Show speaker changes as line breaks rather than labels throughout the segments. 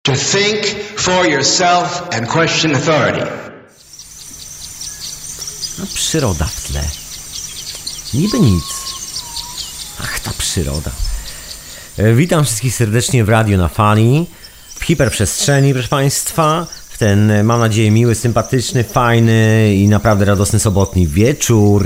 To think for yourself and question authority.
No, przyroda w tle. Niby nic. Ach, ta przyroda. Witam wszystkich serdecznie w Radio na Fali, w hiperprzestrzeni, proszę Państwa, w ten, mam nadzieję, miły, sympatyczny, fajny i naprawdę radosny sobotni wieczór.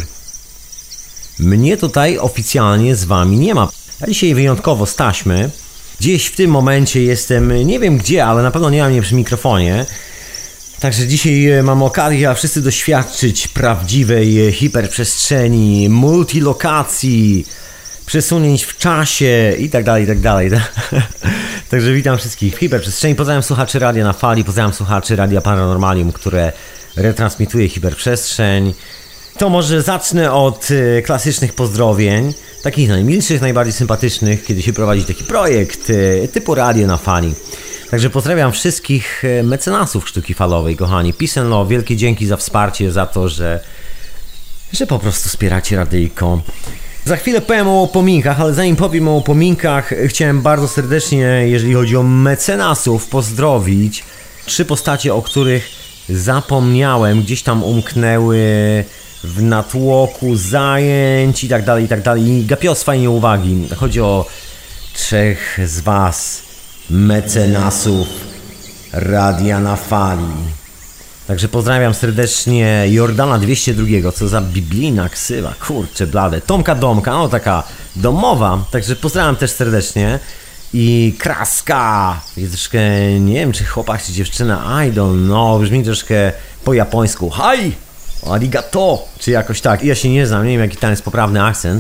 Mnie tutaj oficjalnie z Wami nie ma. Ja dzisiaj wyjątkowo z taśmy. Gdzieś w tym momencie jestem, nie wiem gdzie, ale na pewno nie mam mnie przy mikrofonie. Także dzisiaj mam okazję wszyscy doświadczyć prawdziwej hiperprzestrzeni, multilokacji, przesunięć w czasie i tak dalej, i tak dalej. Także witam wszystkich w hiperprzestrzeni. Pozdrawiam słuchaczy Radia na Fali, pozdrawiam słuchaczy Radia Paranormalium, które retransmituje hiperprzestrzeń. To może zacznę od klasycznych pozdrowień, takich najmilszych, najbardziej sympatycznych, kiedy się prowadzi taki projekt typu Radio na Fali. Także pozdrawiam wszystkich mecenasów sztuki falowej, kochani. Peace and love, wielkie dzięki za wsparcie, za to, że po prostu wspieracie radyjko. Za chwilę powiem o upominkach, ale zanim powiem o upominkach, chciałem bardzo serdecznie, jeżeli chodzi o mecenasów, pozdrowić 3 postacie, o których zapomniałem, gdzieś tam umknęły w natłoku zajęć i tak dalej, i gapiostwa i nieuwagi. Chodzi o 3 z Was, mecenasów Radia na Fali. Także pozdrawiam serdecznie Jordana 202, co za biblijna ksywa, kurczę blade. Tomka Domka, no taka domowa, także pozdrawiam też serdecznie. I Kraska, jest troszkę, nie wiem czy chłopak czy dziewczyna, I don't know, brzmi troszkę po japońsku. Hi! Arigato! Czy jakoś tak. Ja się nie znam, nie wiem jaki tam jest poprawny akcent.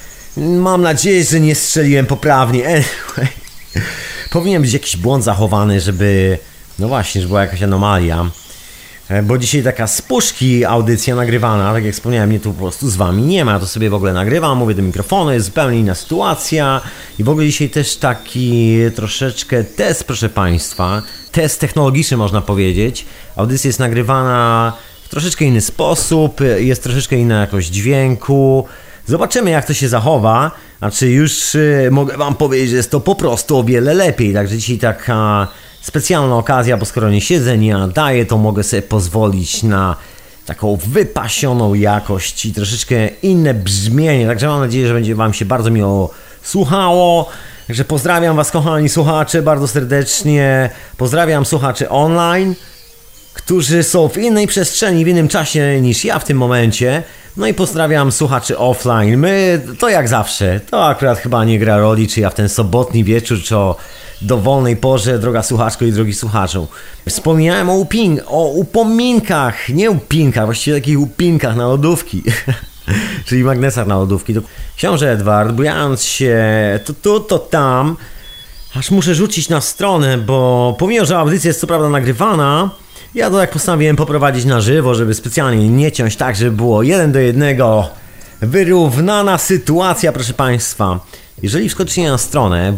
Mam nadzieję, że nie strzeliłem poprawnie. Anyway. Powinien być jakiś błąd zachowany, żeby... No właśnie, żeby była jakaś anomalia. Bo dzisiaj taka z puszki audycja nagrywana, tak jak wspomniałem, mnie tu po prostu z Wami nie ma. Ja to sobie w ogóle nagrywam, mówię do mikrofonu, jest zupełnie inna sytuacja. I w ogóle dzisiaj też taki troszeczkę test, proszę Państwa. Test technologiczny można powiedzieć. Audycja jest nagrywana w troszeczkę inny sposób, jest troszeczkę inna jakość dźwięku. Zobaczymy jak to się zachowa. Znaczy już mogę Wam powiedzieć, że jest to po prostu o wiele lepiej. Także dzisiaj taka specjalna okazja, bo skoro nie siedzę, nie nadaję, to mogę sobie pozwolić na taką wypasioną jakość i troszeczkę inne brzmienie. Także mam nadzieję, że będzie Wam się bardzo miło słuchało. Także pozdrawiam Was, kochani słuchacze, bardzo serdecznie. Pozdrawiam słuchaczy online, którzy są w innej przestrzeni, w innym czasie niż ja w tym momencie. No i pozdrawiam słuchaczy offline. My, to jak zawsze, to akurat chyba nie gra roli, czy ja w ten sobotni wieczór, czy o dowolnej porze, droga słuchaczko i drogi słuchaczu. Wspomniałem o upominkach, nie upinkach, właściwie takich upinkach na lodówki. Czyli magnesach na lodówki. To książę Edward, bujając się to tam, aż muszę rzucić na stronę, bo pomimo, że audycja jest co prawda nagrywana, ja to jak postanowiłem poprowadzić na żywo, żeby specjalnie nie ciąć tak, żeby było 1:1, wyrównana sytuacja, proszę Państwa. Jeżeli wskoczycie na stronę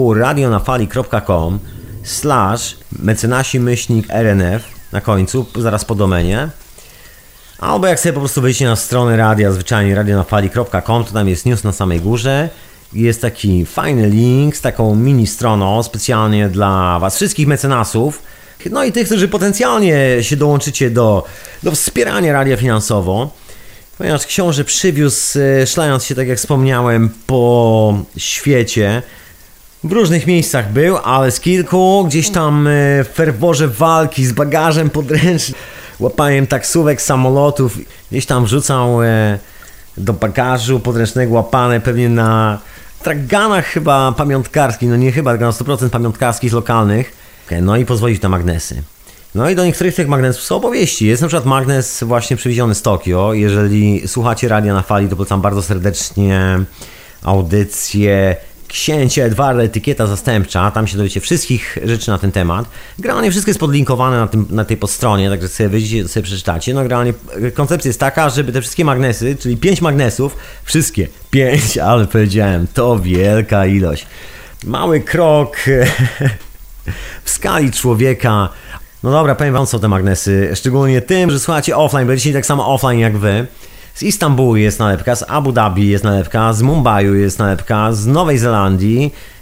www.radionafali.com/mecenasi-rnf na końcu, zaraz po domenie, albo jak sobie po prostu wejdziecie na stronę radia, zwyczajnie radionafali.com, to tam jest news na samej górze. Jest taki fajny link z taką mini stroną specjalnie dla Was wszystkich mecenasów. No i tych, którzy potencjalnie się dołączycie do wspierania radia finansowo, ponieważ książę przywiózł, szlając się, tak jak wspomniałem, po świecie. W różnych miejscach był, ale z kilku, gdzieś tam w ferworze walki z bagażem podręcznym, łapaniem taksówek, samolotów, gdzieś tam wrzucał do bagażu podręcznego łapane pewnie na traganach chyba pamiątkarskich, no nie chyba, tylko na 100% pamiątkarskich lokalnych. No i pozwolić na magnesy. No i do niektórych tych magnesów są opowieści. Jest na przykład magnes właśnie przywieziony z Tokio. Jeżeli słuchacie Radia na Fali, to polecam bardzo serdecznie audycję Księcia Edwarda, etykieta zastępcza. Tam się dowiecie wszystkich rzeczy na ten temat. Generalnie wszystko jest podlinkowane na tej podstronie, także sobie wyjdziecie, sobie przeczytacie. No generalnie koncepcja jest taka, żeby te wszystkie magnesy, czyli 5 magnesów, wszystkie 5, ale powiedziałem, to wielka ilość. Mały krok w skali człowieka. No dobra, powiem Wam, co te magnesy, szczególnie tym, że słuchacie offline, będziecie tak samo offline jak Wy. Z Istambułu jest nalepka, z Abu Dhabi jest nalepka, z Mumbaiu jest nalepka, z Nowej Zelandii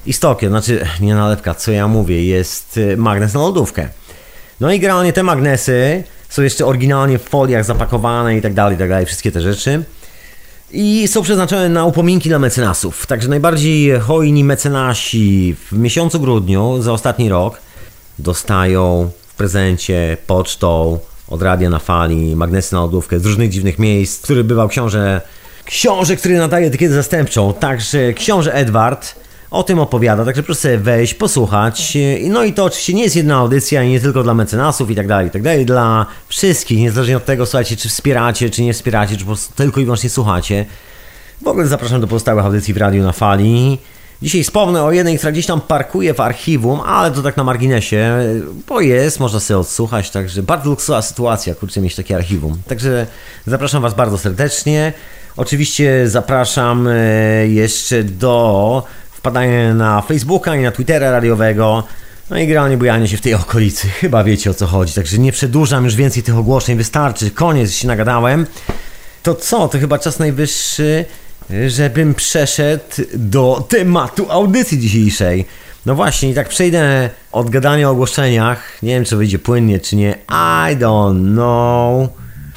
Istokiem, znaczy nie nalepka, co ja mówię, jest magnes na lodówkę. No i generalnie te magnesy są jeszcze oryginalnie w foliach zapakowane i tak dalej, wszystkie te rzeczy. I są przeznaczone na upominki dla mecenasów. Także najbardziej hojni mecenasi w miesiącu grudniu za ostatni rok dostają w prezencie pocztą od Radia na Fali magnesy na lodówkę z różnych dziwnych miejsc, który bywał książę, który nadaje etykietę zastępczą. Także książę Edward o tym opowiada, także proszę sobie wejść, posłuchać. No i to oczywiście nie jest jedna audycja i nie tylko dla mecenasów i tak dalej, dla wszystkich, niezależnie od tego, słuchajcie, czy wspieracie, czy nie wspieracie, czy po prostu tylko i wyłącznie słuchacie. W ogóle zapraszam do pozostałych audycji w Radiu na Fali. Dzisiaj wspomnę o jednej, która gdzieś tam parkuje w archiwum, ale to tak na marginesie, bo jest, można sobie odsłuchać, także bardzo luksusowa sytuacja, kurczę, mieć takie archiwum. Także zapraszam Was bardzo serdecznie. Oczywiście zapraszam jeszcze do wpadania na Facebooka i na Twittera radiowego, no i generalnie bujanie się w tej okolicy. Chyba wiecie, o co chodzi, także nie przedłużam już więcej tych ogłoszeń, wystarczy, koniec, się nagadałem. To co? To chyba czas najwyższy, żebym przeszedł do tematu audycji dzisiejszej. No właśnie, i tak przejdę od gadania o ogłoszeniach. Nie wiem, czy wyjdzie płynnie, czy nie. I don't know.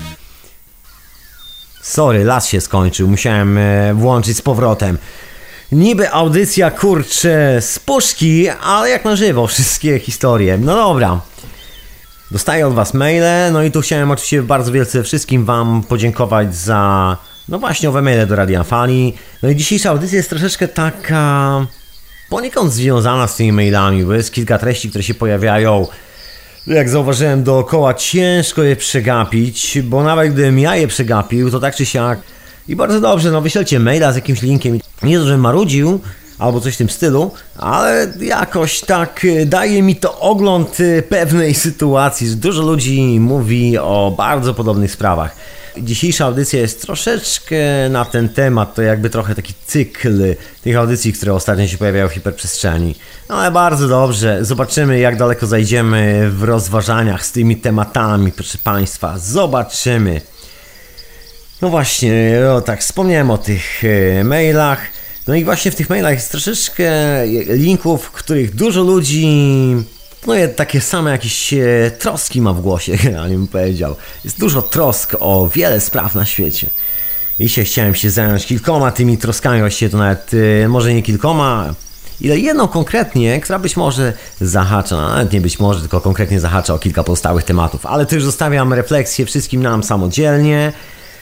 Sorry, las się skończył. Musiałem włączyć z powrotem. Niby audycja, kurczę, z puszki, ale jak na żywo wszystkie historie. No dobra. Dostaję od Was maile, no i tu chciałem oczywiście bardzo wielce wszystkim Wam podziękować za, no właśnie, owe maile do Radia Fali. No i dzisiejsza audycja jest troszeczkę taka poniekąd związana z tymi mailami, bo jest kilka treści, które się pojawiają. Jak zauważyłem dookoła, ciężko je przegapić, bo nawet gdybym ja je przegapił, to tak czy siak. I bardzo dobrze, no wyślecie maila z jakimś linkiem. Nie to, żebym marudził, albo coś w tym stylu, ale jakoś tak daje mi to ogląd pewnej sytuacji, że dużo ludzi mówi o bardzo podobnych sprawach. Dzisiejsza audycja jest troszeczkę na ten temat, to jakby trochę taki cykl tych audycji, które ostatnio się pojawiają w hiperprzestrzeni. No ale bardzo dobrze, zobaczymy, jak daleko zajdziemy w rozważaniach z tymi tematami, proszę Państwa, zobaczymy. No właśnie, tak, wspomniałem o tych mailach. No i właśnie w tych mailach jest troszeczkę linków, w których dużo ludzi, no takie same jakieś troski ma w głosie, generalnie bym powiedział. Jest dużo trosk o wiele spraw na świecie. I dzisiaj chciałem się zająć kilkoma tymi troskami, właściwie to nawet może nie kilkoma, ile jedną konkretnie, która być może zahacza, nawet nie być może, tylko konkretnie zahacza o kilka pozostałych tematów. Ale to już zostawiam refleksję wszystkim nam samodzielnie.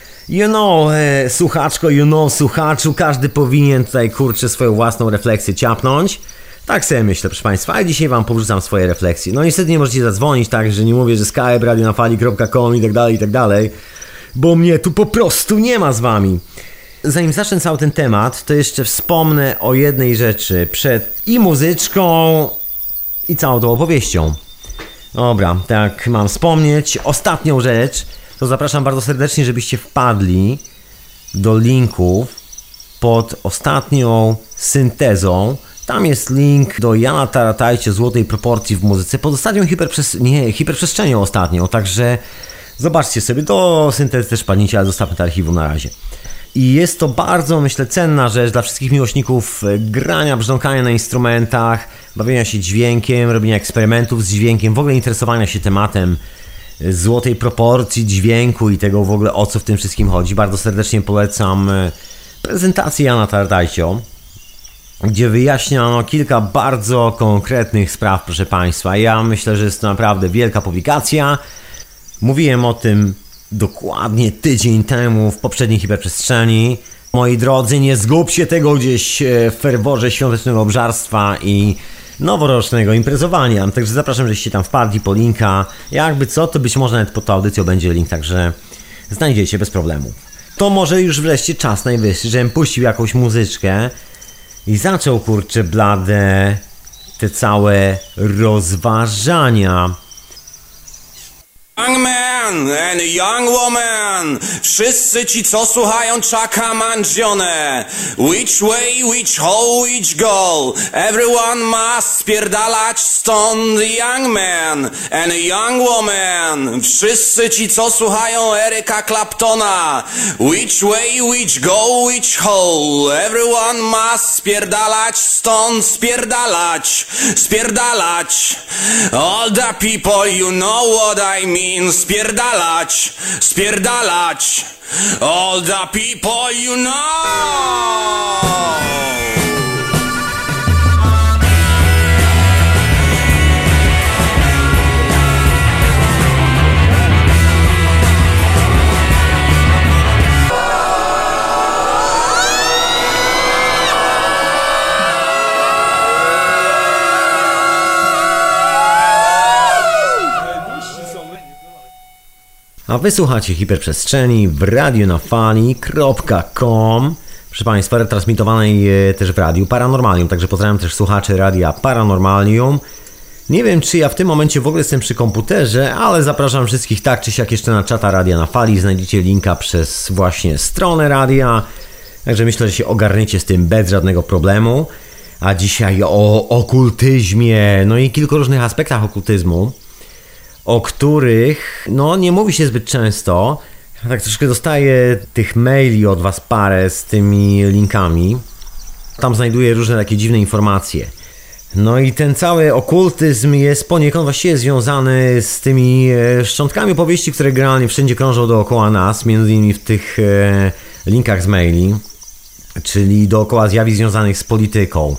Słuchaczko, słuchaczu, każdy powinien tutaj, kurczę, swoją własną refleksję ciapnąć. Tak sobie myślę, proszę Państwa, a dzisiaj Wam powrzucam swoje refleksje. No niestety nie możecie zadzwonić, tak, że nie mówię, że Skype, radionafali.com i tak dalej, bo mnie tu po prostu nie ma z Wami. Zanim zacznę cały ten temat, to jeszcze wspomnę o jednej rzeczy przed i muzyczką, i całą tą opowieścią. Dobra, tak mam wspomnieć. Ostatnią rzecz, to zapraszam bardzo serdecznie, żebyście wpadli do linków pod ostatnią syntezą. Tam jest link do Jana Taratajcie, Złotej Proporcji w muzyce, pod ostatnią hiperprzestrzenią ostatnią, także zobaczcie sobie, do syntezy też padnijcie, ale zostawmy to archiwum na razie. I jest to bardzo, myślę, cenna rzecz dla wszystkich miłośników grania, brzdąkania na instrumentach, bawienia się dźwiękiem, robienia eksperymentów z dźwiękiem, w ogóle interesowania się tematem złotej proporcji dźwięku i tego w ogóle, o co w tym wszystkim chodzi. Bardzo serdecznie polecam prezentację Jana Taratajcio, gdzie wyjaśniano kilka bardzo konkretnych spraw, proszę Państwa. Ja myślę, że jest to naprawdę wielka publikacja. Mówiłem o tym dokładnie tydzień temu w poprzedniej hiperprzestrzeni. Moi drodzy, nie zgubcie tego gdzieś w ferworze świątecznego obżarstwa i noworocznego imprezowania. Także zapraszam, żeście tam wpadli po linka. Jakby co, to być może nawet pod tą audycją będzie link, także znajdziecie bez problemu. To może już wreszcie czas najwyższy, żebym puścił jakąś muzyczkę i zaczął, kurczę blade, te całe rozważania.
Young man man and a young woman. Wszyscy ci, co słuchają Chucka Mangione. Which way, which hole, which goal. Everyone must spierdalać stąd. Young man and a young woman. Wszyscy ci, co słuchają Eryka Claptona. Which way, which go, which hole. Everyone must spierdalać stąd. Spierdalać, spierdalać. All the people, you know what I mean. Spierdalać, spierdalać. All the people, you know.
A wysłuchacie Hiperprzestrzeni w radionafali.com. Proszę Państwa, retransmitowanej też w Radiu Paranormalium, także pozdrawiam też słuchaczy Radia Paranormalium. Nie wiem, czy ja w tym momencie w ogóle jestem przy komputerze, ale zapraszam wszystkich tak czy siak jeszcze na czata Radia na Fali. Znajdziecie linka przez właśnie stronę radia, także myślę, że się ogarniecie z tym bez żadnego problemu. A dzisiaj o okultyzmie, no i kilku różnych aspektach okultyzmu, o których nie mówi się zbyt często. Tak troszkę dostaję tych maili od Was parę z tymi linkami. Tam znajduję różne takie dziwne informacje. No i ten cały okultyzm jest poniekąd właściwie związany z tymi szczątkami opowieści, które generalnie wszędzie krążą dookoła nas, między innymi w tych linkach z maili, czyli dookoła zjawisk związanych z polityką,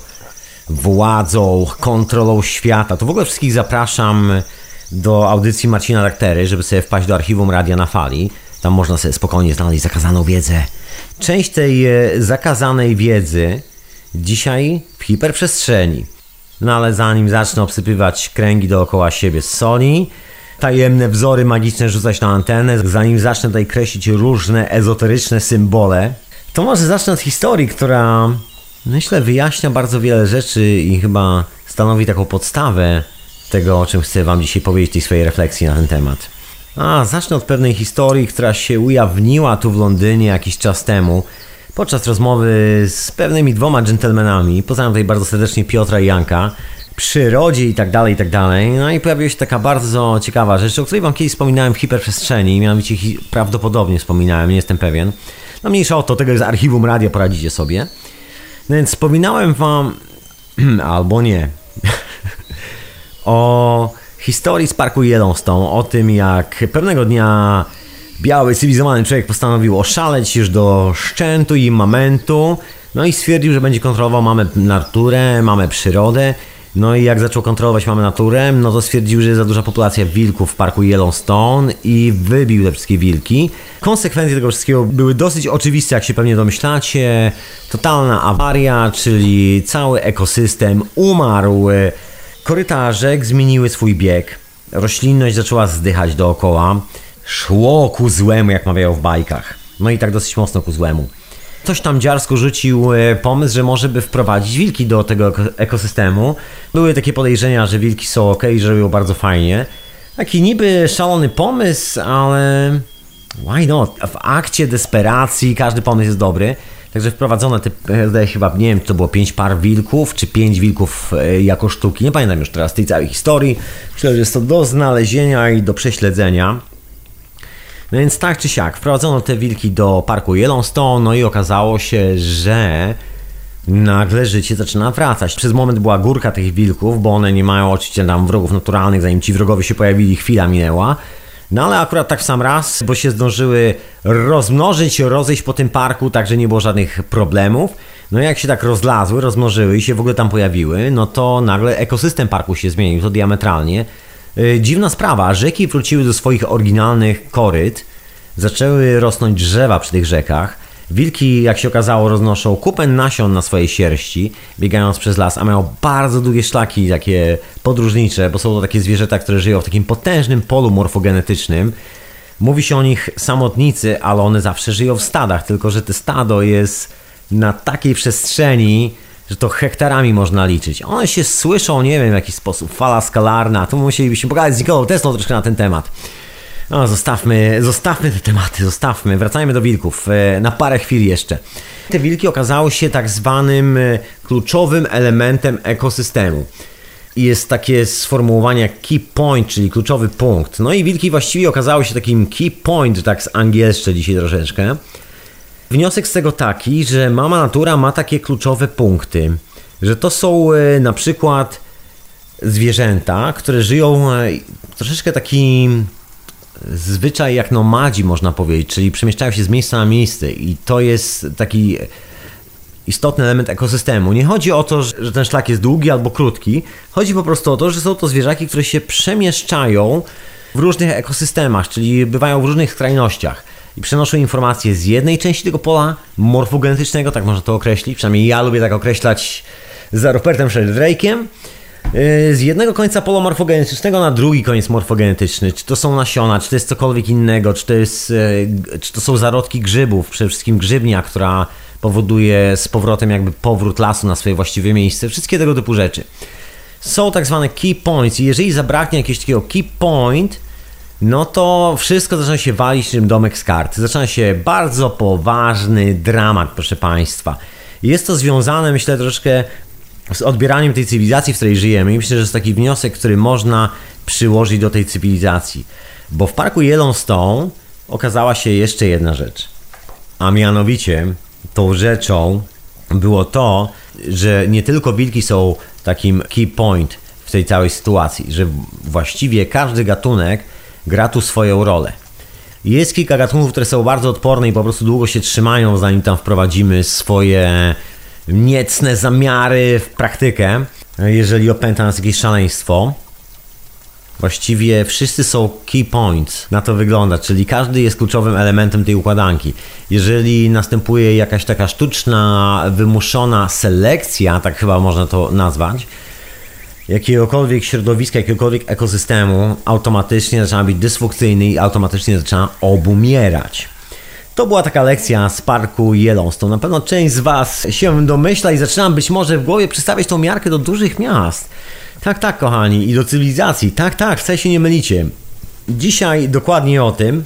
władzą, kontrolą świata. To w ogóle wszystkich zapraszam do audycji Marcina Daktery, żeby sobie wpaść do archiwum Radia na Fali. Tam można sobie spokojnie znaleźć zakazaną wiedzę. Część tej zakazanej wiedzy dzisiaj w hiperprzestrzeni. No ale zanim zacznę obsypywać kręgi dookoła siebie z soli, tajemne wzory magiczne rzucać na antenę, zanim zacznę tutaj kreślić różne ezoteryczne symbole, to może zacznę od historii, która myślę wyjaśnia bardzo wiele rzeczy i chyba stanowi taką podstawę tego, o czym chcę Wam dzisiaj powiedzieć w tej swojej refleksji na ten temat. Zacznę od pewnej historii, która się ujawniła tu w Londynie jakiś czas temu podczas rozmowy z pewnymi dwoma dżentelmenami. Pozdrawiam tutaj bardzo serdecznie Piotra i Janka, przyrodzie i tak dalej, i tak dalej. No i pojawiła się taka bardzo ciekawa rzecz, o której Wam kiedyś wspominałem w hiperprzestrzeni, mianowicie prawdopodobnie wspominałem, nie jestem pewien. No mniejsza o to, tego jest archiwum radia, poradzicie sobie. No więc wspominałem Wam, albo nie, o historii z parku Yellowstone, o tym jak pewnego dnia biały, cywilizowany człowiek postanowił oszaleć już do szczętu i momentu, no i stwierdził, że będzie kontrolował mamę naturę, mamę przyrodę. No i jak zaczął kontrolować mamę naturę, no to stwierdził, że jest za duża populacja wilków w parku Yellowstone i wybił te wszystkie wilki. Konsekwencje tego wszystkiego były dosyć oczywiste, jak się pewnie domyślacie. Totalna awaria, czyli cały ekosystem umarł. Koryta rzek zmieniły swój bieg. Roślinność zaczęła zdychać dookoła. Szło ku złemu, jak mawiają w bajkach. No i tak dosyć mocno ku złemu. Ktoś tam dziarsko rzucił pomysł, że może by wprowadzić wilki do tego ekosystemu. Były takie podejrzenia, że wilki są ok, że robią bardzo fajnie. Taki niby szalony pomysł, ale why not? W akcie desperacji każdy pomysł jest dobry. Także wprowadzono te, chyba, nie wiem, czy to było 5 par wilków, czy 5 wilków jako sztuki. Nie pamiętam już teraz tej całej historii. Myślę, że jest to do znalezienia i do prześledzenia. No więc tak czy siak, wprowadzono te wilki do parku Yellowstone, no i okazało się, że nagle życie zaczyna wracać. Przez moment była górka tych wilków, bo one nie mają oczywiście tam wrogów naturalnych, zanim ci wrogowie się pojawili, chwila minęła. No ale akurat tak w sam raz, bo się zdążyły rozmnożyć, rozejść po tym parku, także nie było żadnych problemów. No i jak się tak rozlazły, rozmnożyły i się w ogóle tam pojawiły, no to nagle ekosystem parku się zmienił, to diametralnie. Dziwna sprawa, rzeki wróciły do swoich oryginalnych koryt, zaczęły rosnąć drzewa przy tych rzekach. Wilki, jak się okazało, roznoszą kupę nasion na swojej sierści, biegając przez las, a mają bardzo długie szlaki takie podróżnicze, bo są to takie zwierzęta, które żyją w takim potężnym polu morfogenetycznym. Mówi się o nich samotnicy, ale one zawsze żyją w stadach, tylko że to stado jest na takiej przestrzeni, że to hektarami można liczyć. One się słyszą, nie wiem w jaki sposób, fala skalarna, tu musielibyśmy pogadać z Nikolą Teslą troszkę na ten temat. No, zostawmy te tematy, wracajmy do wilków, na parę chwil jeszcze. Te wilki okazały się tak zwanym kluczowym elementem ekosystemu. Jest takie sformułowanie jak key point, czyli kluczowy punkt. No i wilki właściwie okazały się takim key point, tak z angielszczy dzisiaj troszeczkę. Wniosek z tego taki, że mama natura ma takie kluczowe punkty, że to są na przykład zwierzęta, które żyją troszeczkę taki zwyczaj jak nomadzi, można powiedzieć, czyli przemieszczają się z miejsca na miejsce i to jest taki istotny element ekosystemu. Nie chodzi o to, że ten szlak jest długi albo krótki, chodzi po prostu o to, że są to zwierzaki, które się przemieszczają w różnych ekosystemach, czyli bywają w różnych skrajnościach i przenoszą informacje z jednej części tego pola morfogenetycznego, tak można to określić, przynajmniej ja lubię tak określać za Rupertem Sheldrake'iem, z jednego końca pola morfogenetycznego na drugi koniec morfogenetyczny. Czy to są nasiona, czy to jest cokolwiek innego, czy to są zarodki grzybów, przede wszystkim grzybnia, która powoduje z powrotem jakby powrót lasu na swoje właściwe miejsce. Wszystkie tego typu rzeczy. Są tak zwane key points i jeżeli zabraknie jakiegoś takiego key point, no to wszystko zaczyna się walić niczym domek z kart. Zaczyna się bardzo poważny dramat, proszę Państwa. Jest to związane, myślę, troszeczkę z odbieraniem tej cywilizacji, w której żyjemy i myślę, że jest taki wniosek, który można przyłożyć do tej cywilizacji. Bo w parku Yellowstone okazała się jeszcze jedna rzecz. A mianowicie tą rzeczą było to, że nie tylko wilki są takim key point w tej całej sytuacji, że właściwie każdy gatunek gra tu swoją rolę. Jest kilka gatunków, które są bardzo odporne i po prostu długo się trzymają, zanim tam wprowadzimy swoje niecne zamiary w praktykę, jeżeli opęta nas jakieś szaleństwo. Właściwie wszyscy są key points, na to wygląda, czyli każdy jest kluczowym elementem tej układanki. Jeżeli następuje jakaś taka sztuczna, wymuszona selekcja, tak chyba można to nazwać, jakiegokolwiek środowiska, jakiegokolwiek ekosystemu, automatycznie zaczyna być dysfunkcyjny i automatycznie zaczyna obumierać. To była taka lekcja z parku Yellowstone. Na pewno część z Was się domyśla i zaczynam być może w głowie przystawiać tą miarkę do dużych miast. Tak, kochani, i do cywilizacji. Tak, wcale się nie mylicie. Dzisiaj dokładnie o tym.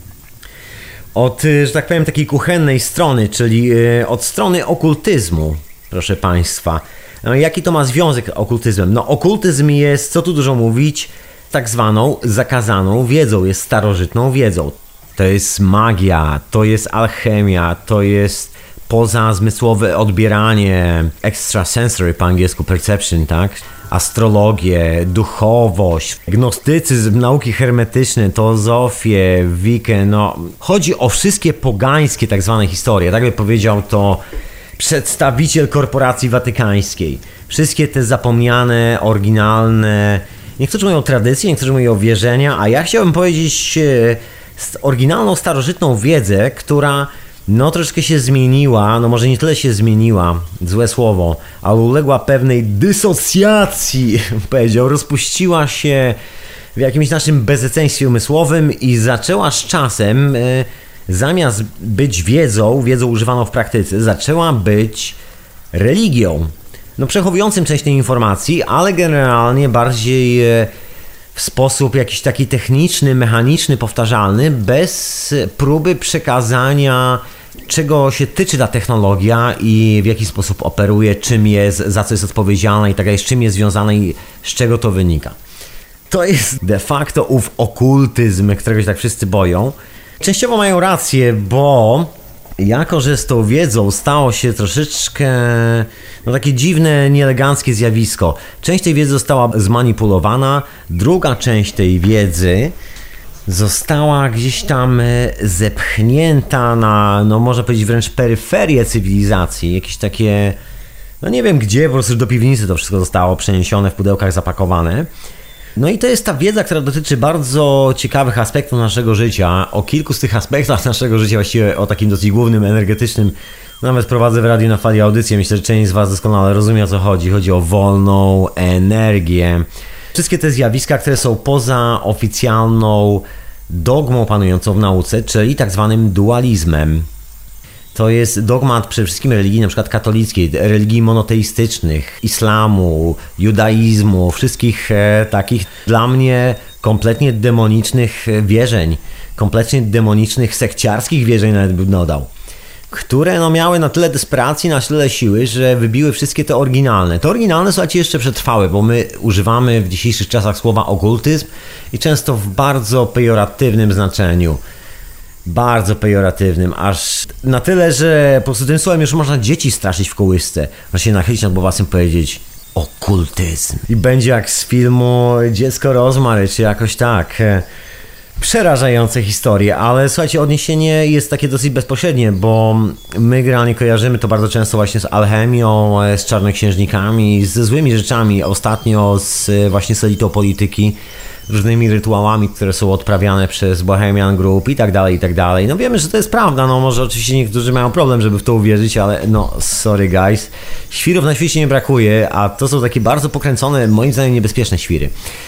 Od, że tak powiem, takiej kuchennej strony, czyli od strony okultyzmu, proszę Państwa. Jaki to ma związek z okultyzmem? No, okultyzm jest, co tu dużo mówić, tak zwaną zakazaną wiedzą, jest starożytną wiedzą. To jest magia, to jest alchemia, to jest pozazmysłowe odbieranie, extrasensory po angielsku perception, tak? Astrologię, duchowość, gnostycyzm, nauki hermetyczne, teozofię, wikę, no... Chodzi o wszystkie pogańskie tak zwane historie, tak by powiedział to przedstawiciel korporacji watykańskiej. Wszystkie te zapomniane, oryginalne, niektórzy mówią tradycje, niektórzy mówią wierzenia, a ja chciałbym powiedzieć oryginalną, starożytną wiedzę, która no troszeczkę się zmieniła, no może nie tyle się zmieniła, złe słowo, ale uległa pewnej dysocjacji, powiedział, rozpuściła się w jakimś naszym bezeceństwie umysłowym i zaczęła z czasem, zamiast być wiedzą używaną w praktyce, zaczęła być religią. No przechowującym część tej informacji, ale generalnie bardziej w sposób jakiś taki techniczny, mechaniczny, powtarzalny, bez próby przekazania, czego się tyczy ta technologia i w jaki sposób operuje, czym jest, za co jest odpowiedzialna i tak dalej, z czym jest związana i z czego to wynika. To jest de facto ów okultyzm, którego się tak wszyscy boją. Częściowo mają rację, bo jako że z tą wiedzą stało się troszeczkę no takie dziwne, nieeleganckie zjawisko. Część tej wiedzy została zmanipulowana, druga część tej wiedzy została gdzieś tam zepchnięta na, no można powiedzieć wręcz peryferię cywilizacji, jakieś takie, no nie wiem gdzie, po prostu do piwnicy to wszystko zostało przeniesione, w pudełkach zapakowane. No i to jest ta wiedza, która dotyczy bardzo ciekawych aspektów naszego życia. O kilku z tych aspektach naszego życia, właściwie o takim dosyć głównym, energetycznym, nawet prowadzę w Radiu na Fali audycję. Myślę, że część z Was doskonale rozumie, o co chodzi. Chodzi o wolną energię. Wszystkie te zjawiska, które są poza oficjalną dogmą panującą w nauce, czyli tak zwanym dualizmem. To jest dogmat przede wszystkim religii, na przykład katolickiej, religii monoteistycznych, islamu, judaizmu, wszystkich takich. Dla mnie kompletnie demonicznych wierzeń, kompletnie demonicznych, sekciarskich wierzeń nawet bym dodał, które no miały na tyle desperacji, na tyle siły, że wybiły wszystkie te oryginalne. Te oryginalne, słuchajcie, jeszcze przetrwały, bo my używamy w dzisiejszych czasach słowa okultyzm i często w bardzo pejoratywnym znaczeniu. Bardzo pejoratywnym, aż na tyle, że po prostu tym słowem już można dzieci straszyć w kołysce. Można się nachylić nad głowasem powiedzieć okultyzm. I będzie jak z filmu Dziecko Rozmary, czy jakoś tak. Przerażające historie, ale słuchajcie, odniesienie jest takie dosyć bezpośrednie, bo my generalnie kojarzymy to bardzo często właśnie z alchemią, z czarnoksiężnikami, ze złymi rzeczami, ostatnio właśnie z elitą polityki, różnymi rytuałami, które są odprawiane przez Bohemian Group i tak dalej, i tak dalej. No wiemy, że to jest prawda, no może oczywiście niektórzy mają problem, żeby w to uwierzyć, ale no sorry guys, świrów na świecie nie brakuje, a to są takie bardzo pokręcone, moim zdaniem niebezpieczne świry.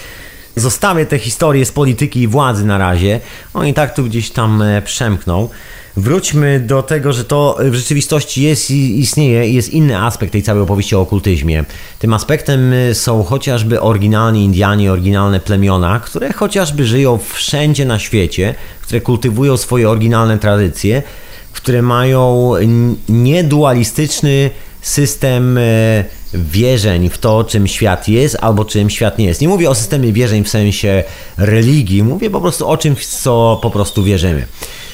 Zostawię te historie z polityki i władzy na razie. On i tak tu gdzieś tam przemknął. Wróćmy do tego, że to w rzeczywistości jest i istnieje i jest inny aspekt tej całej opowieści o okultyzmie. Tym aspektem są chociażby oryginalni Indianie, oryginalne plemiona, które chociażby żyją wszędzie na świecie, które kultywują swoje oryginalne tradycje, które mają niedualistyczny system wierzeń w to, czym świat jest albo czym świat nie jest. Nie mówię o systemie wierzeń w sensie religii, mówię po prostu o czymś, co po prostu wierzymy.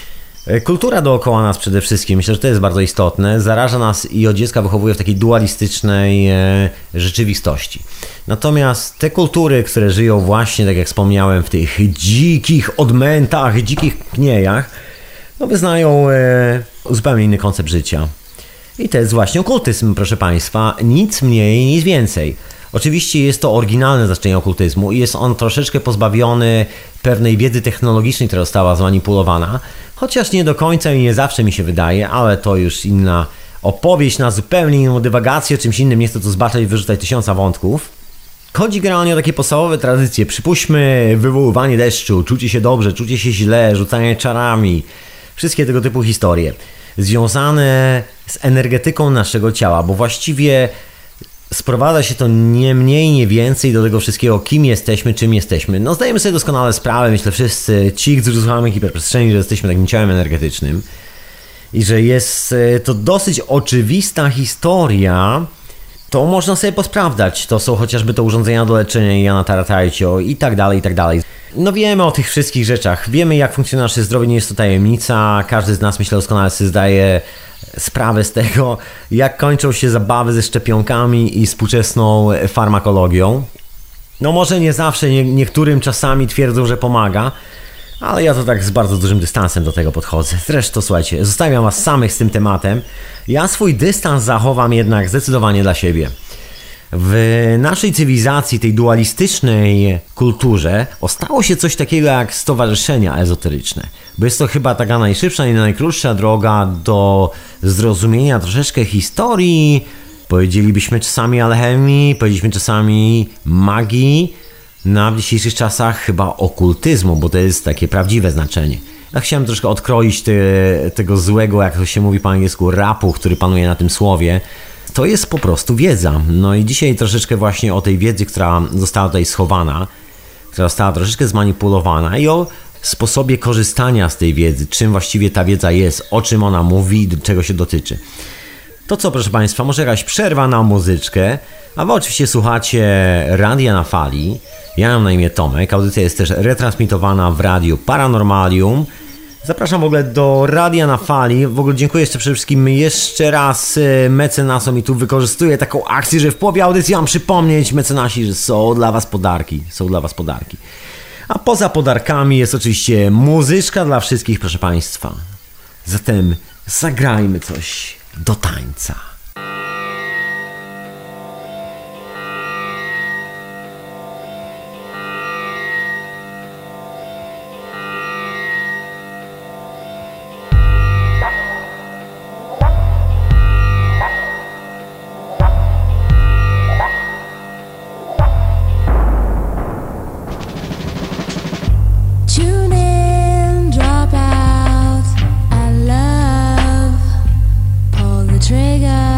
Kultura dookoła nas przede wszystkim, myślę, że to jest bardzo istotne, zaraża nas i od dziecka wychowuje w takiej dualistycznej rzeczywistości. Natomiast te kultury, które żyją właśnie, tak jak wspomniałem, w tych dzikich odmętach, dzikich kniejach, no wyznają zupełnie inny koncept życia. I to jest właśnie okultyzm, proszę Państwa, nic mniej, nic więcej. Oczywiście jest to oryginalne znaczenie okultyzmu i jest on troszeczkę pozbawiony pewnej wiedzy technologicznej, która została zmanipulowana, chociaż nie do końca i nie zawsze mi się wydaje, ale to już inna opowieść na zupełnie inną dywagację, czymś innym, nie chcę tu zbaczać i wyrzucać tysiąca wątków. Chodzi generalnie o takie podstawowe tradycje, przypuśćmy wywoływanie deszczu, czucie się dobrze, czucie się źle, rzucanie czarami, wszystkie tego typu historie związane z energetyką naszego ciała, bo właściwie sprowadza się to nie mniej, nie więcej do tego wszystkiego, kim jesteśmy, czym jesteśmy. No zdajemy sobie doskonale sprawę, myślę wszyscy ci, którzy słuchamy hiperprzestrzeni, że jesteśmy takim ciałem energetycznym i że jest to dosyć oczywista historia. To można sobie posprawdzać. To są chociażby te urządzenia do leczenia Jana Taratajcio i tak dalej, i tak dalej. No wiemy o tych wszystkich rzeczach. Wiemy, jak funkcjonuje nasze zdrowie, nie jest to tajemnica. Każdy z nas, myślę, doskonale sobie zdaje sprawę z tego, jak kończą się zabawy ze szczepionkami i współczesną farmakologią. No może nie zawsze, niektórym czasami twierdzą, że pomaga, ale ja to tak z bardzo dużym dystansem do tego podchodzę. Zresztą słuchajcie, zostawiam was samych z tym tematem. Ja swój dystans zachowam jednak zdecydowanie dla siebie. W naszej cywilizacji, tej dualistycznej kulturze ostało się coś takiego jak stowarzyszenia ezoteryczne. Bo jest to chyba taka najszybsza i najkrótsza droga do zrozumienia troszeczkę historii, powiedzielibyśmy czasami alchemii, powiedzielibyśmy czasami magii, w dzisiejszych czasach chyba okultyzmu, bo to jest takie prawdziwe znaczenie. Ja chciałem troszkę odkroić tego złego, jak to się mówi po angielsku, rapu, który panuje na tym słowie. To jest po prostu wiedza. No i dzisiaj troszeczkę właśnie o tej wiedzy, która została tutaj schowana, która została troszeczkę zmanipulowana i o sposobie korzystania z tej wiedzy, czym właściwie ta wiedza jest, o czym ona mówi, czego się dotyczy. To co, proszę Państwa, może jakaś przerwa na muzyczkę, a Wy oczywiście słuchacie Radia na Fali. Ja mam na imię Tomek, audycja jest też retransmitowana w Radiu Paranormalium. Zapraszam w ogóle do Radia na Fali. W ogóle dziękuję jeszcze przede wszystkim jeszcze raz mecenasom i tu wykorzystuję taką akcję, że w połowie audycji mam przypomnieć mecenasi, że są dla Was podarki. Są dla Was podarki. A poza podarkami jest oczywiście muzyczka dla wszystkich, proszę Państwa. Zatem zagrajmy coś do tańca.
Trigger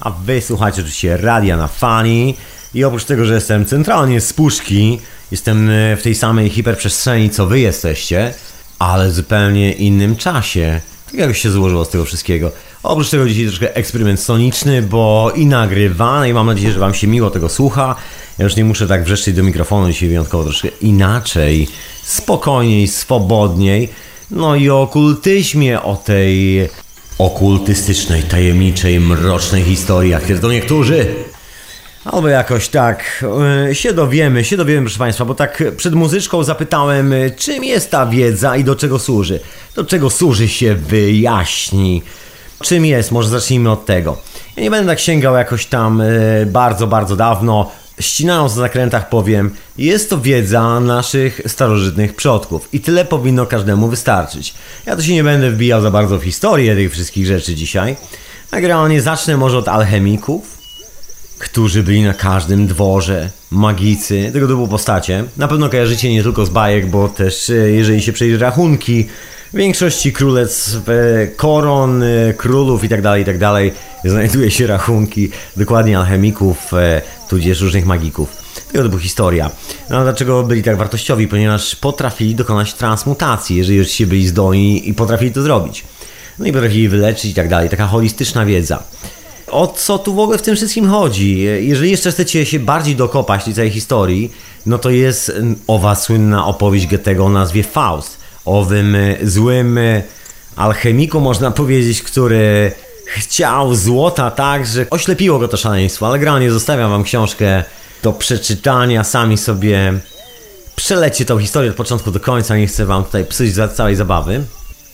a wy słuchacie oczywiście Radia na Fali i oprócz tego, że jestem centralnie z puszki, jestem w tej samej hiperprzestrzeni, co wy jesteście, ale w zupełnie innym czasie. Tak jak się złożyło z tego wszystkiego. Oprócz tego dzisiaj troszkę eksperyment soniczny, bo i nagrywany i mam nadzieję, że wam się miło tego słucha. Ja już nie muszę tak wrzeszczeć do mikrofonu, dzisiaj wyjątkowo troszkę inaczej, spokojniej, swobodniej. No i o okultyzmie, o tej okultystycznej, tajemniczej, mrocznej historii, jak twierdzą niektórzy. Albo jakoś tak się dowiemy, proszę Państwa, bo tak przed muzyczką zapytałem, czym jest ta wiedza i do czego służy. Do czego służy się wyjaśni. Czym jest? Może zacznijmy od tego. Ja nie będę tak sięgał jakoś tam bardzo, bardzo dawno. Ścinając na zakrętach powiem, jest to wiedza naszych starożytnych przodków i tyle powinno każdemu wystarczyć. Ja to się nie będę wbijał za bardzo w historię tych wszystkich rzeczy dzisiaj. Generalnie zacznę może od alchemików, którzy byli na każdym dworze, magicy, tego typu postacie. Na pewno kojarzycie nie tylko z bajek, bo też jeżeli się przejrzy rachunki w większości królestw, koron, królów itd., znajduje się rachunki dokładnie alchemików, tudzież różnych magików. Tego typu historia. No a dlaczego byli tak wartościowi? Ponieważ potrafili dokonać transmutacji, jeżeli już się byli zdolni i potrafili to zrobić. No i potrafili wyleczyć itd., taka holistyczna wiedza. O co tu w ogóle w tym wszystkim chodzi? Jeżeli jeszcze chcecie się bardziej dokopać tej całej historii, no to jest owa słynna opowieść Goethego o nazwie Faust. Owym złym alchemiku, można powiedzieć, który chciał złota tak, że oślepiło go to szaleństwo. Ale generalnie zostawiam wam książkę do przeczytania, sami sobie przelecie tą historię od początku do końca, nie chcę wam tutaj psuć całej zabawy.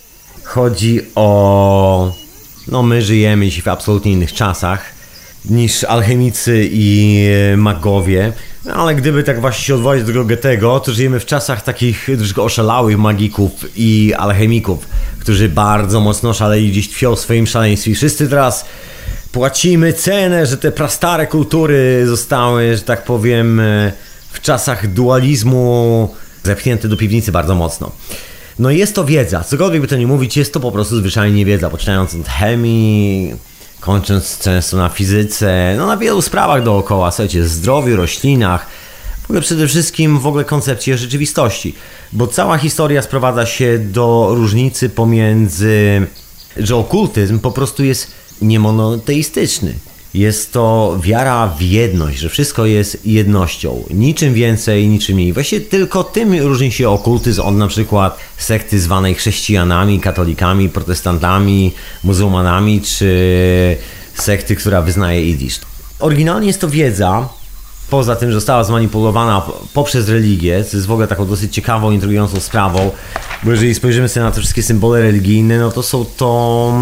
Chodzi o... No my żyjemy dzisiaj w absolutnie innych czasach niż alchemicy i magowie, ale gdyby tak właśnie się odwołać do tego Goethego, to żyjemy w czasach takich troszkę oszalałych magików i alchemików, którzy bardzo mocno szaleli, gdzieś tkwią w swoim szaleństwie. Wszyscy teraz płacimy cenę, że te prastare kultury zostały, że tak powiem, w czasach dualizmu zepchnięte do piwnicy bardzo mocno. No jest to wiedza, cokolwiek by to nie mówić, jest to po prostu zwyczajnie wiedza, poczynając od chemii, kończąc często na fizyce, no na wielu sprawach dookoła, słuchajcie, zdrowiu, roślinach, w ogóle przede wszystkim w ogóle koncepcji rzeczywistości, bo cała historia sprowadza się do różnicy pomiędzy, że okultyzm po prostu jest niemonoteistyczny. Jest to wiara w jedność, że wszystko jest jednością, niczym więcej, niczym mniej. Właściwie tylko tym różni się okultyzm od na przykład sekty zwanej chrześcijanami, katolikami, protestantami, muzułmanami, czy sekty, która wyznaje Jidysz. Oryginalnie jest to wiedza, poza tym, że została zmanipulowana poprzez religię, co jest w ogóle taką dosyć ciekawą, intrygującą sprawą, bo jeżeli spojrzymy sobie na te wszystkie symbole religijne, no to są to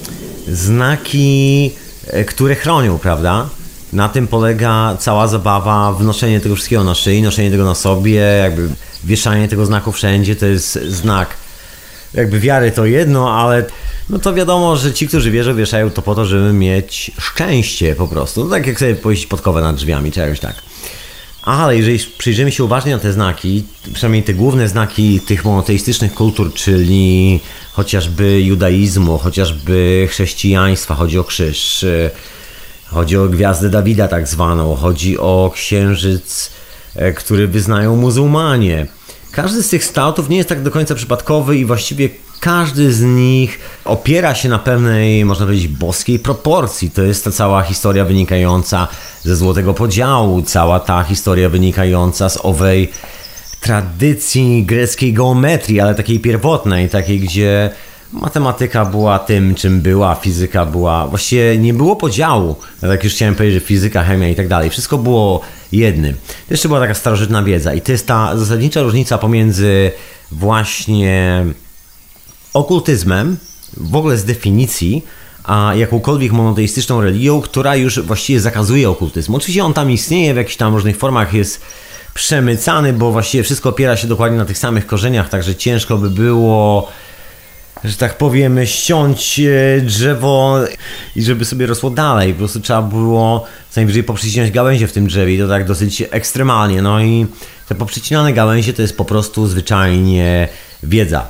znaki, które chronią, prawda? Na tym polega cała zabawa, wnoszenie tego wszystkiego na szyi, noszenie tego na sobie, jakby wieszanie tego znaku wszędzie, to jest znak jakby wiary to jedno, ale no to wiadomo, że ci, którzy wierzą, wieszają to po to, żeby mieć szczęście po prostu. No tak jak sobie powiesić podkowę nad drzwiami, czy jakoś tak. Ale jeżeli przyjrzymy się uważnie na te znaki, przynajmniej te główne znaki tych monoteistycznych kultur, czyli chociażby judaizmu, chociażby chrześcijaństwa, chodzi o krzyż, chodzi o gwiazdę Dawida tak zwaną, chodzi o księżyc, który wyznają muzułmanie. Każdy z tych kształtów nie jest tak do końca przypadkowy i właściwie każdy z nich opiera się na pewnej, można powiedzieć, boskiej proporcji. To jest ta cała historia wynikająca ze Złotego Podziału, cała ta historia wynikająca z owej tradycji greckiej geometrii, ale takiej pierwotnej, takiej, gdzie matematyka była tym, czym była, fizyka była, właściwie nie było podziału, tak już chciałem powiedzieć, że fizyka, chemia i tak dalej, wszystko było jednym. To jeszcze była taka starożytna wiedza i to jest ta zasadnicza różnica pomiędzy właśnie okultyzmem, w ogóle z definicji, a jakąkolwiek monoteistyczną religią, która już właściwie zakazuje okultyzmu. Oczywiście on tam istnieje, w jakichś tam różnych formach jest przemycany, bo właściwie wszystko opiera się dokładnie na tych samych korzeniach, także ciężko by było, że tak powiem, ściąć drzewo i żeby sobie rosło dalej. Po prostu trzeba było co najwyżej poprzecinać gałęzie w tym drzewie i to tak dosyć ekstremalnie. No i te poprzecinane gałęzie to jest po prostu zwyczajnie wiedza.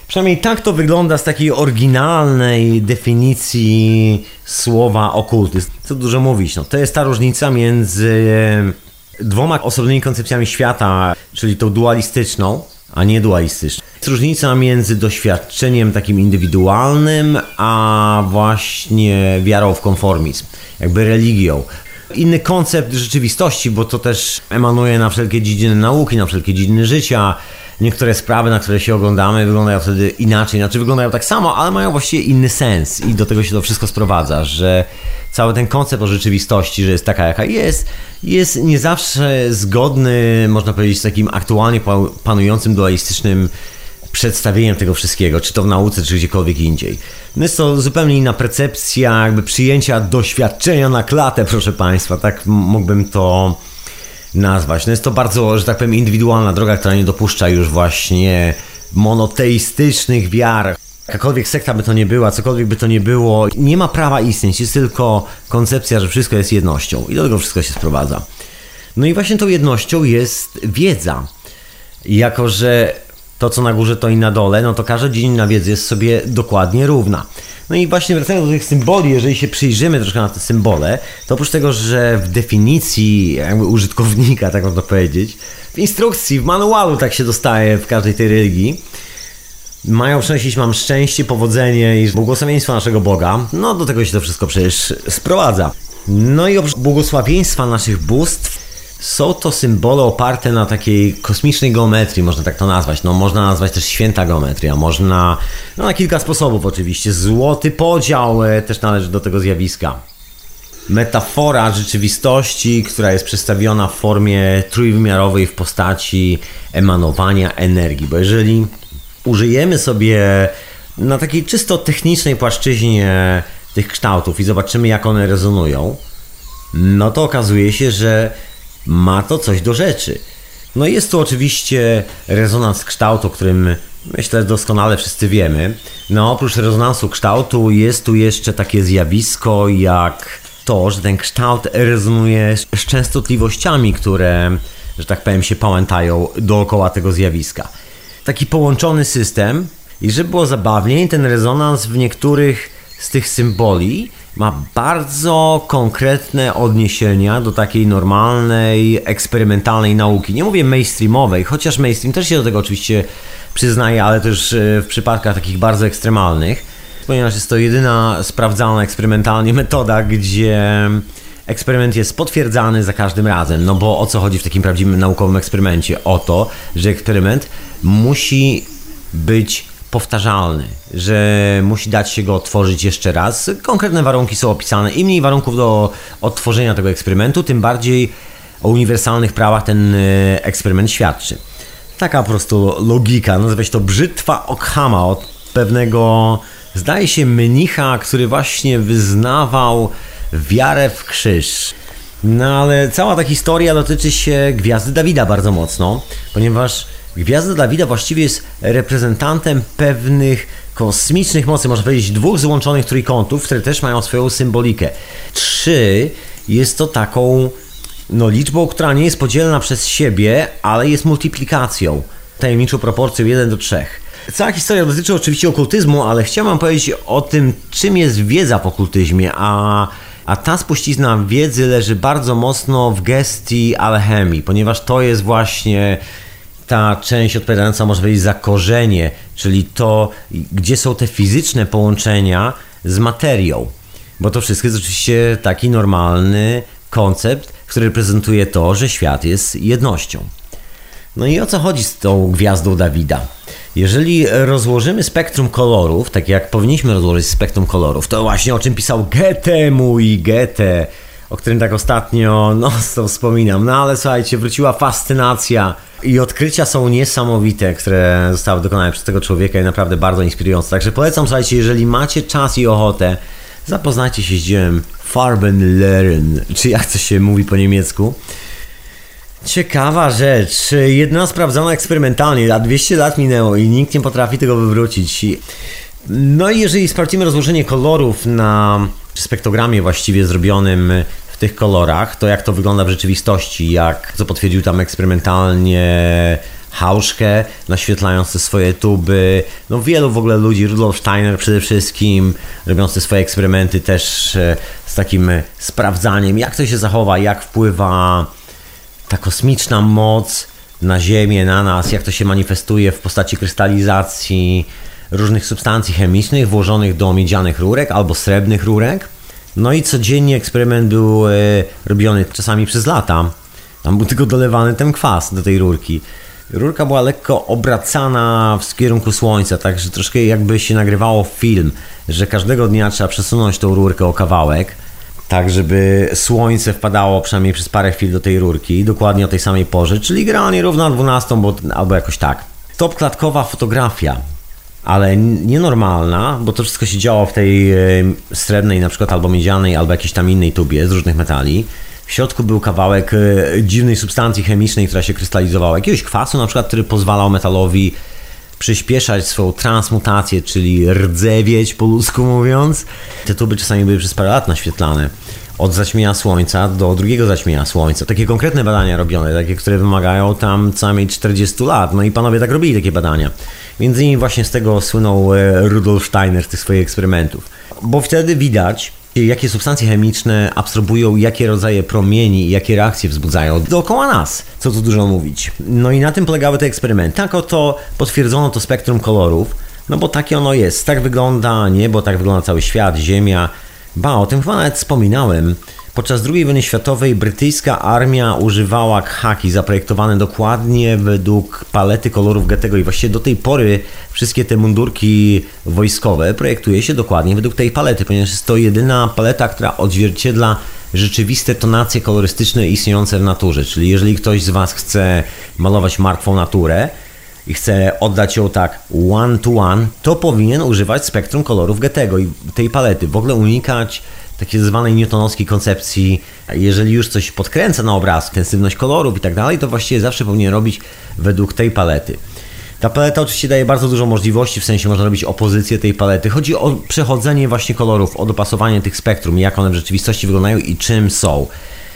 Przynajmniej tak to wygląda z takiej oryginalnej definicji słowa okultyzm. Co dużo mówić, no to jest ta różnica między dwoma osobnymi koncepcjami świata, czyli tą dualistyczną, a nie dualistyczną. Jest różnica między doświadczeniem takim indywidualnym, a właśnie wiarą w konformizm, jakby religią. Inny koncept rzeczywistości, bo to też emanuje na wszelkie dziedziny nauki, na wszelkie dziedziny życia. Niektóre sprawy, na które się oglądamy, wyglądają wtedy inaczej, znaczy wyglądają tak samo, ale mają właściwie inny sens i do tego się to wszystko sprowadza, że cały ten koncept o rzeczywistości, że jest taka jaka jest nie zawsze zgodny, można powiedzieć, z takim aktualnie panującym dualistycznym przedstawieniem tego wszystkiego, czy to w nauce, czy gdziekolwiek indziej. No jest to zupełnie inna percepcja, jakby przyjęcia doświadczenia na klatę, proszę Państwa, tak mógłbym to nazwać. No jest to bardzo, że tak powiem, indywidualna droga, która nie dopuszcza już właśnie monoteistycznych wiar. Jakakolwiek sekta by to nie była, cokolwiek by to nie było, nie ma prawa istnieć, jest tylko koncepcja, że wszystko jest jednością i do tego wszystko się sprowadza. No i właśnie tą jednością jest wiedza. Jako że to, co na górze, to i na dole, no to każda dziedzina wiedzy jest sobie dokładnie równa. No i właśnie wracając do tych symboli, jeżeli się przyjrzymy troszkę na te symbole, to oprócz tego, że w definicji jakby użytkownika, tak można powiedzieć, w instrukcji, w manualu tak się dostaje w każdej tej religii, mają przynosić nam szczęście, powodzenie i błogosławieństwo naszego Boga. No do tego się to wszystko przecież sprowadza. No i oprócz błogosławieństwa naszych bóstw, są to symbole oparte na takiej kosmicznej geometrii, można tak to nazwać. No, można nazwać też święta geometria, można, no na kilka sposobów oczywiście. Złoty podział też należy do tego zjawiska. Metafora rzeczywistości, która jest przedstawiona w formie trójwymiarowej w postaci emanowania energii. Bo jeżeli użyjemy sobie na takiej czysto technicznej płaszczyźnie tych kształtów i zobaczymy, jak one rezonują, no to okazuje się, że ma to coś do rzeczy. No jest tu oczywiście rezonans kształtu, o którym myślę doskonale wszyscy wiemy. No oprócz rezonansu kształtu jest tu jeszcze takie zjawisko jak to, że ten kształt rezonuje z częstotliwościami, które, że tak powiem, się pałętają dookoła tego zjawiska. Taki połączony system i żeby było zabawniej, ten rezonans w niektórych z tych symboli ma bardzo konkretne odniesienia do takiej normalnej, eksperymentalnej nauki. Nie mówię mainstreamowej, chociaż mainstream też się do tego oczywiście przyznaje, ale też w przypadkach takich bardzo ekstremalnych, ponieważ jest to jedyna sprawdzalna eksperymentalnie metoda, gdzie eksperyment jest potwierdzany za każdym razem. No bo o co chodzi w takim prawdziwym naukowym eksperymencie? O to, że eksperyment musi być powtarzalny, że musi dać się go odtworzyć jeszcze raz. Konkretne warunki są opisane. Im mniej warunków do odtworzenia tego eksperymentu, tym bardziej o uniwersalnych prawach ten eksperyment świadczy. Taka po prostu logika. Nazywa się to brzytwa Ockhama od pewnego, zdaje się, mnicha, który właśnie wyznawał wiarę w krzyż. No ale cała ta historia dotyczy się Gwiazdy Dawida bardzo mocno, ponieważ Gwiazda Dawida właściwie jest reprezentantem pewnych kosmicznych mocy, można powiedzieć dwóch złączonych trójkątów, które też mają swoją symbolikę. 3 jest to taką liczbą, która nie jest podzielna przez siebie, ale jest multiplikacją, tajemniczą proporcją 1:3. Cała historia dotyczy oczywiście okultyzmu, ale chciałem powiedzieć o tym, czym jest wiedza w okultyzmie, a ta spuścizna wiedzy leży bardzo mocno w gestii alchemii, ponieważ to jest właśnie ta część odpowiadająca, można powiedzieć, za korzenie, czyli to, gdzie są te fizyczne połączenia z materią. Bo to wszystko jest oczywiście taki normalny koncept, który reprezentuje to, że świat jest jednością. No i o co chodzi z tą Gwiazdą Dawida? Jeżeli rozłożymy spektrum kolorów, tak jak powinniśmy rozłożyć spektrum kolorów, to właśnie o czym pisał Goethe, mój Goethe, o którym tak ostatnio wspominam. No ale słuchajcie, wróciła fascynacja i odkrycia są niesamowite, które zostały dokonane przez tego człowieka i naprawdę bardzo inspirujące. Także polecam, słuchajcie, jeżeli macie czas i ochotę, zapoznajcie się z dziełem Farben Lehren, czy jak to się mówi po niemiecku. Ciekawa rzecz, jedna sprawdzona eksperymentalnie, a 200 lat minęło i nikt nie potrafi tego wywrócić. No i jeżeli sprawdzimy rozłożenie kolorów na spektrogramie właściwie zrobionym w tych kolorach, to jak to wygląda w rzeczywistości, co potwierdził tam eksperymentalnie Hauschke, naświetlając te swoje tuby. No wielu w ogóle ludzi, Rudolf Steiner przede wszystkim, robiąc te swoje eksperymenty też z takim sprawdzaniem, jak to się zachowa, jak wpływa ta kosmiczna moc na Ziemię, na nas, jak to się manifestuje w postaci krystalizacji różnych substancji chemicznych włożonych do miedzianych rurek albo srebrnych rurek. No i codziennie eksperyment był robiony czasami przez lata. Tam był tylko dolewany ten kwas do tej rurki. Rurka była lekko obracana w kierunku słońca, także troszkę jakby się nagrywało film, że każdego dnia trzeba przesunąć tą rurkę o kawałek, tak żeby słońce wpadało przynajmniej przez parę chwil do tej rurki, dokładnie o tej samej porze, czyli generalnie równo na 12, albo jakoś tak. Stopklatkowa fotografia, ale nienormalna, bo to wszystko się działo w tej srebrnej na przykład albo miedzianej, albo jakiejś tam innej tubie z różnych metali. W środku był kawałek dziwnej substancji chemicznej, która się krystalizowała, jakiegoś kwasu na przykład, który pozwalał metalowi przyspieszać swoją transmutację, czyli rdzewieć po ludzku mówiąc. Te tuby czasami były przez parę lat naświetlane. Od zaćmienia słońca do drugiego zaćmienia słońca. Takie konkretne badania robione, takie, które wymagają tam co najmniej 40 lat. No i panowie tak robili takie badania. Między innymi właśnie z tego słynął Rudolf Steiner z tych swoich eksperymentów. Bo wtedy widać, jakie substancje chemiczne absorbują, jakie rodzaje promieni i jakie reakcje wzbudzają dookoła nas. Co tu dużo mówić. No i na tym polegały te eksperymenty. Tak oto potwierdzono to spektrum kolorów, no bo takie ono jest. Tak wygląda niebo, tak wygląda cały świat, Ziemia. O tym chyba nawet wspominałem. Podczas II wojny światowej brytyjska armia używała khaki zaprojektowane dokładnie według palety kolorów Goethego i właściwie do tej pory wszystkie te mundurki wojskowe projektuje się dokładnie według tej palety, ponieważ jest to jedyna paleta, która odzwierciedla rzeczywiste tonacje kolorystyczne istniejące w naturze. Czyli jeżeli ktoś z Was chce malować martwą naturę i chce oddać ją tak one to one, to powinien używać spektrum kolorów Goethego i tej palety. W ogóle unikać takiej zwanej newtonowskiej koncepcji, jeżeli już coś podkręca na obraz, intensywność kolorów i tak dalej, to właściwie zawsze powinien robić według tej palety. Ta paleta oczywiście daje bardzo dużo możliwości, w sensie można robić opozycję tej palety. Chodzi o przechodzenie właśnie kolorów, o dopasowanie tych spektrum, jak one w rzeczywistości wyglądają i czym są.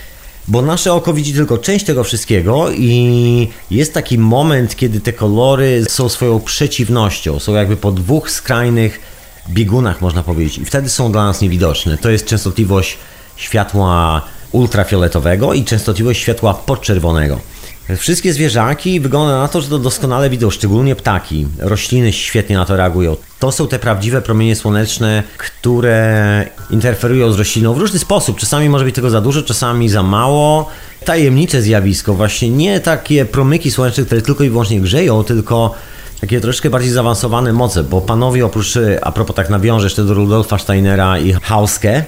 Bo nasze oko widzi tylko część tego wszystkiego i jest taki moment, kiedy te kolory są swoją przeciwnością, są jakby po dwóch skrajnych biegunach, można powiedzieć, i wtedy są dla nas niewidoczne. To jest częstotliwość światła ultrafioletowego i częstotliwość światła podczerwonego. Wszystkie zwierzaki wygląda na to, że to doskonale widzą, szczególnie ptaki. Rośliny świetnie na to reagują. To są te prawdziwe promienie słoneczne, które interferują z rośliną w różny sposób. Czasami może być tego za dużo, czasami za mało. Tajemnicze zjawisko, właśnie nie takie promyki słoneczne, które tylko i wyłącznie grzeją, tylko takie troszeczkę bardziej zaawansowane moce, bo panowie oprócz, a propos tak nawiążę jeszcze do Rudolfa Steinera i Hauschke,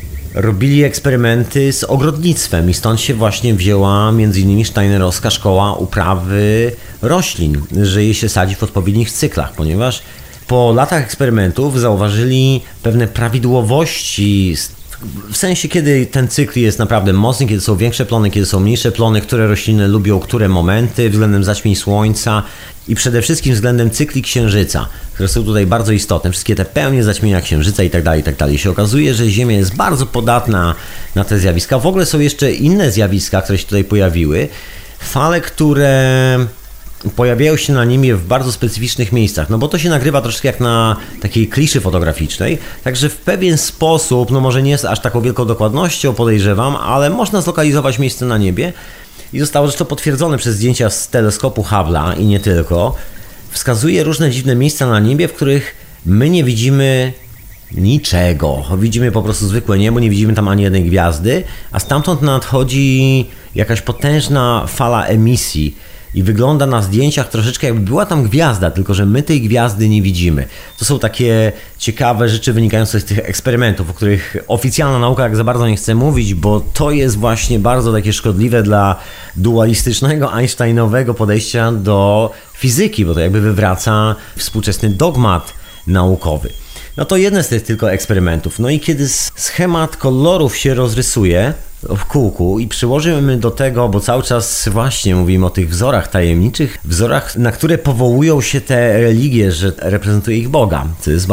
robili eksperymenty z ogrodnictwem i stąd się właśnie wzięła m.in. steinerowska szkoła uprawy roślin, że je się sadzi w odpowiednich cyklach, ponieważ po latach eksperymentów zauważyli pewne prawidłowości, w sensie kiedy ten cykl jest naprawdę mocny, kiedy są większe plony, kiedy są mniejsze plony, które rośliny lubią, które momenty względem zaćmień słońca i przede wszystkim względem cykli księżyca, które są tutaj bardzo istotne, wszystkie te pełnie zaćmienia księżyca i tak dalej, i tak dalej. Się okazuje, że Ziemia jest bardzo podatna na te zjawiska. W ogóle są jeszcze inne zjawiska, które się tutaj pojawiły. Fale, które pojawiają się na niebie w bardzo specyficznych miejscach, no bo to się nagrywa troszkę jak na takiej kliszy fotograficznej, także w pewien sposób, no może nie jest aż taką wielką dokładnością, podejrzewam, ale można zlokalizować miejsce na niebie i zostało zresztą potwierdzone przez zdjęcia z teleskopu Hubble'a i nie tylko. Wskazuje różne dziwne miejsca na niebie, w których my nie widzimy niczego. Widzimy po prostu zwykłe niebo, nie widzimy tam ani jednej gwiazdy, a stamtąd nadchodzi jakaś potężna fala emisji. I wygląda na zdjęciach troszeczkę jakby była tam gwiazda, tylko że my tej gwiazdy nie widzimy. To są takie ciekawe rzeczy wynikające z tych eksperymentów, o których oficjalna nauka jak za bardzo nie chce mówić, bo to jest właśnie bardzo takie szkodliwe dla dualistycznego, einsteinowego podejścia do fizyki, bo to jakby wywraca współczesny dogmat naukowy. No to jeden z tych tylko eksperymentów. No i kiedy schemat kolorów się rozrysuje w kółku i przyłożymy do tego, bo cały czas właśnie mówimy o tych wzorach tajemniczych, wzorach, na które powołują się te religie, że reprezentuje ich Boga. To jest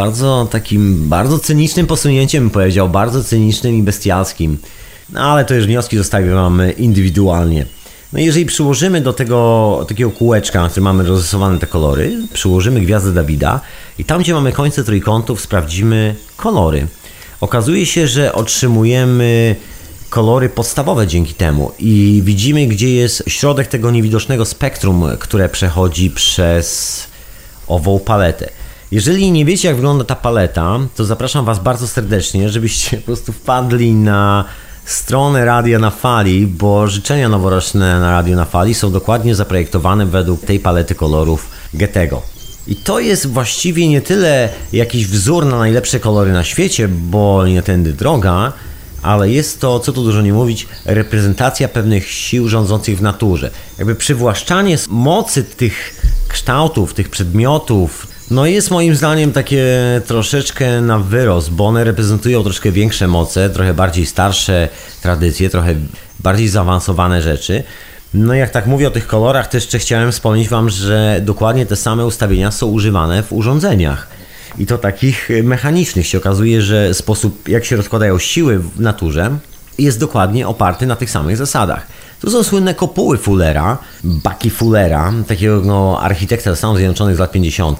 bardzo cynicznym posunięciem, bym powiedział, bardzo cynicznym i bestialskim. No ale to już wnioski zostawiam wam indywidualnie. No i jeżeli przyłożymy do tego takiego kółeczka, na którym mamy rozrysowane te kolory, przyłożymy gwiazdę Dawida i tam, gdzie mamy końce trójkątów, sprawdzimy kolory. Okazuje się, że otrzymujemy kolory podstawowe dzięki temu i widzimy, gdzie jest środek tego niewidocznego spektrum, które przechodzi przez ową paletę. Jeżeli nie wiecie, jak wygląda ta paleta, to zapraszam Was bardzo serdecznie, żebyście po prostu wpadli na stronę Radia na Fali, bo życzenia noworoczne na Radio na Fali są dokładnie zaprojektowane według tej palety kolorów Goethego. I to jest właściwie nie tyle jakiś wzór na najlepsze kolory na świecie, bo nie tędy droga, ale jest to, co tu dużo nie mówić, reprezentacja pewnych sił rządzących w naturze. Jakby przywłaszczanie mocy tych kształtów, tych przedmiotów, no jest moim zdaniem takie troszeczkę na wyrost, bo one reprezentują troszkę większe moce, trochę bardziej starsze tradycje, trochę bardziej zaawansowane rzeczy. No i jak tak mówię o tych kolorach, to jeszcze chciałem wspomnieć Wam, że dokładnie te same ustawienia są używane w urządzeniach. I to takich mechanicznych. Się okazuje, że sposób, jak się rozkładają siły w naturze, jest dokładnie oparty na tych samych zasadach. Tu są słynne kopuły Fullera, Bucky Fullera, takiego architekta ze Stanów Zjednoczonych z lat 50.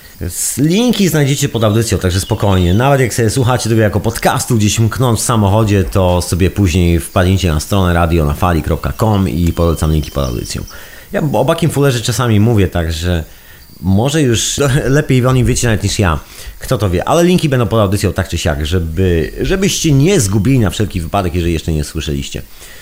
Linki znajdziecie pod audycją, także spokojnie. Nawet jak sobie słuchacie tego jako podcastu, gdzieś mknąc w samochodzie, to sobie później wpadnijcie na stronę radionafali.com i polecam linki pod audycją. Ja o Buckim Fullerze czasami mówię, także może już lepiej o nim wiecie nawet niż ja. Kto to wie, ale linki będą pod audycją tak czy siak, żebyście nie zgubili na wszelki wypadek, jeżeli jeszcze nie słyszeliście.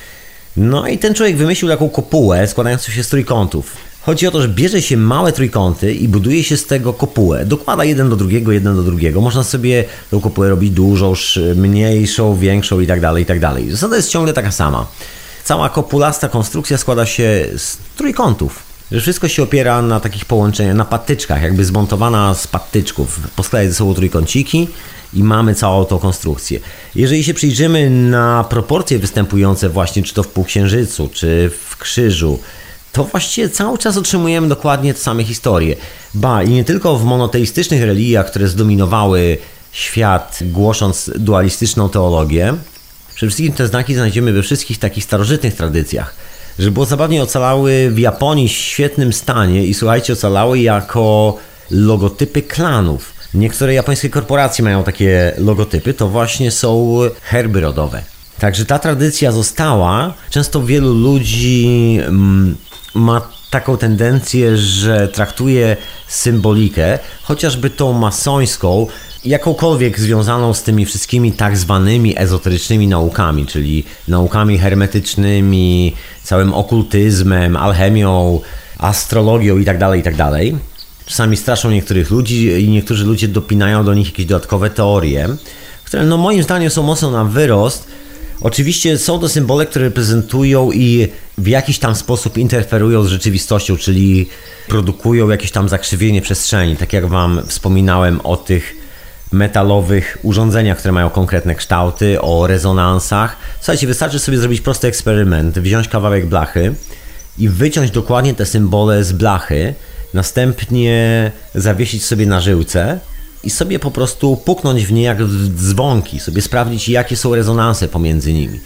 No i ten człowiek wymyślił taką kopułę składającą się z trójkątów. Chodzi o to, że bierze się małe trójkąty i buduje się z tego kopułę. Dokłada jeden do drugiego. Można sobie tą kopułę robić dużą, mniejszą, większą i tak dalej. Zasada jest ciągle taka sama. Cała kopulasta konstrukcja składa się z trójkątów. Że wszystko się opiera na takich połączeniach, na patyczkach, jakby zmontowana z patyczków. Poskładać ze sobą trójkąciki i mamy całą tą konstrukcję. Jeżeli się przyjrzymy na proporcje występujące właśnie czy to w półksiężycu, czy w krzyżu, to właściwie cały czas otrzymujemy dokładnie te same historie. I nie tylko w monoteistycznych religiach, które zdominowały świat, głosząc dualistyczną teologię. Przede wszystkim te znaki znajdziemy we wszystkich takich starożytnych tradycjach. Że było zabawnie, ocalały w Japonii w świetnym stanie i słuchajcie, ocalały jako logotypy klanów. Niektóre japońskie korporacje mają takie logotypy, to właśnie są herby rodowe. Także ta tradycja została. Często wielu ludzi ma taką tendencję, że traktuje symbolikę, chociażby tą masońską, jakąkolwiek związaną z tymi wszystkimi tak zwanymi ezoterycznymi naukami, czyli naukami hermetycznymi, całym okultyzmem, alchemią, astrologią itd. Czasami straszą niektórych ludzi i niektórzy ludzie dopinają do nich jakieś dodatkowe teorie, które moim zdaniem są mocno na wyrost. Oczywiście są to symbole, które reprezentują i w jakiś tam sposób interferują z rzeczywistością, czyli produkują jakieś tam zakrzywienie przestrzeni, tak jak Wam wspominałem o tych metalowych urządzeniach, które mają konkretne kształty, o rezonansach. Słuchajcie, wystarczy sobie zrobić prosty eksperyment, wziąć kawałek blachy i wyciąć dokładnie te symbole z blachy, następnie zawiesić sobie na żyłce i sobie po prostu puknąć w nie jak w dzwonki, sobie sprawdzić, jakie są rezonanse pomiędzy nimi.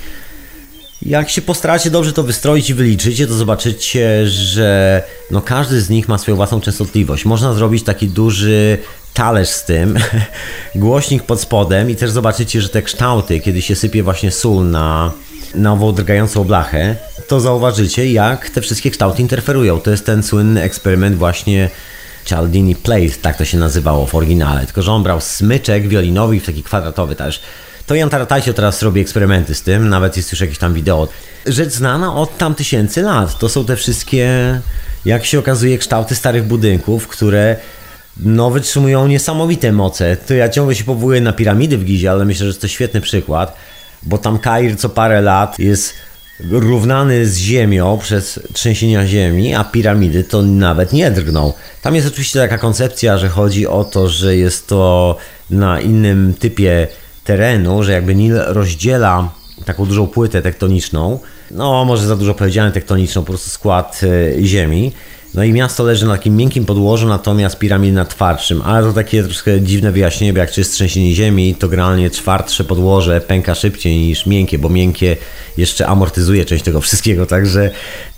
Jak się postaracie dobrze to wystroić i wyliczycie, to zobaczycie, że każdy z nich ma swoją własną częstotliwość. Można zrobić taki duży talerz z tym, głośnik pod spodem i też zobaczycie, że te kształty, kiedy się sypie właśnie sól na ową drgającą blachę, to zauważycie, jak te wszystkie kształty interferują. To jest ten słynny eksperyment właśnie Cialdini Plate, tak to się nazywało w oryginale. Tylko że on brał smyczek wiolinowy w taki kwadratowy talerz. To Jan Taratajcio teraz robi eksperymenty z tym, nawet jest już jakieś tam wideo. Rzecz znana od tam tysięcy lat. To są te wszystkie, jak się okazuje, kształty starych budynków, które wytrzymują niesamowite moce. To ja ciągle się powołuję na piramidy w Gizie, ale myślę, że to świetny przykład, bo tam Kair co parę lat jest równany z ziemią przez trzęsienia ziemi, a piramidy to nawet nie drgną. Tam jest oczywiście taka koncepcja, że chodzi o to, że jest to na innym typie terenu, że jakby Nil rozdziela taką dużą płytę tektoniczną, może za dużo powiedziane tektoniczną, po prostu skład ziemi. I miasto leży na takim miękkim podłożu, natomiast piramidy na twardszym. Ale to takie troszkę dziwne wyjaśnienie, bo jak jest trzęsienie ziemi, to generalnie twardsze podłoże pęka szybciej niż miękkie, bo miękkie jeszcze amortyzuje część tego wszystkiego. Także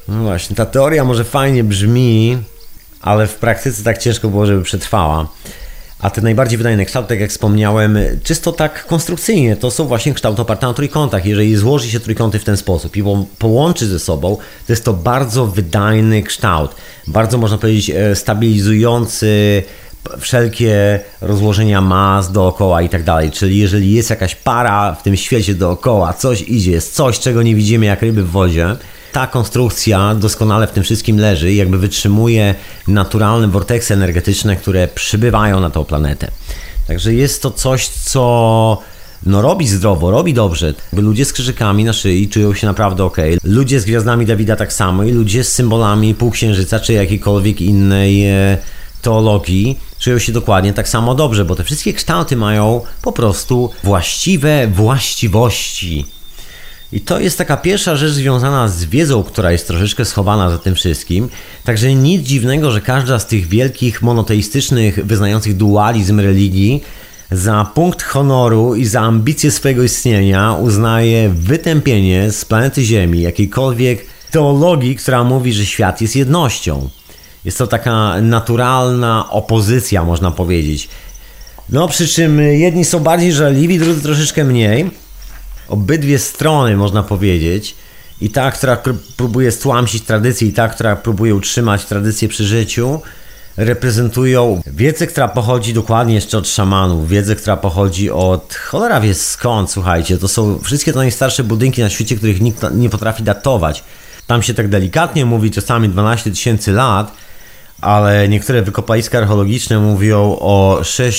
No właśnie, ta teoria może fajnie brzmi, ale w praktyce tak ciężko było, żeby przetrwała. A te najbardziej wydajne kształty, tak jak wspomniałem, czysto tak konstrukcyjnie, to są właśnie kształty oparte na trójkątach. Jeżeli złoży się trójkąty w ten sposób i połączy ze sobą, to jest to bardzo wydajny kształt. Bardzo, można powiedzieć, stabilizujący wszelkie rozłożenia mas dookoła i tak dalej. Czyli jeżeli jest jakaś para w tym świecie dookoła, coś idzie, jest coś, czego nie widzimy jak ryby w wodzie, ta konstrukcja doskonale w tym wszystkim leży i jakby wytrzymuje naturalne vorteksy energetyczne, które przybywają na tą planetę. Także jest to coś, co robi zdrowo, robi dobrze. Ludzie z krzyżykami na szyi czują się naprawdę ok. Ludzie z gwiazdami Dawida tak samo i ludzie z symbolami półksiężyca czy jakiejkolwiek innej teologii czują się dokładnie tak samo dobrze, bo te wszystkie kształty mają po prostu właściwe właściwości. I to jest taka pierwsza rzecz związana z wiedzą, która jest troszeczkę schowana za tym wszystkim. Także nic dziwnego, że każda z tych wielkich monoteistycznych, wyznających dualizm religii za punkt honoru i za ambicje swojego istnienia uznaje wytępienie z planety Ziemi jakiejkolwiek teologii, która mówi, że świat jest jednością. Jest to taka naturalna opozycja, można powiedzieć. No przy czym jedni są bardziej żarliwi, drudzy troszeczkę mniej. Obydwie strony, można powiedzieć, i ta, która próbuje stłamsić tradycję, i ta, która próbuje utrzymać tradycję przy życiu, reprezentują wiedzę, która pochodzi dokładnie jeszcze od szamanów, wiedzę, która pochodzi od cholera wie skąd, słuchajcie, to są wszystkie te najstarsze budynki na świecie, których nikt nie potrafi datować. Tam się tak delikatnie mówi czasami 12 000 lat, ale niektóre wykopaliska archeologiczne mówią o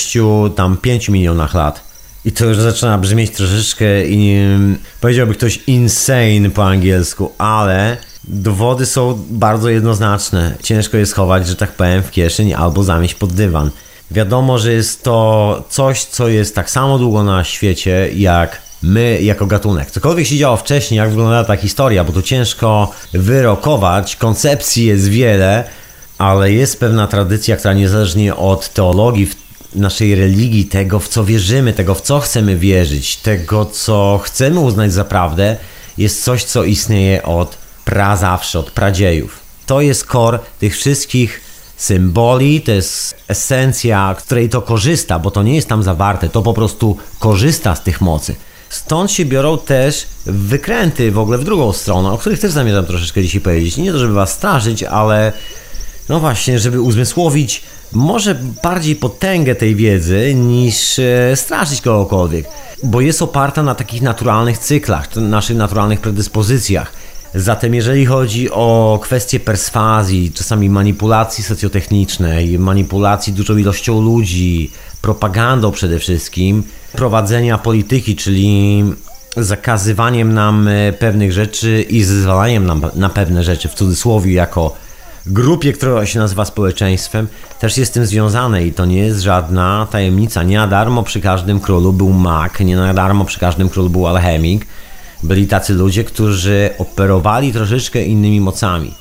5 milionach lat. I to już zaczyna brzmieć troszeczkę, powiedziałby ktoś insane po angielsku, ale dowody są bardzo jednoznaczne. Ciężko je schować, że tak powiem, w kieszeń albo zamieść pod dywan. Wiadomo, że jest to coś, co jest tak samo długo na świecie, jak my jako gatunek. Cokolwiek się działo wcześniej, jak wyglądała ta historia, bo tu ciężko wyrokować, koncepcji jest wiele, ale jest pewna tradycja, która niezależnie od teologii, naszej religii, tego w co wierzymy, tego w co chcemy wierzyć, tego co chcemy uznać za prawdę, jest coś, co istnieje od prazawsze, od pradziejów. To jest core tych wszystkich symboli, to jest esencja, z której to korzysta, bo to nie jest tam zawarte, to po prostu korzysta z tych mocy. Stąd się biorą też wykręty w ogóle w drugą stronę, o których też zamierzam troszeczkę dzisiaj powiedzieć. Nie to, żeby was straszyć, ale no właśnie, żeby uzmysłowić może bardziej potęgę tej wiedzy niż straszyć kogokolwiek, bo jest oparta na takich naturalnych cyklach, naszych naturalnych predyspozycjach. Zatem jeżeli chodzi o kwestie perswazji, czasami manipulacji socjotechnicznej, manipulacji dużą ilością ludzi, propagandą przede wszystkim, prowadzenia polityki, czyli zakazywaniem nam pewnych rzeczy i zezwalaniem nam na pewne rzeczy, w cudzysłowie jako grupie, która się nazywa społeczeństwem, też jest z tym związane i to nie jest żadna tajemnica. Nie na darmo przy każdym królu był mag, nie na darmo przy każdym królu był alchemik. Byli tacy ludzie, którzy operowali troszeczkę innymi mocami.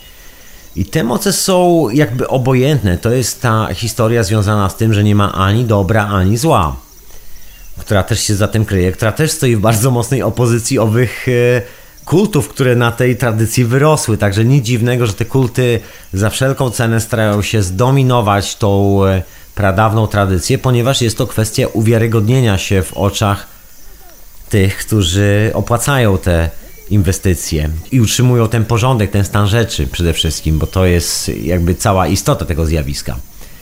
I te moce są jakby obojętne. To jest ta historia związana z tym, że nie ma ani dobra, ani zła, która też się za tym kryje, która też stoi w bardzo mocnej opozycji owych kultów, które na tej tradycji wyrosły. Także nic dziwnego, że te kulty za wszelką cenę starają się zdominować tą pradawną tradycję, ponieważ jest to kwestia uwiarygodnienia się w oczach tych, którzy opłacają te inwestycje i utrzymują ten porządek, ten stan rzeczy przede wszystkim, bo to jest jakby cała istota tego zjawiska.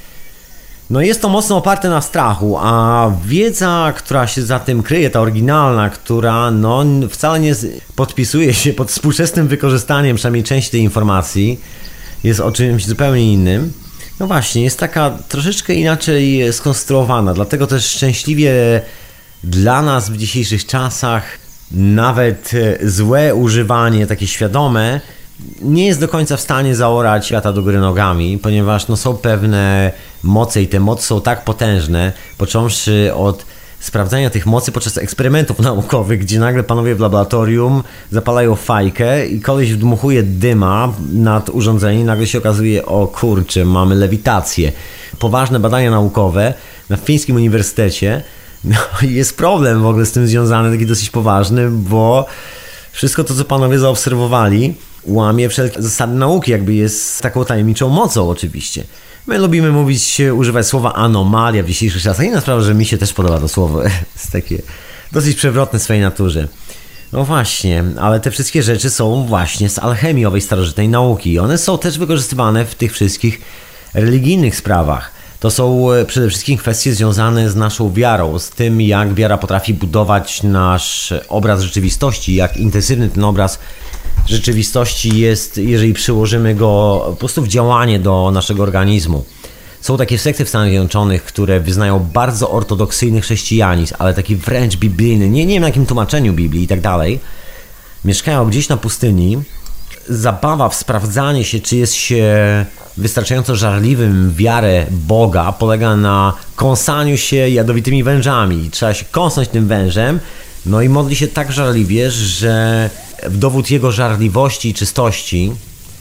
No jest to mocno oparte na strachu, a wiedza, która się za tym kryje, ta oryginalna, która no wcale nie podpisuje się pod współczesnym wykorzystaniem przynajmniej części tej informacji, jest o czymś zupełnie innym. No właśnie, jest taka troszeczkę inaczej skonstruowana, dlatego też szczęśliwie dla nas w dzisiejszych czasach nawet złe używanie, takie świadome, nie jest do końca w stanie zaorać świata do góry nogami, ponieważ no, są pewne moce i te moce są tak potężne, począwszy od sprawdzania tych mocy podczas eksperymentów naukowych, gdzie nagle panowie w laboratorium zapalają fajkę i koleś wdmuchuje dyma nad urządzeniem i nagle się okazuje, o kurczę, mamy lewitację. Poważne badania naukowe na fińskim uniwersytecie, no jest problem w ogóle z tym związany, taki dosyć poważny, bo wszystko to, co panowie zaobserwowali, łamie wszelkie zasady nauki, jakby jest taką tajemniczą mocą oczywiście. My lubimy używać słowa anomalia w dzisiejszych czasach. Inna sprawa, że mi się też podoba to słowo. Jest takie dosyć przewrotne w swojej naturze. No właśnie, ale te wszystkie rzeczy są właśnie z alchemii owej starożytnej nauki. One są też wykorzystywane w tych wszystkich religijnych sprawach. To są przede wszystkim kwestie związane z naszą wiarą, z tym, jak wiara potrafi budować nasz obraz rzeczywistości, jak intensywny ten obraz rzeczywistości jest, jeżeli przyłożymy go po prostu w działanie do naszego organizmu. Są takie sekty w Stanach Zjednoczonych, które wyznają bardzo ortodoksyjny chrześcijanizm, ale taki wręcz biblijny, nie wiem na jakim tłumaczeniu Biblii i tak dalej. Mieszkają gdzieś na pustyni. Zabawa w sprawdzanie się, czy jest się wystarczająco żarliwym w wiarę Boga, polega na kąsaniu się jadowitymi wężami. Trzeba się kąsnąć tym wężem, no i modli się tak żarliwie, że w dowód jego żarliwości i czystości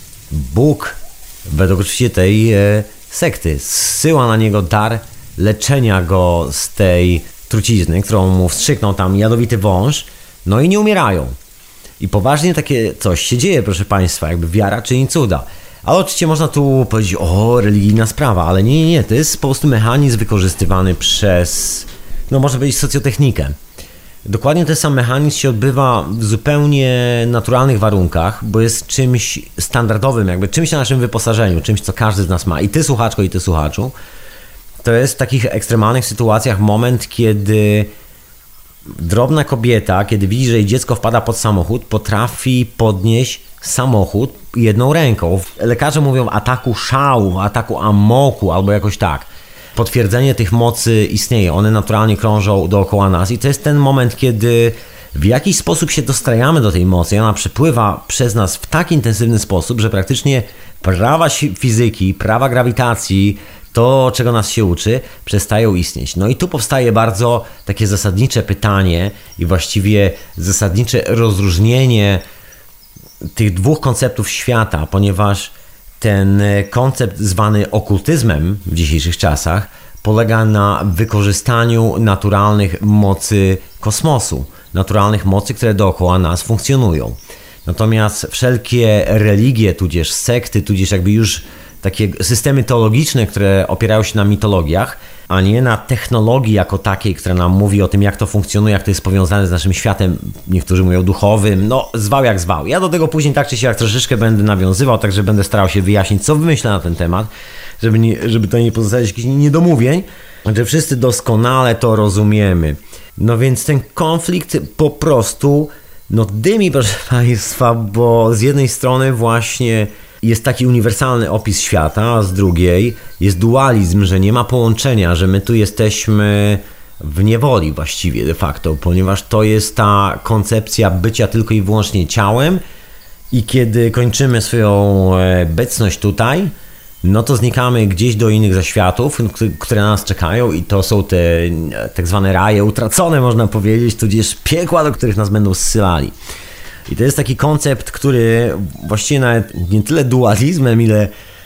Bóg, według oczywiście tej sekty, zsyła na niego dar leczenia go z tej trucizny, którą mu wstrzyknął tam jadowity wąż, no i nie umierają. I poważnie takie coś się dzieje, proszę Państwa, jakby wiara czyni cuda. Ale oczywiście można tu powiedzieć, religijna sprawa, ale nie, to jest po prostu mechanizm wykorzystywany przez, można powiedzieć, socjotechnikę. Dokładnie ten sam mechanizm się odbywa w zupełnie naturalnych warunkach, bo jest czymś standardowym, jakby czymś na naszym wyposażeniu, czymś, co każdy z nas ma. I ty, słuchaczko, i ty, słuchaczu. To jest w takich ekstremalnych sytuacjach moment, kiedy drobna kobieta, kiedy widzi, że jej dziecko wpada pod samochód, potrafi podnieść samochód jedną ręką. Lekarze mówią o ataku szału, ataku amoku albo jakoś tak. Potwierdzenie tych mocy istnieje, one naturalnie krążą dookoła nas i to jest ten moment, kiedy w jakiś sposób się dostrajamy do tej mocy i ona przepływa przez nas w tak intensywny sposób, że praktycznie prawa fizyki, prawa grawitacji, to czego nas się uczy, przestają istnieć. No i tu powstaje bardzo takie zasadnicze pytanie i właściwie zasadnicze rozróżnienie tych dwóch konceptów świata, ponieważ ten koncept zwany okultyzmem w dzisiejszych czasach polega na wykorzystaniu naturalnych mocy kosmosu, naturalnych mocy, które dookoła nas funkcjonują. Natomiast wszelkie religie, tudzież sekty, tudzież jakby już takie systemy teologiczne, które opierają się na mitologiach, a nie na technologii jako takiej, która nam mówi o tym, jak to funkcjonuje, jak to jest powiązane z naszym światem, niektórzy mówią duchowym, zwał jak zwał. Ja do tego później tak czy siak troszeczkę będę nawiązywał, także będę starał się wyjaśnić, co wymyślę na ten temat, żeby to nie pozostało jakichś niedomówień, że wszyscy doskonale to rozumiemy. No więc ten konflikt po prostu dymi, proszę Państwa, bo z jednej strony właśnie jest taki uniwersalny opis świata, a z drugiej jest dualizm, że nie ma połączenia, że my tu jesteśmy w niewoli właściwie de facto, ponieważ to jest ta koncepcja bycia tylko i wyłącznie ciałem i kiedy kończymy swoją obecność tutaj, to znikamy gdzieś do innych zaświatów, które na nas czekają i to są te tak zwane raje utracone, można powiedzieć, tudzież piekła, do których nas będą zsyłali. I to jest taki koncept, który właściwie nawet nie tyle dualizmem, ile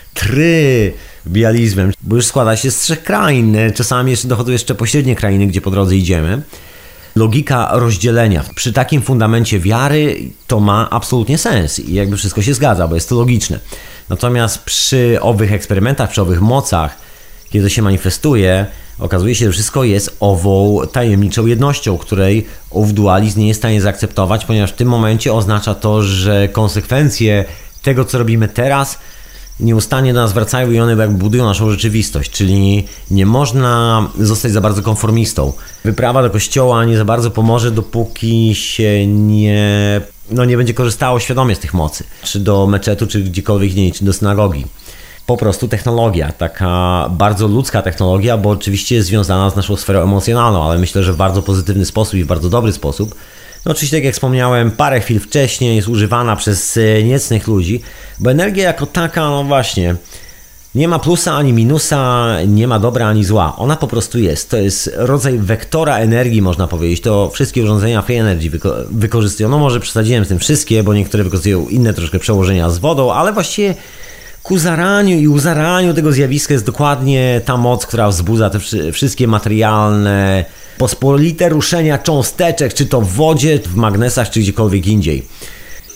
trybializmem, bo już składa się z 3 krain, czasami jeszcze dochodzą jeszcze pośrednie krainy, gdzie po drodze idziemy. Logika rozdzielenia przy takim fundamencie wiary to ma absolutnie sens i jakby wszystko się zgadza, bo jest to logiczne. Natomiast przy owych eksperymentach, przy owych mocach, kiedy się manifestuje, okazuje się, że wszystko jest ową tajemniczą jednością, której ów dualizm nie jest w stanie zaakceptować, ponieważ w tym momencie oznacza to, że konsekwencje tego, co robimy teraz, nieustannie do nas wracają i one jakby budują naszą rzeczywistość, czyli nie można zostać za bardzo konformistą. Wyprawa do kościoła nie za bardzo pomoże, dopóki się nie będzie korzystało świadomie z tych mocy, czy do meczetu, czy gdziekolwiek indziej, czy do synagogi. Po prostu technologia, taka bardzo ludzka technologia, bo oczywiście jest związana z naszą sferą emocjonalną, ale myślę, że w bardzo pozytywny sposób i w bardzo dobry sposób. Oczywiście, tak jak wspomniałem parę chwil wcześniej, jest używana przez niecnych ludzi, bo energia jako taka, właśnie, nie ma plusa ani minusa, nie ma dobra ani zła. Ona po prostu jest. To jest rodzaj wektora energii, można powiedzieć. To wszystkie urządzenia Free Energy wykorzystują. Może przesadziłem z tym wszystkie, bo niektóre wykorzystują inne troszkę przełożenia z wodą, ale właściwie ku zaraniu i uzaraniu tego zjawiska jest dokładnie ta moc, która wzbudza te wszystkie materialne, pospolite ruszenia cząsteczek, czy to w wodzie, w magnesach, czy gdziekolwiek indziej.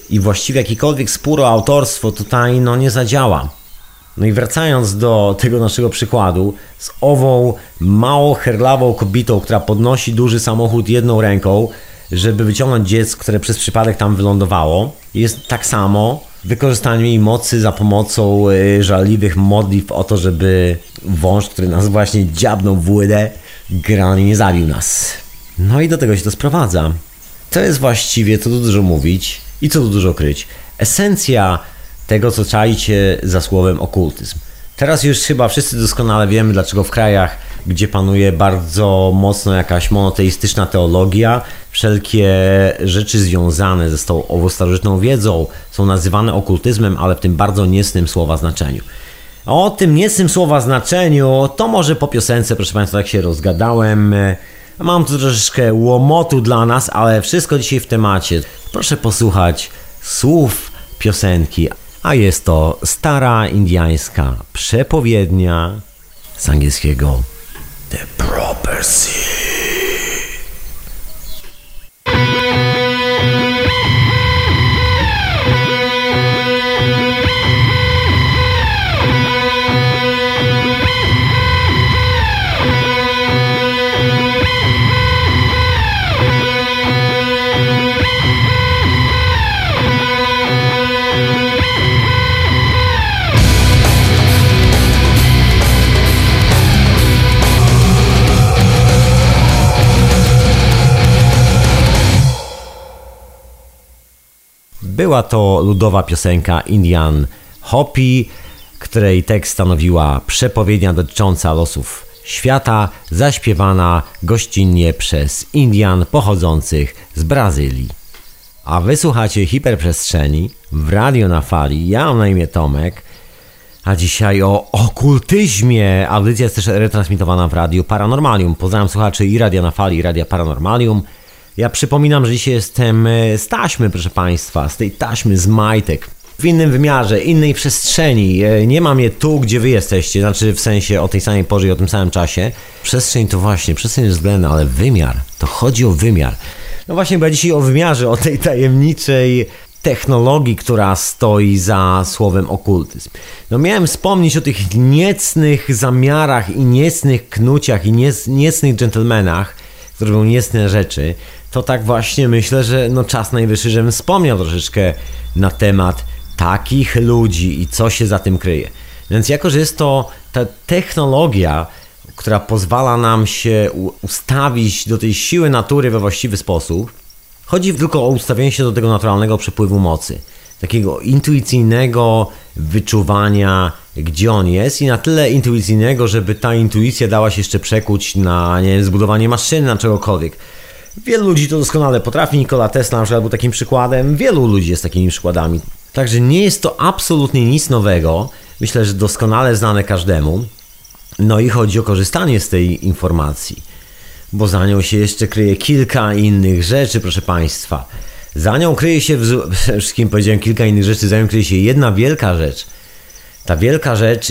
i właściwie jakikolwiek spór o autorstwo tutaj nie zadziała. No i wracając do tego naszego przykładu z ową mało herlawą kobietą, która podnosi duży samochód jedną ręką, żeby wyciągnąć dziecko, które przez przypadek tam wylądowało, jest tak samo wykorzystanie jej mocy za pomocą żarliwych modlitw o to, żeby wąż, który nas właśnie dziabnął w łydę, generalnie nie zabił nas. No i do tego się to sprowadza. To jest właściwie, co tu dużo mówić i co tu dużo kryć, esencja tego, co czaicie za słowem okultyzm. Teraz już chyba wszyscy doskonale wiemy, dlaczego w krajach, gdzie panuje bardzo mocno jakaś monoteistyczna teologia, wszelkie rzeczy związane ze tą ową starożytną wiedzą są nazywane okultyzmem, ale w tym bardzo niecnym słowa znaczeniu. O tym niecnym słowa znaczeniu to może po piosence, proszę Państwa, tak się rozgadałem. Mam tu troszeczkę łomotu dla nas, ale wszystko dzisiaj w temacie. Proszę posłuchać słów piosenki, a jest to stara indiańska przepowiednia z angielskiego The Prophecy. Była to ludowa piosenka Indian Hopi, której tekst stanowiła przepowiednia dotycząca losów świata, zaśpiewana gościnnie przez Indian pochodzących z Brazylii. A wysłuchacie hiperprzestrzeni w Radio na Fali. Ja mam na imię Tomek, a dzisiaj o okultyzmie. Audycja jest też retransmitowana w Radiu Paranormalium. Pozdrawiam słuchaczy i Radia na Fali, i Radia Paranormalium. Ja przypominam, że dzisiaj jestem z taśmy, proszę Państwa, z tej taśmy z majtek. W innym wymiarze, innej przestrzeni. Nie mam je tu, gdzie Wy jesteście, znaczy w sensie o tej samej porze i o tym samym czasie. Przestrzeń to właśnie, przestrzeń względna, ale wymiar, to chodzi o wymiar. No właśnie, bo ja dzisiaj o wymiarze, o tej tajemniczej technologii, która stoi za słowem okultyzm. No miałem wspomnieć o tych niecnych zamiarach i niecnych knuciach i niecnych dżentelmenach, które robią niecne rzeczy. To tak właśnie myślę, że czas najwyższy, żebym wspomniał troszeczkę na temat takich ludzi i co się za tym kryje. Więc jako, że jest to ta technologia, która pozwala nam się ustawić do tej siły natury we właściwy sposób, chodzi tylko o ustawienie się do tego naturalnego przepływu mocy. Takiego intuicyjnego wyczuwania, gdzie on jest i na tyle intuicyjnego, żeby ta intuicja dała się jeszcze przekuć na, zbudowanie maszyny, na czegokolwiek. Wielu ludzi to doskonale potrafi. Nikola Tesla na przykład był takim przykładem. Wielu ludzi jest takimi przykładami. Także nie jest to absolutnie nic nowego. Myślę, że doskonale znane każdemu. No i chodzi o korzystanie z tej informacji. Bo za nią się jeszcze kryje kilka innych rzeczy, proszę Państwa. Za nią kryje się, przede wszystkim powiedziałem kilka innych rzeczy, za nią kryje się jedna wielka rzecz. Ta wielka rzecz,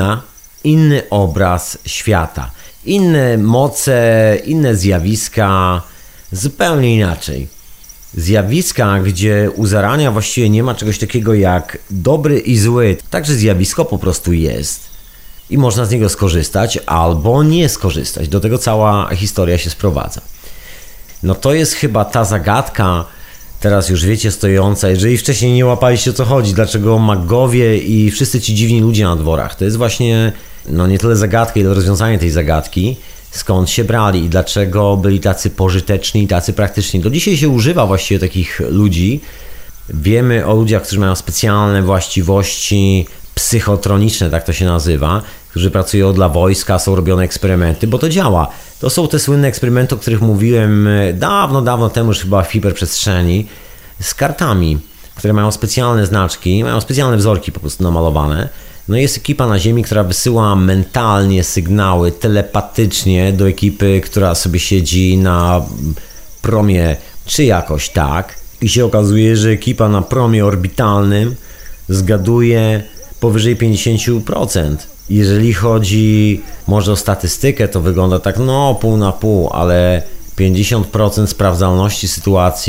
inny obraz świata. Inne moce, inne zjawiska, zupełnie inaczej. Zjawiska, gdzie u zarania właściwie nie ma czegoś takiego jak dobry i zły. Także zjawisko po prostu jest. I można z niego skorzystać albo nie skorzystać. Do tego cała historia się sprowadza. No to jest chyba ta zagadka, teraz już wiecie, stojąca. Jeżeli wcześniej nie łapaliście, o co chodzi, dlaczego magowie i wszyscy ci dziwni ludzie na dworach, to jest właśnie nie tyle zagadka, ile rozwiązanie tej zagadki, skąd się brali i dlaczego byli tacy pożyteczni i tacy praktyczni. Do dzisiaj się używa właściwie takich ludzi. Wiemy o ludziach, którzy mają specjalne właściwości psychotroniczne, tak to się nazywa, którzy pracują dla wojska, są robione eksperymenty, bo to działa. To są te słynne eksperymenty, o których mówiłem dawno temu, już chyba w hiperprzestrzeni, z kartami, które mają specjalne znaczki, mają specjalne wzorki po prostu namalowane. No jest ekipa na Ziemi, która wysyła mentalnie sygnały telepatycznie do ekipy, która sobie siedzi na promie, czy jakoś tak. I się okazuje, że ekipa na promie orbitalnym zgaduje powyżej 50%. Jeżeli chodzi może o statystykę, to wygląda tak pół na pół, ale 50% sprawdzalności sytuacji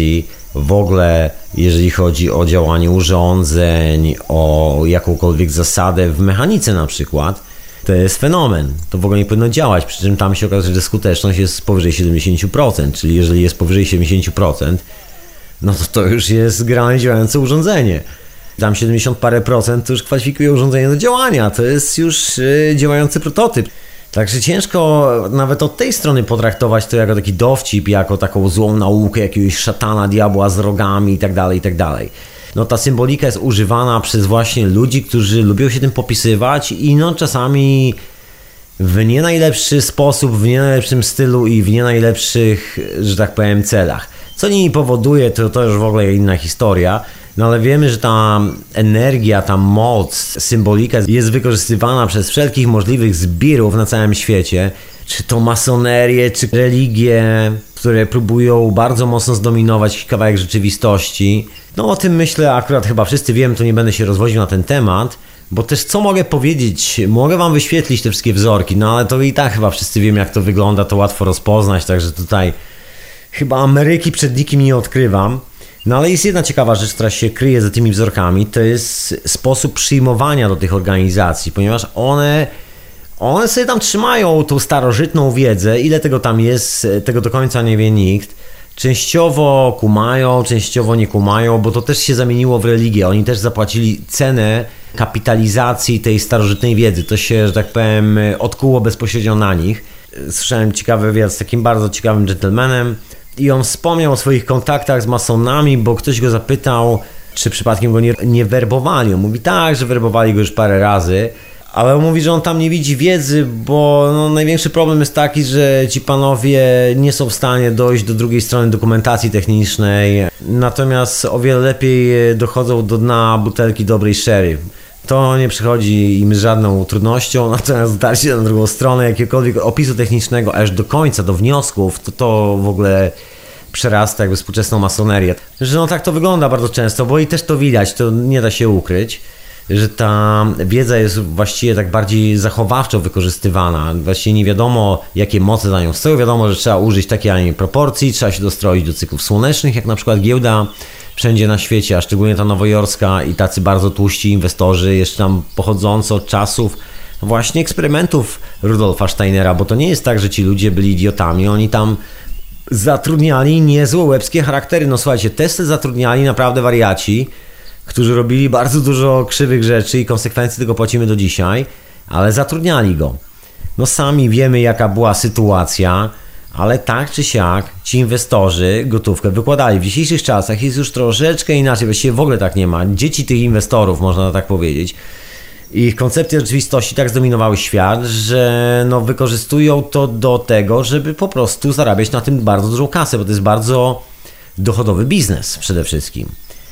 w ogóle jeżeli chodzi o działanie urządzeń, o jakąkolwiek zasadę w mechanice na przykład, to jest fenomen. To w ogóle nie powinno działać, przy czym tam się okazuje, że skuteczność jest powyżej 70%, czyli jeżeli jest powyżej 70%, no to już jest grane działające urządzenie. Tam 70 parę procent to już kwalifikuje urządzenie do działania, to jest już działający prototyp. Także ciężko nawet od tej strony potraktować to jako taki dowcip, jako taką złą naukę jakiegoś szatana, diabła z rogami itd., itd. No ta symbolika jest używana przez właśnie ludzi, którzy lubią się tym popisywać i no czasami w nie najlepszy sposób, w nie najlepszym stylu i w nie najlepszych, że tak powiem, celach. Co nimi powoduje, to już w ogóle inna historia. No ale wiemy, że ta energia, ta moc, symbolika jest wykorzystywana przez wszelkich możliwych zbirów na całym świecie. Czy to masonerię, czy religie, które próbują bardzo mocno zdominować kawałek rzeczywistości. No o tym myślę akurat chyba wszyscy wiemy, to nie będę się rozwodził na ten temat. Bo też co mogę powiedzieć? Mogę wam wyświetlić te wszystkie wzorki, no ale to i tak chyba wszyscy wiemy, jak to wygląda, to łatwo rozpoznać, także tutaj chyba Ameryki przed nikim nie odkrywam. No ale jest jedna ciekawa rzecz, która się kryje za tymi wzorkami, to jest sposób przyjmowania do tych organizacji, ponieważ one sobie tam trzymają tą starożytną wiedzę, ile tego tam jest, tego do końca nie wie nikt. Częściowo kumają, częściowo nie kumają, bo to też się zamieniło w religię. Oni też zapłacili cenę kapitalizacji tej starożytnej wiedzy. To się, że tak powiem, odkuło bezpośrednio na nich. Słyszałem ciekawy wywiad z takim bardzo ciekawym dżentelmenem i on wspomniał o swoich kontaktach z masonami, bo ktoś go zapytał, czy przypadkiem go nie werbowali. On mówi tak, że werbowali go już parę razy, ale on mówi, że on tam nie widzi wiedzy, bo no, największy problem jest taki, że ci panowie nie są w stanie dojść do drugiej strony dokumentacji technicznej, natomiast o wiele lepiej dochodzą do dna butelki dobrej sherry. To nie przychodzi im z żadną trudnością, natomiast dotarcie na drugą stronę jakiegokolwiek opisu technicznego, aż do końca, do wniosków, to w ogóle przerasta jakby współczesną masonerię. Że no tak to wygląda bardzo często, bo i też to widać, to nie da się ukryć, że ta wiedza jest właściwie tak bardziej zachowawczo wykorzystywana. Właściwie nie wiadomo, jakie moce za nią stoją. Wiadomo, że trzeba użyć takiej, a nie proporcji, trzeba się dostroić do cyklów słonecznych, jak na przykład giełda wszędzie na świecie, a szczególnie ta nowojorska i tacy bardzo tłuści inwestorzy, jeszcze tam pochodzący od czasów właśnie eksperymentów Rudolfa Steinera, bo to nie jest tak, że ci ludzie byli idiotami, oni tam zatrudniali niezłe łebskie charaktery. No słuchajcie, testy zatrudniali naprawdę wariaci, którzy robili bardzo dużo krzywych rzeczy i konsekwencji tego płacimy do dzisiaj, ale zatrudniali go. No sami wiemy, jaka była sytuacja, ale tak czy siak ci inwestorzy gotówkę wykładali. W dzisiejszych czasach jest już troszeczkę inaczej, właściwie w ogóle tak nie ma. Dzieci tych inwestorów, można tak powiedzieć, ich koncepcje rzeczywistości tak zdominowały świat, że no wykorzystują to do tego, żeby po prostu zarabiać na tym bardzo dużą kasę, bo to jest bardzo dochodowy biznes przede wszystkim.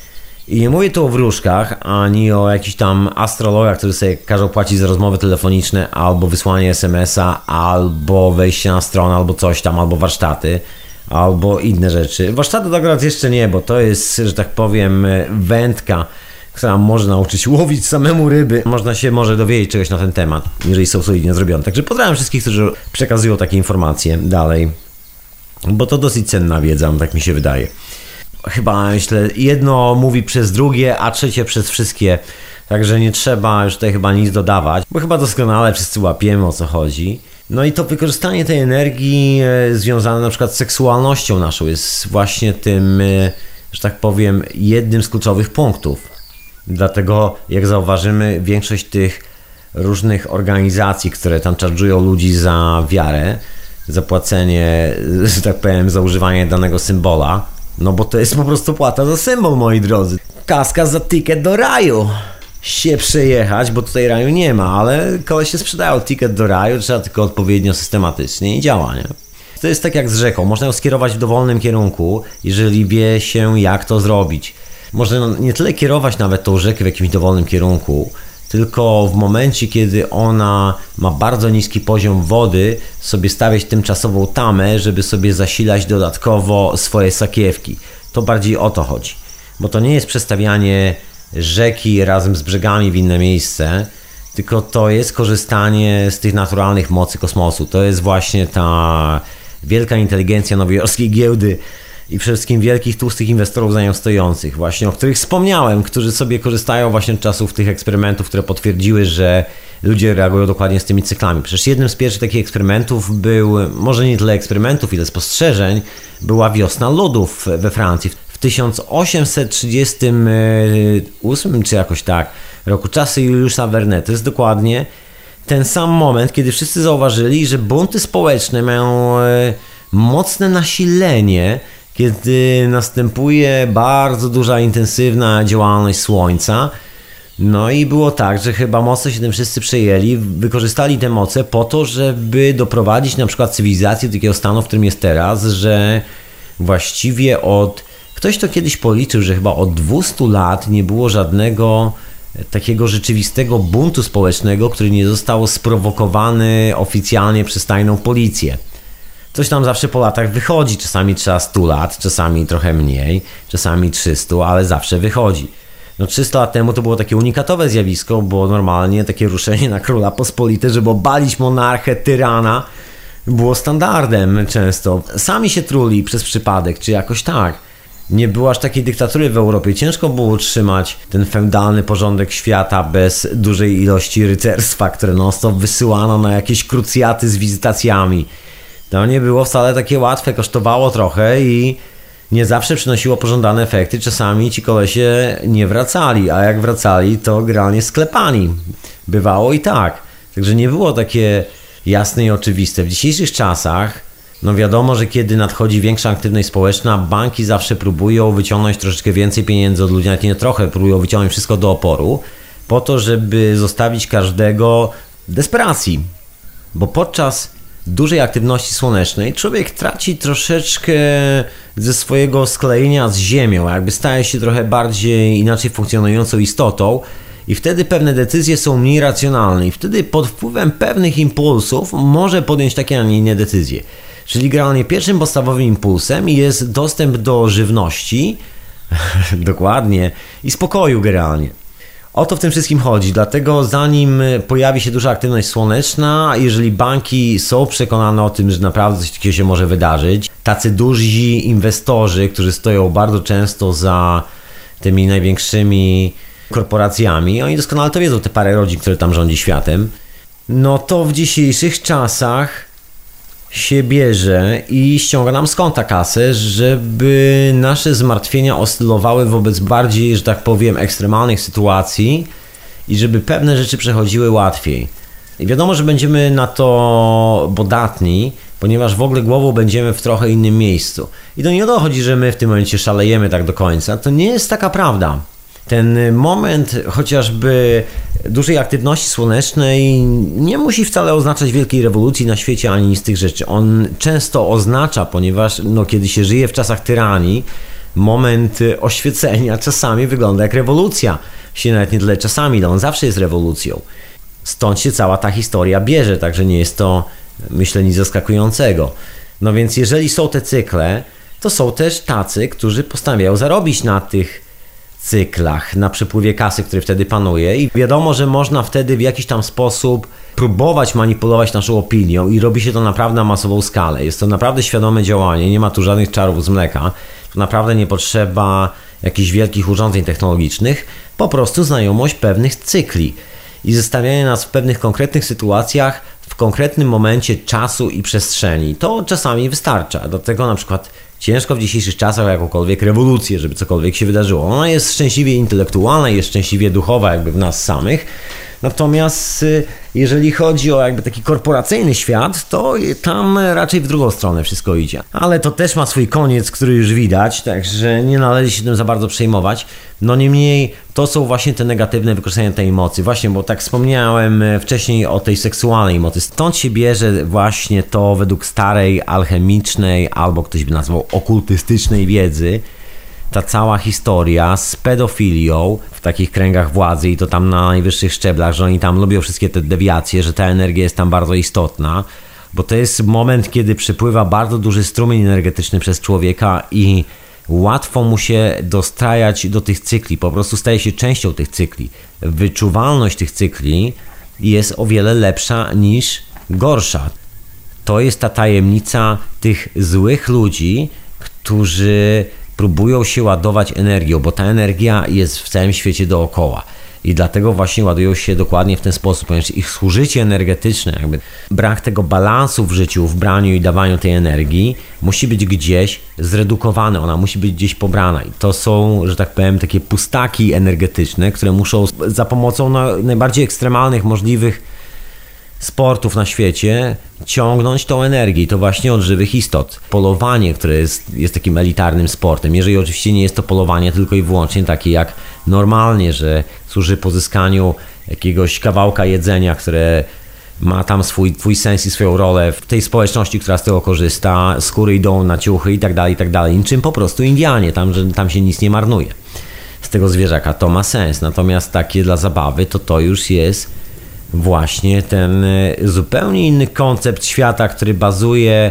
I nie mówię tu o wróżkach, ani o jakichś tam astrologach, którzy sobie każą płacić za rozmowy telefoniczne, albo wysłanie SMS-a, albo wejście na stronę, albo coś tam, albo warsztaty, albo inne rzeczy. Warsztaty to akurat jeszcze nie, bo to jest, że tak powiem, wędka, która może nauczyć łowić samemu ryby. Można się może dowiedzieć czegoś na ten temat, jeżeli są solidnie zrobione. Także pozdrawiam wszystkich, którzy przekazują takie informacje dalej, bo to dosyć cenna wiedza, tak mi się wydaje. Chyba, myślę, jedno mówi przez drugie, a trzecie przez wszystkie. Także nie trzeba już tutaj chyba nic dodawać, bo chyba doskonale wszyscy łapiemy, o co chodzi. No i to wykorzystanie tej energii związane na przykład z seksualnością naszą jest właśnie tym, że tak powiem, jednym z kluczowych punktów. Dlatego, jak zauważymy, większość tych różnych organizacji, które tam charge'ują ludzi za wiarę, za płacenie, że tak powiem, za używanie danego symbola, no bo to jest po prostu płata za symbol, moi drodzy. Kaska za ticket do raju. Się przejechać, bo tutaj raju nie ma, ale koleś się sprzedają ticket do raju, trzeba tylko odpowiednio systematycznie i działa, nie? To jest tak jak z rzeką, można ją skierować w dowolnym kierunku, jeżeli wie się, jak to zrobić. Można nie tyle kierować nawet tą rzekę w jakimś dowolnym kierunku, tylko w momencie, kiedy ona ma bardzo niski poziom wody, sobie stawiać tymczasową tamę, żeby sobie zasilać dodatkowo swoje sakiewki. To bardziej o to chodzi. Bo to nie jest przestawianie rzeki razem z brzegami w inne miejsce, tylko to jest korzystanie z tych naturalnych mocy kosmosu. To jest właśnie ta wielka inteligencja nowojorskiej giełdy, i przede wszystkim wielkich, tłustych inwestorów za nią stojących, właśnie o których wspomniałem, którzy sobie korzystają właśnie z czasów tych eksperymentów, które potwierdziły, że ludzie reagują dokładnie z tymi cyklami. Przecież jednym z pierwszych takich eksperymentów był, może nie tyle eksperymentów, ile spostrzeżeń, była wiosna ludów we Francji. W 1838 czy jakoś tak roku, czasy Juliusza Verne'a, to jest dokładnie ten sam moment, kiedy wszyscy zauważyli, że bunty społeczne mają mocne nasilenie, kiedy następuje bardzo duża, intensywna działalność słońca. No i było tak, że chyba mocno się tym wszyscy przejęli, wykorzystali te moce po to, żeby doprowadzić na przykład cywilizację do takiego stanu, w którym jest teraz, że właściwie ktoś to kiedyś policzył, że chyba od 200 lat nie było żadnego takiego rzeczywistego buntu społecznego, który nie został sprowokowany oficjalnie przez tajną policję. Coś tam zawsze po latach wychodzi, czasami trzeba 100 lat, czasami trochę mniej, czasami 300, ale zawsze wychodzi. 300 lat temu to było takie unikatowe zjawisko, bo normalnie takie ruszenie na króla pospolite, żeby obalić monarchę, tyrana, było standardem często. Sami się truli przez przypadek, czy jakoś tak. Nie było aż takiej dyktatury w Europie. Ciężko było utrzymać ten feudalny porządek świata bez dużej ilości rycerstwa, które non-stop wysyłano na jakieś krucjaty z wizytacjami. To nie było wcale takie łatwe, kosztowało trochę i nie zawsze przynosiło pożądane efekty. Czasami ci kolesie nie wracali, a jak wracali, to generalnie sklepani. Bywało i tak. Także nie było takie jasne i oczywiste. W dzisiejszych czasach wiadomo, że kiedy nadchodzi większa aktywność społeczna, banki zawsze próbują wyciągnąć troszeczkę więcej pieniędzy od ludzi, nawet nie trochę, próbują wyciągnąć wszystko do oporu, po to, żeby zostawić każdego w desperacji. Bo podczas dużej aktywności słonecznej człowiek traci troszeczkę ze swojego sklejenia z ziemią, jakby staje się trochę bardziej inaczej funkcjonującą istotą i wtedy pewne decyzje są mniej racjonalne i wtedy pod wpływem pewnych impulsów może podjąć takie, a nie inne decyzje. Czyli generalnie pierwszym podstawowym impulsem jest dostęp do żywności, dokładnie, i spokoju generalnie. O to w tym wszystkim chodzi, dlatego zanim pojawi się duża aktywność słoneczna, jeżeli banki są przekonane o tym, że naprawdę coś takiego się może wydarzyć, tacy duzi inwestorzy, którzy stoją bardzo często za tymi największymi korporacjami, oni doskonale to wiedzą, te parę rodzin, które tam rządzi światem, to w dzisiejszych czasach się bierze i ściąga nam z konta kasę, żeby nasze zmartwienia oscylowały wobec bardziej, że tak powiem, ekstremalnych sytuacji i żeby pewne rzeczy przechodziły łatwiej. I wiadomo, że będziemy na to podatni, ponieważ w ogóle głową będziemy w trochę innym miejscu. I to nie o to chodzi, że my w tym momencie szalejemy tak do końca. To nie jest taka prawda. Ten moment chociażby dużej aktywności słonecznej nie musi wcale oznaczać wielkiej rewolucji na świecie ani nic z tych rzeczy. On często oznacza, ponieważ kiedy się żyje w czasach tyranii, moment oświecenia czasami wygląda jak rewolucja. Się nawet nie tyle czasami, on zawsze jest rewolucją. Stąd się cała ta historia bierze, także nie jest to, myślę, nic zaskakującego. Więc jeżeli są te cykle, to są też tacy, którzy postanawiają zarobić na tych cyklach, na przepływie kasy, który wtedy panuje i wiadomo, że można wtedy w jakiś tam sposób próbować manipulować naszą opinią i robi się to naprawdę na masową skalę. Jest to naprawdę świadome działanie, nie ma tu żadnych czarów z mleka, tu naprawdę nie potrzeba jakichś wielkich urządzeń technologicznych, po prostu znajomość pewnych cykli i zestawianie nas w pewnych konkretnych sytuacjach w konkretnym momencie czasu i przestrzeni. To czasami wystarcza, dlatego na przykład ciężko w dzisiejszych czasach o jakąkolwiek rewolucję, żeby cokolwiek się wydarzyło. Ona jest szczęśliwie intelektualna, jest szczęśliwie duchowa jakby w nas samych. Natomiast jeżeli chodzi o jakby taki korporacyjny świat, to tam raczej w drugą stronę wszystko idzie. Ale to też ma swój koniec, który już widać, także nie należy się tym za bardzo przejmować. Niemniej to są właśnie te negatywne wykorzystania tej mocy. Właśnie, bo tak wspomniałem wcześniej o tej seksualnej mocy. Stąd się bierze właśnie to według starej alchemicznej, albo ktoś by nazwał okultystycznej wiedzy, ta cała historia z pedofilią w takich kręgach władzy i to tam na najwyższych szczeblach, że oni tam lubią wszystkie te dewiacje, że ta energia jest tam bardzo istotna, bo to jest moment, kiedy przepływa bardzo duży strumień energetyczny przez człowieka i łatwo mu się dostrajać do tych cykli, po prostu staje się częścią tych cykli. Wyczuwalność tych cykli jest o wiele lepsza niż gorsza. To jest ta tajemnica tych złych ludzi, którzy próbują się ładować energią, bo ta energia jest w całym świecie dookoła. I dlatego właśnie ładują się dokładnie w ten sposób, ponieważ ich zużycie energetyczne, jakby brak tego balansu w życiu, w braniu i dawaniu tej energii musi być gdzieś zredukowane, ona musi być gdzieś pobrana. I to są, że tak powiem, takie pustaki energetyczne, które muszą za pomocą najbardziej ekstremalnych możliwych sportów na świecie ciągnąć tą energię i to właśnie od żywych istot. Polowanie, które jest takim elitarnym sportem, jeżeli oczywiście nie jest to polowanie tylko i wyłącznie takie jak normalnie, że służy pozyskaniu jakiegoś kawałka jedzenia, które ma tam swój sens i swoją rolę w tej społeczności, która z tego korzysta, skóry idą na ciuchy i tak dalej, niczym po prostu Indianie, tam się nic nie marnuje z tego zwierzaka, to ma sens, natomiast takie dla zabawy to już jest właśnie ten zupełnie inny koncept świata, który bazuje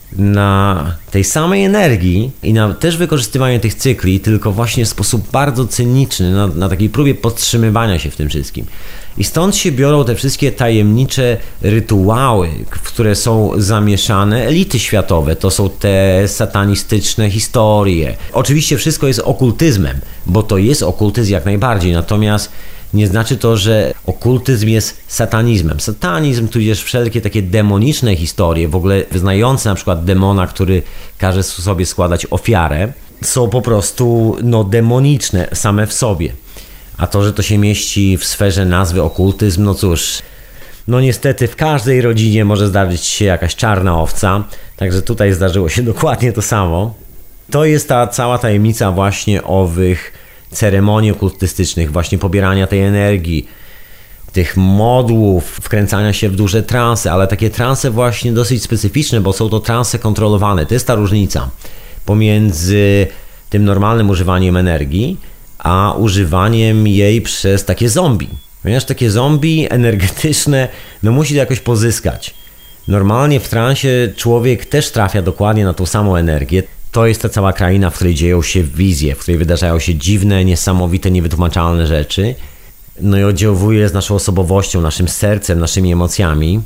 na tej samej energii i na też wykorzystywaniu tych cykli, tylko właśnie w sposób bardzo cyniczny, na takiej próbie podtrzymywania się w tym wszystkim. I stąd się biorą te wszystkie tajemnicze rytuały, w które są zamieszane elity światowe. To są te satanistyczne historie. Oczywiście wszystko jest okultyzmem, bo to jest okultyzm jak najbardziej, natomiast nie znaczy to, że okultyzm jest satanizmem. Satanizm, tudzież wszelkie takie demoniczne historie, w ogóle wyznające na przykład demona, który każe sobie składać ofiarę, są po prostu demoniczne same w sobie. A to, że to się mieści w sferze nazwy okultyzm, no cóż, niestety w każdej rodzinie może zdarzyć się jakaś czarna owca, także tutaj zdarzyło się dokładnie to samo. To jest ta cała tajemnica właśnie owych ceremonii okultystycznych, właśnie pobierania tej energii, tych modłów, wkręcania się w duże transe, ale takie transe właśnie dosyć specyficzne, bo są to transe kontrolowane. To jest ta różnica pomiędzy tym normalnym używaniem energii, a używaniem jej przez takie zombie. Ponieważ takie zombie energetyczne musi to jakoś pozyskać. Normalnie w transie człowiek też trafia dokładnie na tą samą energię. To jest ta cała kraina, w której dzieją się wizje, w której wydarzają się dziwne, niesamowite, niewytłumaczalne rzeczy. I oddziałuje z naszą osobowością, naszym sercem, naszymi emocjami.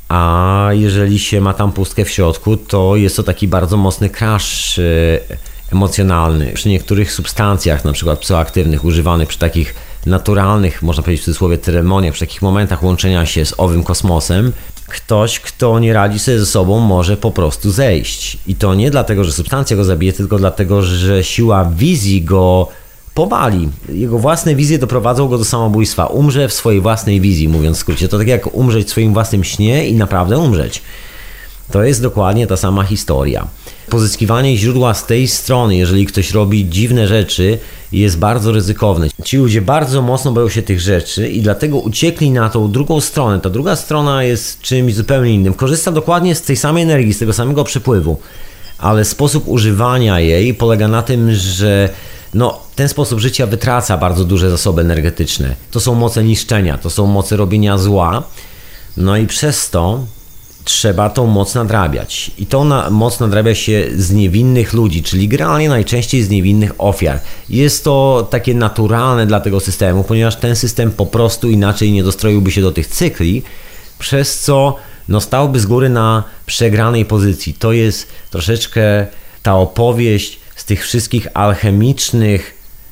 A jeżeli się ma tam pustkę w środku, to jest to taki bardzo mocny crash emocjonalny. Przy niektórych substancjach, na przykład psychoaktywnych, używanych przy takich naturalnych, można powiedzieć w cudzysłowie, ceremoniach, przy takich momentach łączenia się z owym kosmosem, ktoś, kto nie radzi sobie ze sobą, może po prostu zejść. I to nie dlatego, że substancja go zabije, tylko dlatego, że siła wizji go powali. Jego własne wizje doprowadzą go do samobójstwa. Umrze w swojej własnej wizji, mówiąc w skrócie. To tak jak umrzeć w swoim własnym śnie i naprawdę umrzeć. To jest dokładnie ta sama historia. Pozyskiwanie źródła z tej strony, jeżeli ktoś robi dziwne rzeczy, jest bardzo ryzykowne. Ci ludzie bardzo mocno boją się tych rzeczy i dlatego uciekli na tą drugą stronę. Ta druga strona jest czymś zupełnie innym. Korzysta dokładnie z tej samej energii, z tego samego przepływu, ale sposób używania jej polega na tym, że ten sposób życia wytraca bardzo duże zasoby energetyczne. To są moce niszczenia, to są moce robienia zła. I przez to trzeba tą moc nadrabiać. I tą moc nadrabia się z niewinnych ludzi, czyli generalnie najczęściej z niewinnych ofiar. Jest to takie naturalne dla tego systemu, ponieważ ten system po prostu inaczej nie dostroiłby się do tych cykli, przez co stałby z góry na przegranej pozycji. To jest troszeczkę ta opowieść z tych wszystkich alchemicznych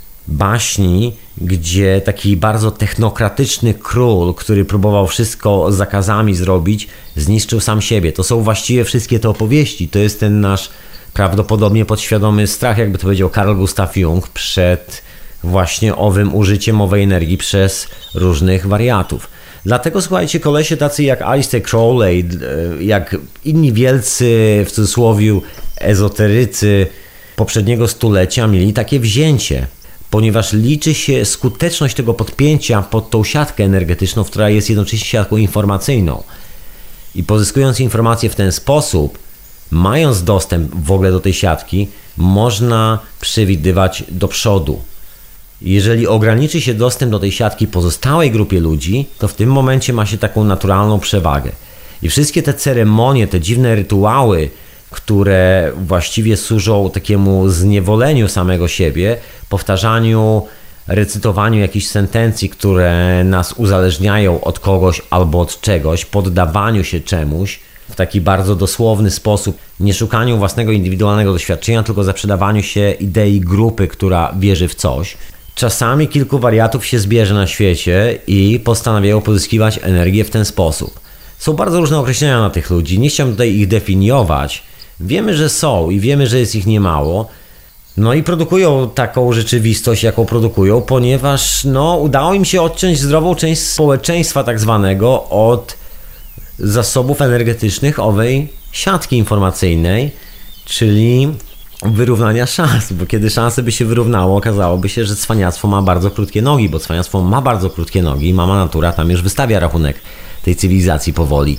baśni, gdzie taki bardzo technokratyczny król, który próbował wszystko zakazami zrobić, zniszczył sam siebie. To są właściwie wszystkie te opowieści. To jest ten nasz prawdopodobnie podświadomy strach, jakby to powiedział Carl Gustav Jung, przed właśnie owym użyciem owej energii przez różnych wariatów. Dlatego słuchajcie, kolesie tacy jak Aleister Crowley, jak inni wielcy, w cudzysłowie, ezoterycy poprzedniego stulecia mieli takie wzięcie, ponieważ liczy się skuteczność tego podpięcia pod tą siatkę energetyczną, która jest jednocześnie siatką informacyjną. I pozyskując informacje w ten sposób, mając dostęp w ogóle do tej siatki, można przewidywać do przodu. Jeżeli ograniczy się dostęp do tej siatki pozostałej grupie ludzi, to w tym momencie ma się taką naturalną przewagę. I wszystkie te ceremonie, te dziwne rytuały, które właściwie służą takiemu zniewoleniu samego siebie, powtarzaniu, recytowaniu jakichś sentencji, które nas uzależniają od kogoś albo od czegoś, poddawaniu się czemuś, w taki bardzo dosłowny sposób, nie szukaniu własnego indywidualnego doświadczenia, tylko zaprzedawaniu się idei grupy, która wierzy w coś. Czasami kilku wariatów się zbierze na świecie i postanawiają pozyskiwać energię w ten sposób. Są bardzo różne określenia na tych ludzi, nie chciałbym tutaj ich definiować. Wiemy, że są i wiemy, że jest ich niemało. No i produkują taką rzeczywistość, jaką produkują, ponieważ udało im się odciąć zdrową część społeczeństwa tak zwanego od zasobów energetycznych owej siatki informacyjnej, czyli wyrównania szans, bo kiedy szanse by się wyrównało, okazałoby się, że cwaniactwo ma bardzo krótkie nogi, bo cwaniactwo ma bardzo krótkie nogi i mama natura tam już wystawia rachunek tej cywilizacji powoli.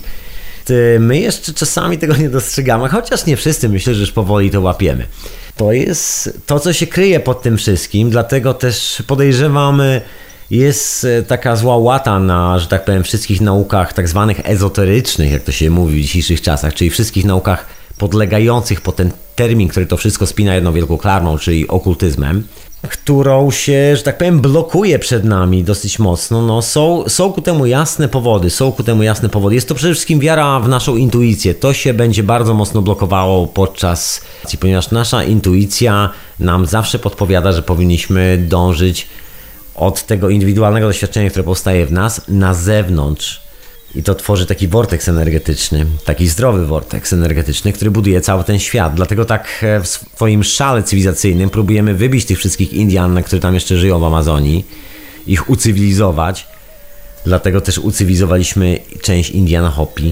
My jeszcze czasami tego nie dostrzegamy, chociaż nie wszyscy, myślę, że już powoli to łapiemy. To jest to, co się kryje pod tym wszystkim, dlatego też podejrzewamy, jest taka zła łata na, że tak powiem, wszystkich naukach tak zwanych ezoterycznych, jak to się mówi w dzisiejszych czasach, czyli wszystkich naukach podlegających pod ten termin, który to wszystko spina jedną wielką klarną, czyli okultyzmem, którą się, że tak powiem, blokuje przed nami dosyć mocno. Są ku temu jasne powody, Jest to przede wszystkim wiara w naszą intuicję. To się będzie bardzo mocno blokowało ponieważ nasza intuicja nam zawsze podpowiada, że powinniśmy dążyć od tego indywidualnego doświadczenia, które powstaje w nas, na zewnątrz. I to tworzy taki vorteks energetyczny, taki zdrowy vorteks energetyczny, który buduje cały ten świat. Dlatego tak w swoim szale cywilizacyjnym próbujemy wybić tych wszystkich Indian, które tam jeszcze żyją w Amazonii, ich ucywilizować. Dlatego też ucywilizowaliśmy część Indian Hopi.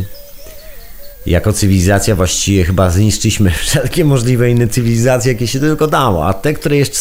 Jako cywilizacja właściwie chyba zniszczyliśmy wszelkie możliwe inne cywilizacje, jakie się tylko dało. A te, które jeszcze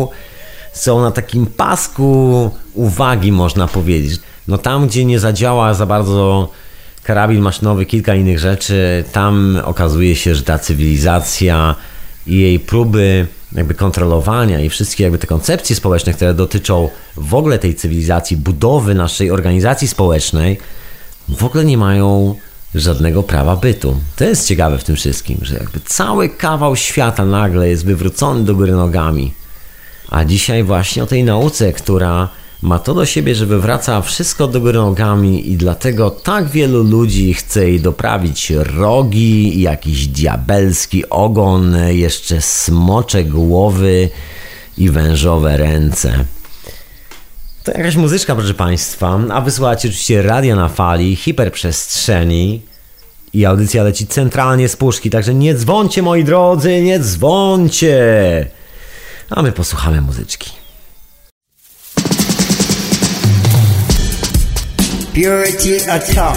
są na takim pasku uwagi, można powiedzieć. Tam, gdzie nie zadziała za bardzo karabin maszynowy, kilka innych rzeczy, tam okazuje się, że ta cywilizacja i jej próby jakby kontrolowania i wszystkie jakby te koncepcje społeczne, które dotyczą w ogóle tej cywilizacji, budowy naszej organizacji społecznej, w ogóle nie mają żadnego prawa bytu. To jest ciekawe w tym wszystkim, że jakby cały kawał świata nagle jest wywrócony do góry nogami. A dzisiaj właśnie o tej nauce, która ma to do siebie, że wywraca wszystko do góry nogami i dlatego tak wielu ludzi chce jej doprawić rogi, jakiś diabelski ogon, jeszcze smocze głowy i wężowe ręce. To jakaś muzyczka, proszę Państwa, a wysłuchacie oczywiście radia na fali, hiperprzestrzeni i audycja leci centralnie z puszki, także nie dzwońcie, moi drodzy, nie dzwońcie! A my posłuchamy muzyczki.
Purity Attack.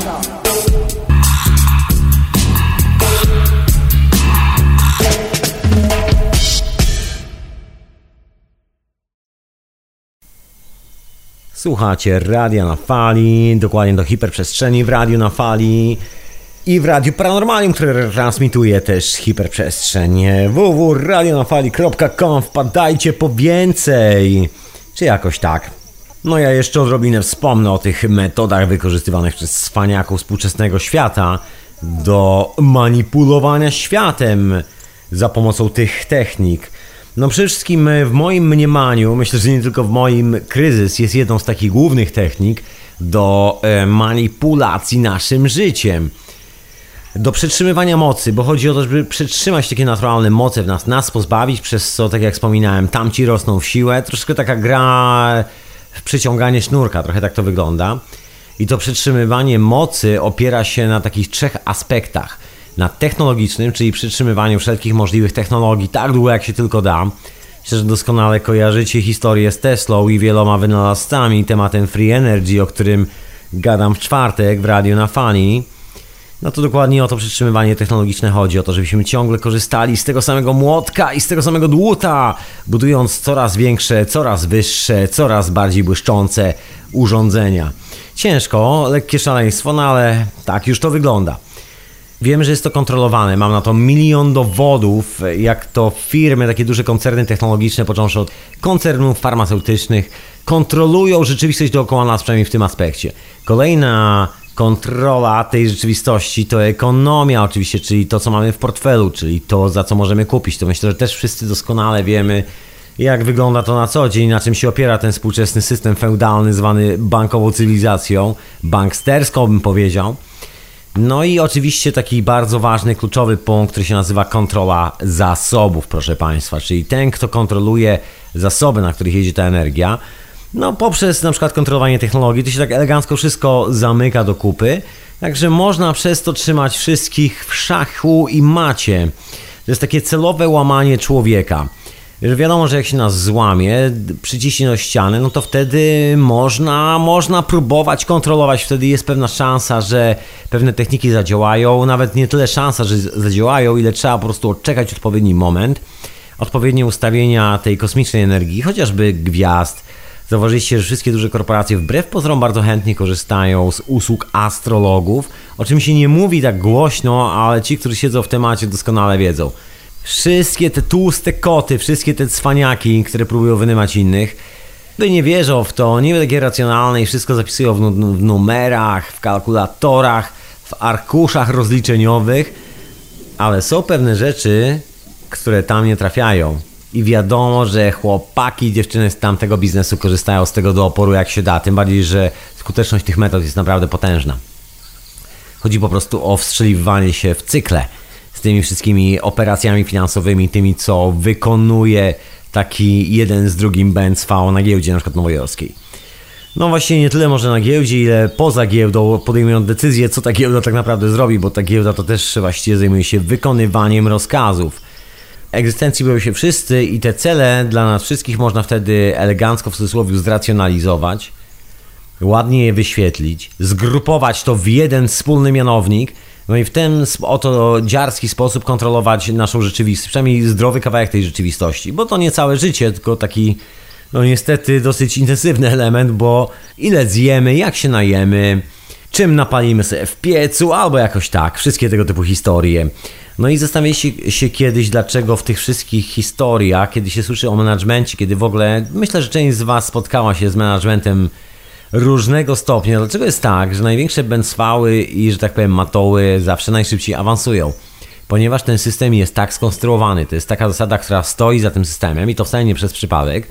Słuchacie radia na fali, dokładnie do hiperprzestrzeni w radiu na fali i w Radiu Paranormalium, które transmituje też hiperprzestrzeń. www.radionafali.com. Wpadajcie po więcej, czy jakoś tak. Ja jeszcze odrobinę wspomnę o tych metodach wykorzystywanych przez cwaniaków współczesnego świata do manipulowania światem za pomocą tych technik. Przede wszystkim w moim mniemaniu, myślę, że nie tylko w moim, kryzys jest jedną z takich głównych technik do manipulacji naszym życiem. Do przetrzymywania mocy, bo chodzi o to, żeby przetrzymać takie naturalne moce w nas pozbawić, przez co, tak jak wspominałem, tamci rosną w siłę. Troszkę taka gra w przyciąganie sznurka, trochę tak to wygląda. I to przetrzymywanie mocy opiera się na takich 3 aspektach. Na technologicznym, czyli przytrzymywaniu wszelkich możliwych technologii tak długo jak się tylko da. Myślę, że doskonale kojarzycie historię z Teslą i wieloma wynalazcami, tematem Free Energy, o którym gadam w czwartek w radiu na fali. To dokładnie o to przytrzymywanie technologiczne chodzi, o to, żebyśmy ciągle korzystali z tego samego młotka i z tego samego dłuta, budując coraz większe, coraz wyższe, coraz bardziej błyszczące urządzenia. Ciężko, lekkie szaleństwo, ale tak już to wygląda. Wiemy, że jest to kontrolowane, mam na to 1 000 000 dowodów, jak to firmy, takie duże koncerny technologiczne, począwszy od koncernów farmaceutycznych, kontrolują rzeczywistość dookoła nas, przynajmniej w tym aspekcie. Kolejna kontrola tej rzeczywistości to ekonomia oczywiście, czyli to, co mamy w portfelu, czyli to, za co możemy kupić. To myślę, że też wszyscy doskonale wiemy, jak wygląda to na co dzień, na czym się opiera ten współczesny system feudalny zwany bankową cywilizacją, banksterską bym powiedział. No i oczywiście taki bardzo ważny, kluczowy punkt, który się nazywa kontrola zasobów, proszę Państwa. Czyli ten, kto kontroluje zasoby, na których jedzie ta energia, no poprzez na przykład kontrolowanie technologii, to się tak elegancko wszystko zamyka do kupy. Także można przez to trzymać wszystkich w szachu i macie. To jest takie celowe łamanie człowieka. Że wiadomo, że jak się nas złamie, przyciśnie do ściany, no to wtedy można próbować kontrolować. Wtedy jest pewna szansa, że pewne techniki zadziałają. Nawet nie tyle szansa, że zadziałają, ile trzeba po prostu odczekać odpowiedni moment. Odpowiednie ustawienia tej kosmicznej energii, chociażby gwiazd. Zauważyliście, że wszystkie duże korporacje wbrew pozorom bardzo chętnie korzystają z usług astrologów, o czym się nie mówi tak głośno, ale ci, którzy siedzą w temacie, doskonale wiedzą. Wszystkie te tłuste koty, wszystkie te cwaniaki, które próbują wynymać innych, nie wierzą w to, nie takie racjonalne i wszystko zapisują w numerach, w kalkulatorach, w arkuszach rozliczeniowych, ale są pewne rzeczy, które tam nie trafiają. I wiadomo, że chłopaki i dziewczyny z tamtego biznesu korzystają z tego do oporu jak się da, tym bardziej, że skuteczność tych metod jest naprawdę potężna. Chodzi po prostu o wstrzeliwanie się w cykle z tymi wszystkimi operacjami finansowymi, tymi co wykonuje taki jeden z drugim BNCV na giełdzie na przykład nowojorskiej. No właśnie nie tyle może na giełdzie, ile poza giełdą podejmują decyzję, co ta giełda tak naprawdę zrobi, bo ta giełda to też właściwie zajmuje się wykonywaniem rozkazów. Egzystencji boją się wszyscy i te cele dla nas wszystkich można wtedy elegancko w cudzysłowie zracjonalizować, ładnie je wyświetlić, zgrupować to w jeden wspólny mianownik, no i w ten oto dziarski sposób kontrolować naszą rzeczywistość, przynajmniej zdrowy kawałek tej rzeczywistości, bo to nie całe życie, tylko taki, no niestety dosyć intensywny element, bo ile zjemy, jak się najemy, czym napalimy sobie w piecu, albo jakoś tak, wszystkie tego typu historie. No i zastanawialiście się kiedyś, dlaczego w tych wszystkich historiach, kiedy się słyszy o menadżmencie, kiedy w ogóle, myślę, że część z Was spotkała się z menadżmentem różnego stopnia, dlaczego jest tak, że największe bęcwały i, że tak powiem, matoły zawsze najszybciej awansują? Ponieważ ten system jest tak skonstruowany, to jest taka zasada, która stoi za tym systemem i to wcale nie przez przypadek,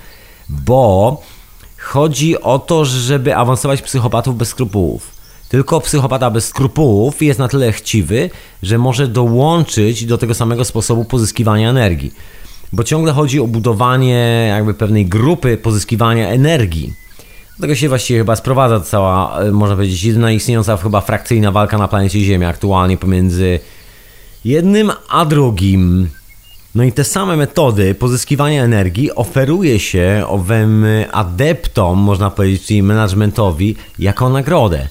bo chodzi o to, żeby awansować psychopatów bez skrupułów. Tylko psychopata bez skrupułów jest na tyle chciwy, że może dołączyć do tego samego sposobu pozyskiwania energii. Bo ciągle chodzi o budowanie jakby pewnej grupy pozyskiwania energii. Do tego się właściwie chyba sprowadza cała, można powiedzieć, jedyna istniejąca chyba frakcyjna walka na planecie Ziemia aktualnie pomiędzy jednym a drugim. No i te same metody pozyskiwania energii oferuje się owym adeptom, można powiedzieć, czyli managementowi, jako nagrodę.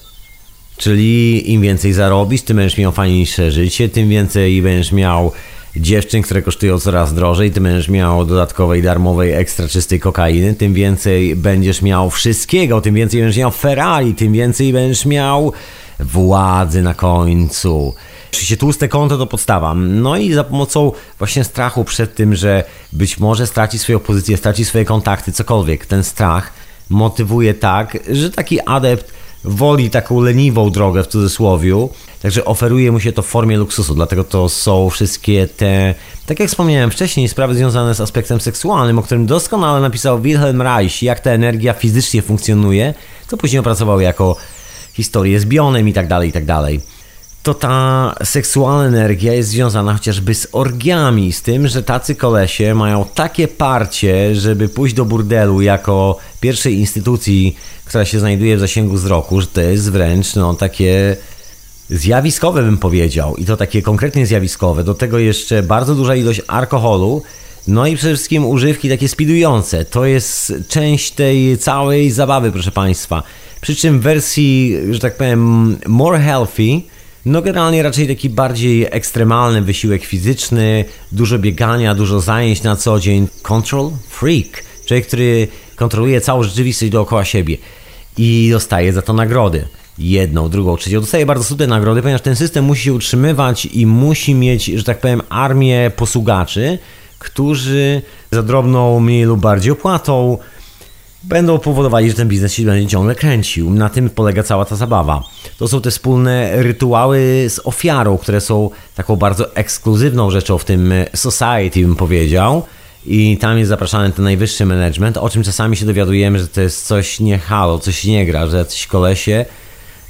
Czyli im więcej zarobisz, tym będziesz miał fajniejsze życie, tym więcej będziesz miał dziewczyn, które kosztują coraz drożej, tym będziesz miał dodatkowej, darmowej, ekstra czystej kokainy, tym więcej będziesz miał wszystkiego, tym więcej będziesz miał Ferrari, tym więcej będziesz miał władzy na końcu. Oczywiście tłuste konto to podstawa. No i za pomocą właśnie strachu przed tym, że być może straci swoją pozycję, straci swoje kontakty, cokolwiek, ten strach motywuje tak, że taki adept woli taką leniwą drogę w cudzysłowiu, także oferuje mu się to w formie luksusu, dlatego to są wszystkie te, tak jak wspomniałem wcześniej, sprawy związane z aspektem seksualnym, o którym doskonale napisał Wilhelm Reich, jak ta energia fizycznie funkcjonuje, co później opracował jako historię z bionem i tak dalej. To ta seksualna energia jest związana chociażby z orgiami, z tym, że tacy kolesie mają takie parcie, żeby pójść do burdelu jako pierwszej instytucji, która się znajduje w zasięgu wzroku, że to jest wręcz takie zjawiskowe, bym powiedział, i to takie konkretnie zjawiskowe, do tego jeszcze bardzo duża ilość alkoholu, no i przede wszystkim używki takie speedujące, to jest część tej całej zabawy, proszę Państwa, przy czym w wersji, że tak powiem, more healthy, no generalnie raczej taki bardziej ekstremalny wysiłek fizyczny, dużo biegania, dużo zajęć na co dzień. Control freak, człowiek, który kontroluje całą rzeczywistość dookoła siebie i dostaje za to nagrody. Jedną, drugą, trzecią. Dostaje bardzo super nagrody, ponieważ ten system musi się utrzymywać i musi mieć, że tak powiem, armię posługaczy, którzy za drobną, mniej lub bardziej opłatą będą powodowali, że ten biznes się będzie ciągle kręcił. Na tym polega cała ta zabawa. To są te wspólne rytuały z ofiarą, które są taką bardzo ekskluzywną rzeczą w tym society, bym powiedział. I tam jest zapraszany ten najwyższy management, o czym czasami się dowiadujemy, że to jest coś nie halo, coś nie gra, że jacyś kolesie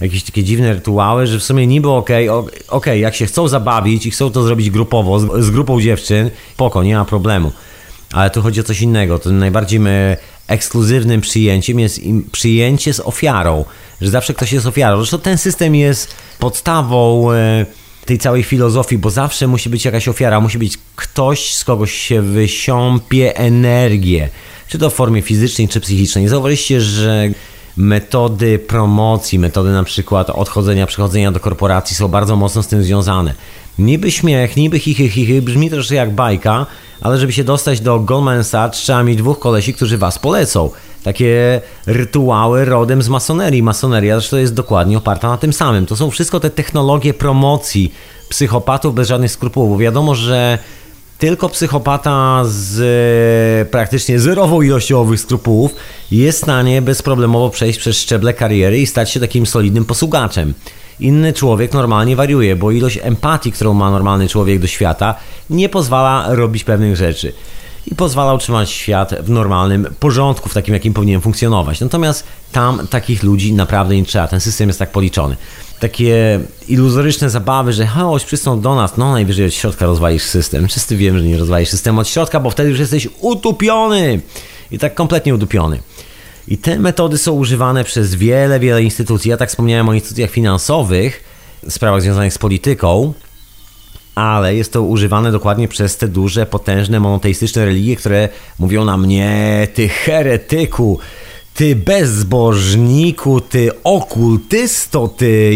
jakieś takie dziwne rytuały, że w sumie niby okej, jak się chcą zabawić i chcą to zrobić grupowo, z grupą dziewczyn, spoko, nie ma problemu. Ale tu chodzi o coś innego. Tym najbardziej ekskluzywnym przyjęciem jest przyjęcie z ofiarą, że zawsze ktoś jest ofiarą. Zresztą ten system jest podstawą tej całej filozofii, bo zawsze musi być jakaś ofiara, musi być ktoś, z kogoś się wysiąpie energię, czy to w formie fizycznej, czy psychicznej. Zauważyliście, że metody promocji, metody na przykład przechodzenia do korporacji są bardzo mocno z tym związane. Niby śmiech, niby hi, brzmi troszkę jak bajka, ale żeby się dostać do Goldman Sachs, trzeba mieć 2 kolesi, którzy was polecą. Takie rytuały rodem z masonerii. Masoneria zresztą jest dokładnie oparta na tym samym. To są wszystko te technologie promocji psychopatów bez żadnych skrupułów. Bo wiadomo, że tylko psychopata z praktycznie zerową ilością owych skrupułów jest w stanie bezproblemowo przejść przez szczeble kariery i stać się takim solidnym posługaczem. Inny człowiek normalnie wariuje, bo ilość empatii, którą ma normalny człowiek do świata, nie pozwala robić pewnych rzeczy. I pozwala utrzymać świat w normalnym porządku, w takim, jakim powinien funkcjonować. Natomiast tam takich ludzi naprawdę nie trzeba. Ten system jest tak policzony. Takie iluzoryczne zabawy, że chodź, przystąp do nas, no najwyżej od środka rozwalisz system. Wszyscy wiemy, że nie rozwalisz systemu od środka, bo wtedy już jesteś utupiony. I tak kompletnie utupiony. I te metody są używane przez wiele instytucji. Ja tak wspomniałem o instytucjach finansowych, sprawach związanych z polityką, ale jest to używane dokładnie przez te duże, potężne, monoteistyczne religie, które mówią nam: nie, ty heretyku, ty bezbożniku, ty okultysto, ty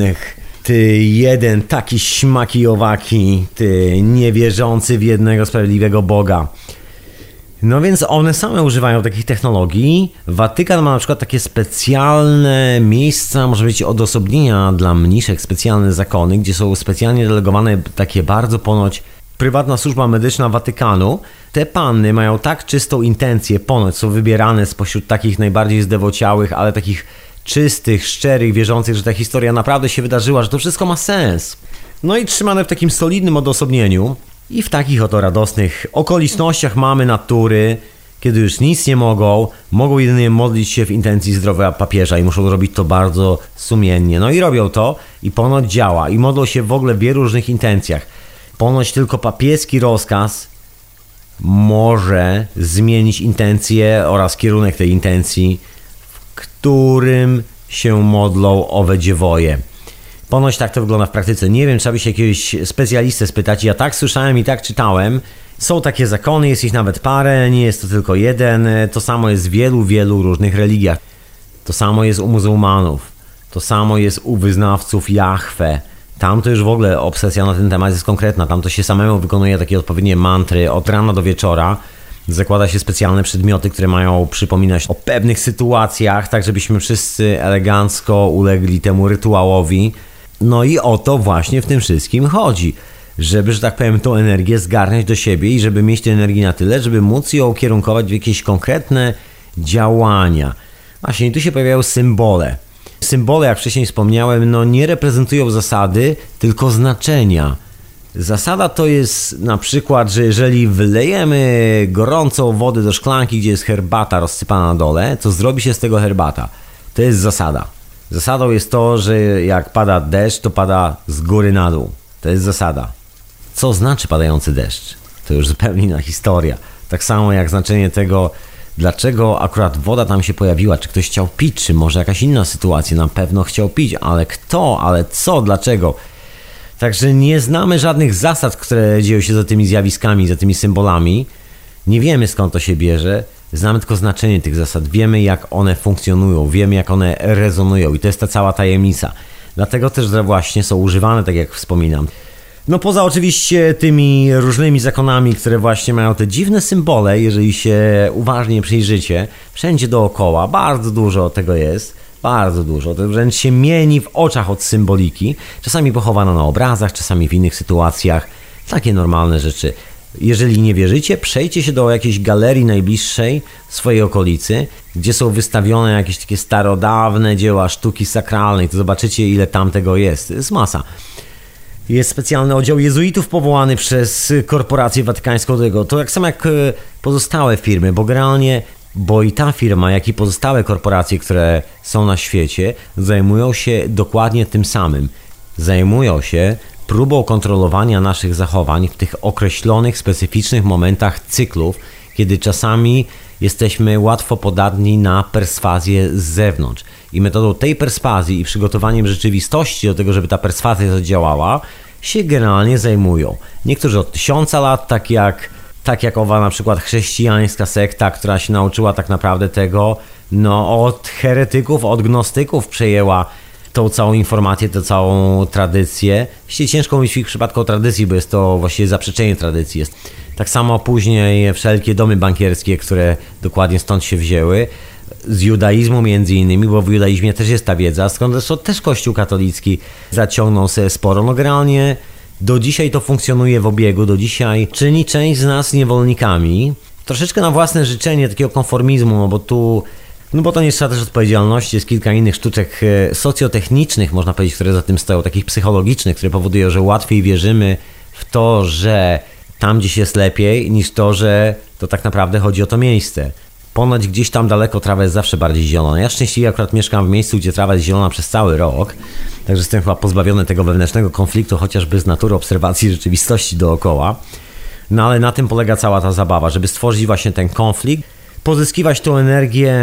jeden taki śmaki owaki, ty niewierzący w jednego sprawiedliwego Boga. No więc one same używają takich technologii. Watykan ma na przykład takie specjalne miejsca, może być odosobnienia dla mniszek, specjalne zakony, gdzie są specjalnie delegowane takie bardzo ponoć prywatna służba medyczna Watykanu. Te panny mają tak czystą intencję, ponoć są wybierane spośród takich najbardziej zdewociałych, ale takich czystych, szczerych, wierzących, że ta historia naprawdę się wydarzyła, że to wszystko ma sens. No i trzymane w takim solidnym odosobnieniu. I w takich oto radosnych okolicznościach mamy natury, kiedy już nic nie mogą jedynie modlić się w intencji zdrowia papieża i muszą robić to bardzo sumiennie. No i robią to i ponoć działa i modlą się w ogóle w wielu różnych intencjach. Ponoć tylko papieski rozkaz może zmienić intencję oraz kierunek tej intencji, w którym się modlą owe dziewoje. Ponoć tak to wygląda w praktyce. Nie wiem, trzeba by się jakiegoś specjalistę spytać. Ja tak słyszałem i tak czytałem. Są takie zakony, jest ich nawet parę, nie jest to tylko jeden. To samo jest w wielu różnych religiach. To samo jest u muzułmanów. To samo jest u wyznawców Jahwe. Tam to już w ogóle obsesja na ten temat jest konkretna. Tam to się samemu wykonuje takie odpowiednie mantry od rana do wieczora. Zakłada się specjalne przedmioty, które mają przypominać o pewnych sytuacjach, tak żebyśmy wszyscy elegancko ulegli temu rytuałowi. No i o to właśnie w tym wszystkim chodzi, żeby, że tak powiem, tą energię zgarnąć do siebie i żeby mieć tej energii na tyle, żeby móc ją ukierunkować w jakieś konkretne działania. Właśnie i tu się pojawiają symbole. Symbole, jak wcześniej wspomniałem, no nie reprezentują zasady, tylko znaczenia. Zasada to jest na przykład, że jeżeli wlejemy gorącą wodę do szklanki, gdzie jest herbata rozsypana na dole, to zrobi się z tego herbata. To jest zasada. Zasadą jest to, że jak pada deszcz, to pada z góry na dół. To jest zasada. Co znaczy padający deszcz? To już zupełnie inna historia. Tak samo jak znaczenie tego, dlaczego akurat woda tam się pojawiła. Czy ktoś chciał pić, czy może jakaś inna sytuacja. Na pewno chciał pić, ale kto, ale co, dlaczego? Także nie znamy żadnych zasad, które dzieją się za tymi zjawiskami, za tymi symbolami. Nie wiemy, skąd to się bierze. Znamy tylko znaczenie tych zasad. Wiemy, jak one funkcjonują. Wiemy, jak one rezonują. I to jest ta cała tajemnica. Dlatego też właśnie są używane, tak jak wspominam. No poza oczywiście tymi różnymi zakonami, które właśnie mają te dziwne symbole, jeżeli się uważnie przyjrzycie, wszędzie dookoła, bardzo dużo tego jest. Bardzo dużo. To wręcz się mieni w oczach od symboliki. Czasami pochowana na obrazach, czasami w innych sytuacjach. Takie normalne rzeczy. Jeżeli nie wierzycie, przejdźcie się do jakiejś galerii najbliższej w swojej okolicy, gdzie są wystawione jakieś takie starodawne dzieła sztuki sakralnej, to zobaczycie, ile tam tego jest. To jest masa. Jest specjalny oddział jezuitów powołany przez korporację watykańską do tego. To tak samo jak pozostałe firmy, bo generalnie Bo i ta firma, jak i pozostałe korporacje, które są na świecie, zajmują się dokładnie tym samym. Zajmują się próbą kontrolowania naszych zachowań w tych określonych, specyficznych momentach cyklów, kiedy czasami jesteśmy łatwo podatni na perswazję z zewnątrz. I metodą tej perswazji i przygotowaniem rzeczywistości do tego, żeby ta perswazja zadziałała, się generalnie zajmują. Niektórzy od 1000 lat, tak jak owa na przykład chrześcijańska sekta, która się nauczyła tak naprawdę tego, od heretyków, od gnostyków przejęła tą całą informację, tę całą tradycję. Ciężko mówić w ich przypadku o tradycji, bo jest to właściwie zaprzeczenie tradycji. Jest. Tak samo później wszelkie domy bankierskie, które dokładnie stąd się wzięły, z judaizmu między innymi, bo w judaizmie też jest ta wiedza, skąd zresztą też Kościół katolicki zaciągnął sobie sporo. Generalnie do dzisiaj to funkcjonuje w obiegu, do dzisiaj czyni część z nas niewolnikami. Troszeczkę na własne życzenie takiego konformizmu, bo to nie trzeba też odpowiedzialności, jest kilka innych sztuczek socjotechnicznych, można powiedzieć, które za tym stoją, takich psychologicznych, które powodują, że łatwiej wierzymy w to, że tam gdzieś jest lepiej, niż to, że to tak naprawdę chodzi o to miejsce. Ponoć gdzieś tam daleko trawa jest zawsze bardziej zielona. Ja szczęśliwie akurat mieszkam w miejscu, gdzie trawa jest zielona przez cały rok, także jestem chyba pozbawiony tego wewnętrznego konfliktu, chociażby z natury obserwacji rzeczywistości dookoła. No ale na tym polega cała ta zabawa, żeby stworzyć właśnie ten konflikt, pozyskiwać tą energię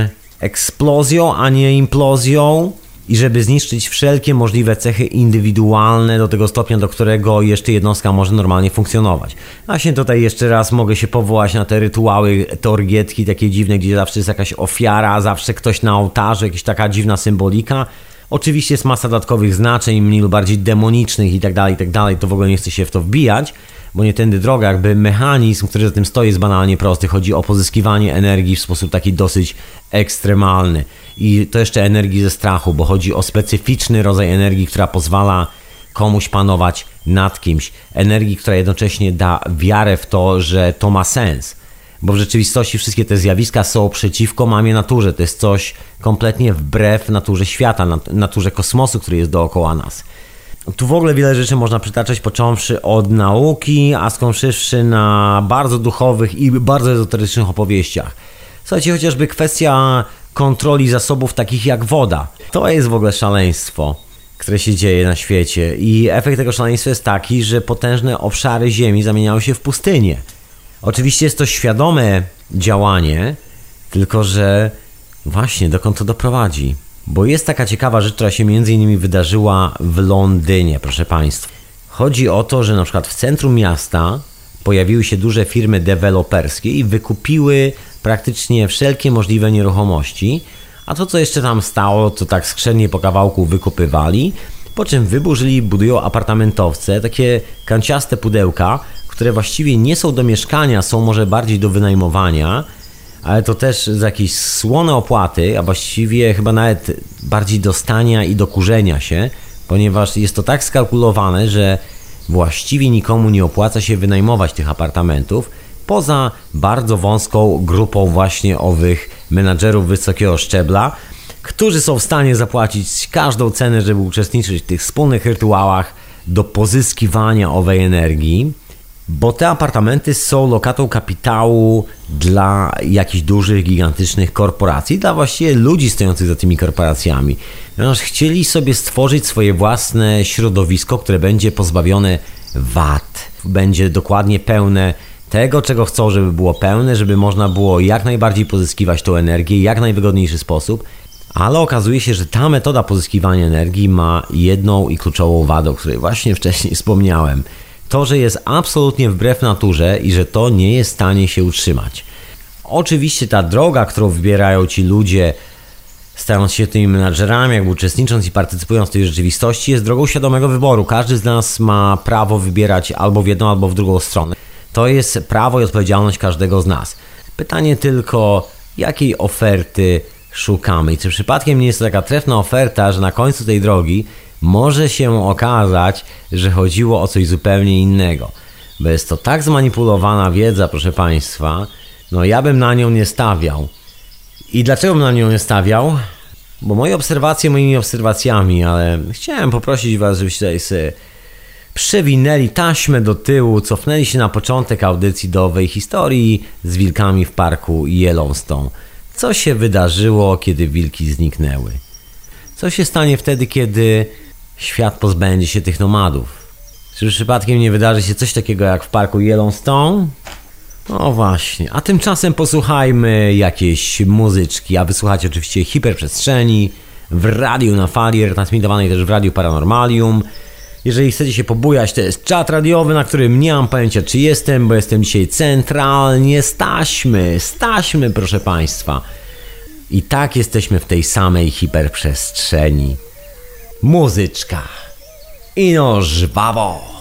eksplozją, a nie implozją i żeby zniszczyć wszelkie możliwe cechy indywidualne do tego stopnia, do którego jeszcze jednostka może normalnie funkcjonować. Właśnie tutaj jeszcze raz mogę się powołać na te rytuały, te orgietki takie dziwne, gdzie zawsze jest jakaś ofiara, zawsze ktoś na ołtarzu, jakaś taka dziwna symbolika. Oczywiście jest masa dodatkowych znaczeń, mniej lub bardziej demonicznych i tak dalej, to w ogóle nie chcę się w to wbijać, bo nie tędy droga, jakby mechanizm, który za tym stoi, jest banalnie prosty. Chodzi o pozyskiwanie energii w sposób taki dosyć ekstremalny. I to jeszcze energii ze strachu, bo chodzi o specyficzny rodzaj energii, która pozwala komuś panować nad kimś. Energii, która jednocześnie da wiarę w to, że to ma sens. Bo w rzeczywistości wszystkie te zjawiska są przeciwko mamie naturze. To jest coś kompletnie wbrew naturze świata, naturze kosmosu, który jest dookoła nas. Tu w ogóle wiele rzeczy można przytaczać, począwszy od nauki, a skończywszy na bardzo duchowych i bardzo ezoterycznych opowieściach. Słuchajcie, chociażby kwestia kontroli zasobów takich jak woda. To jest w ogóle szaleństwo, które się dzieje na świecie. I efekt tego szaleństwa jest taki, że potężne obszary ziemi zamieniają się w pustynię. Oczywiście jest to świadome działanie, tylko że właśnie dokąd to doprowadzi. Bo jest taka ciekawa rzecz, która się między innymi wydarzyła w Londynie, proszę Państwa. Chodzi o to, że na przykład w centrum miasta pojawiły się duże firmy deweloperskie i wykupiły praktycznie wszelkie możliwe nieruchomości, a to co jeszcze tam stało, to tak skrzętnie po kawałku wykupywali, po czym wyburzyli, budują apartamentowce, takie kanciaste pudełka, które właściwie nie są do mieszkania, są może bardziej do wynajmowania, ale to też za jakieś słone opłaty, a właściwie chyba nawet bardziej do stania i do kurzenia się, ponieważ jest to tak skalkulowane, że właściwie nikomu nie opłaca się wynajmować tych apartamentów, poza bardzo wąską grupą właśnie owych menadżerów wysokiego szczebla, którzy są w stanie zapłacić każdą cenę, żeby uczestniczyć w tych wspólnych rytuałach do pozyskiwania owej energii. Bo te apartamenty są lokatą kapitału dla jakichś dużych, gigantycznych korporacji, dla właściwie ludzi stojących za tymi korporacjami. Ponieważ chcieli sobie stworzyć swoje własne środowisko, które będzie pozbawione wad. Będzie dokładnie pełne tego, czego chcą, żeby było pełne, żeby można było jak najbardziej pozyskiwać tą energię, jak najwygodniejszy sposób. Ale okazuje się, że ta metoda pozyskiwania energii ma jedną i kluczową wadę, o której właśnie wcześniej wspomniałem. To, że jest absolutnie wbrew naturze i że to nie jest w stanie się utrzymać. Oczywiście ta droga, którą wybierają ci ludzie, stając się tymi menadżerami, jakby uczestnicząc i partycypując w tej rzeczywistości, jest drogą świadomego wyboru. Każdy z nas ma prawo wybierać albo w jedną, albo w drugą stronę. To jest prawo i odpowiedzialność każdego z nas. Pytanie tylko, jakiej oferty szukamy i czy przypadkiem nie jest to taka trefna oferta, że na końcu tej drogi może się okazać, że chodziło o coś zupełnie innego. Bo jest to tak zmanipulowana wiedza, proszę Państwa, ja bym na nią nie stawiał. I dlaczego bym na nią nie stawiał? Bo moje obserwacje moimi obserwacjami, ale chciałem poprosić Was, żebyście tutaj sobie przewinęli taśmę do tyłu, cofnęli się na początek audycji do owej historii z wilkami w parku Yellowstone. Co się wydarzyło, kiedy wilki zniknęły? Co się stanie wtedy, kiedy świat pozbędzie się tych nomadów? Czy przypadkiem nie wydarzy się coś takiego jak w parku Yellowstone? No właśnie, a tymczasem posłuchajmy jakiejś muzyczki, a wysłuchajcie oczywiście Hiperprzestrzeni w radiu na fali, retransmitowanej też w Radiu Paranormalium. Jeżeli chcecie się pobujać, to jest czat radiowy, na którym nie mam pojęcia czy jestem, bo jestem dzisiaj centralnie z taśmy, proszę Państwa. I tak jesteśmy w tej samej hiperprzestrzeni. Muzyczka. Ino żwawo.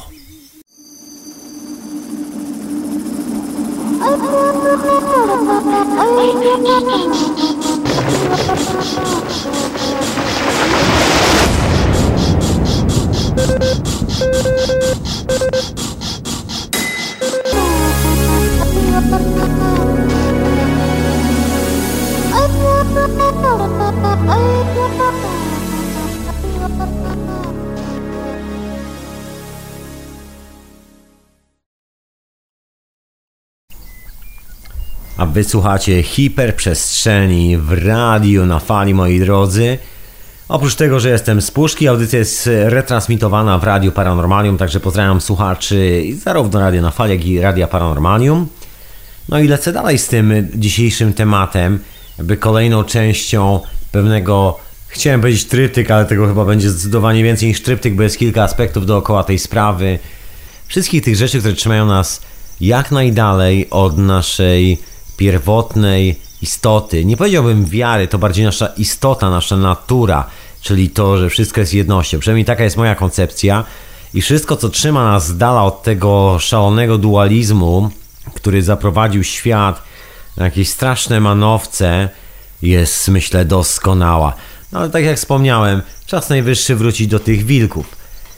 A wysłuchacie Hiperprzestrzeni w radiu na fali, moi drodzy. Oprócz tego, że jestem z Puszki, audycja jest retransmitowana w Radiu Paranormalium, także pozdrawiam słuchaczy zarówno Radia na fali, jak i Radia Paranormalium. No i lecę dalej z tym dzisiejszym tematem, jakby kolejną częścią pewnego, chciałem powiedzieć tryptyk, ale tego chyba będzie zdecydowanie więcej niż tryptyk, bo jest kilka aspektów dookoła tej sprawy. Wszystkich tych rzeczy, które trzymają nas jak najdalej od naszej pierwotnej istoty. Nie powiedziałbym wiary, to bardziej nasza istota, nasza natura, czyli to, że wszystko jest jednością. Przynajmniej taka jest moja koncepcja. I wszystko, co trzyma nas z dala od tego szalonego dualizmu, który zaprowadził świat na jakieś straszne manowce, jest, myślę, doskonała. No ale tak jak wspomniałem, czas najwyższy wrócić do tych wilków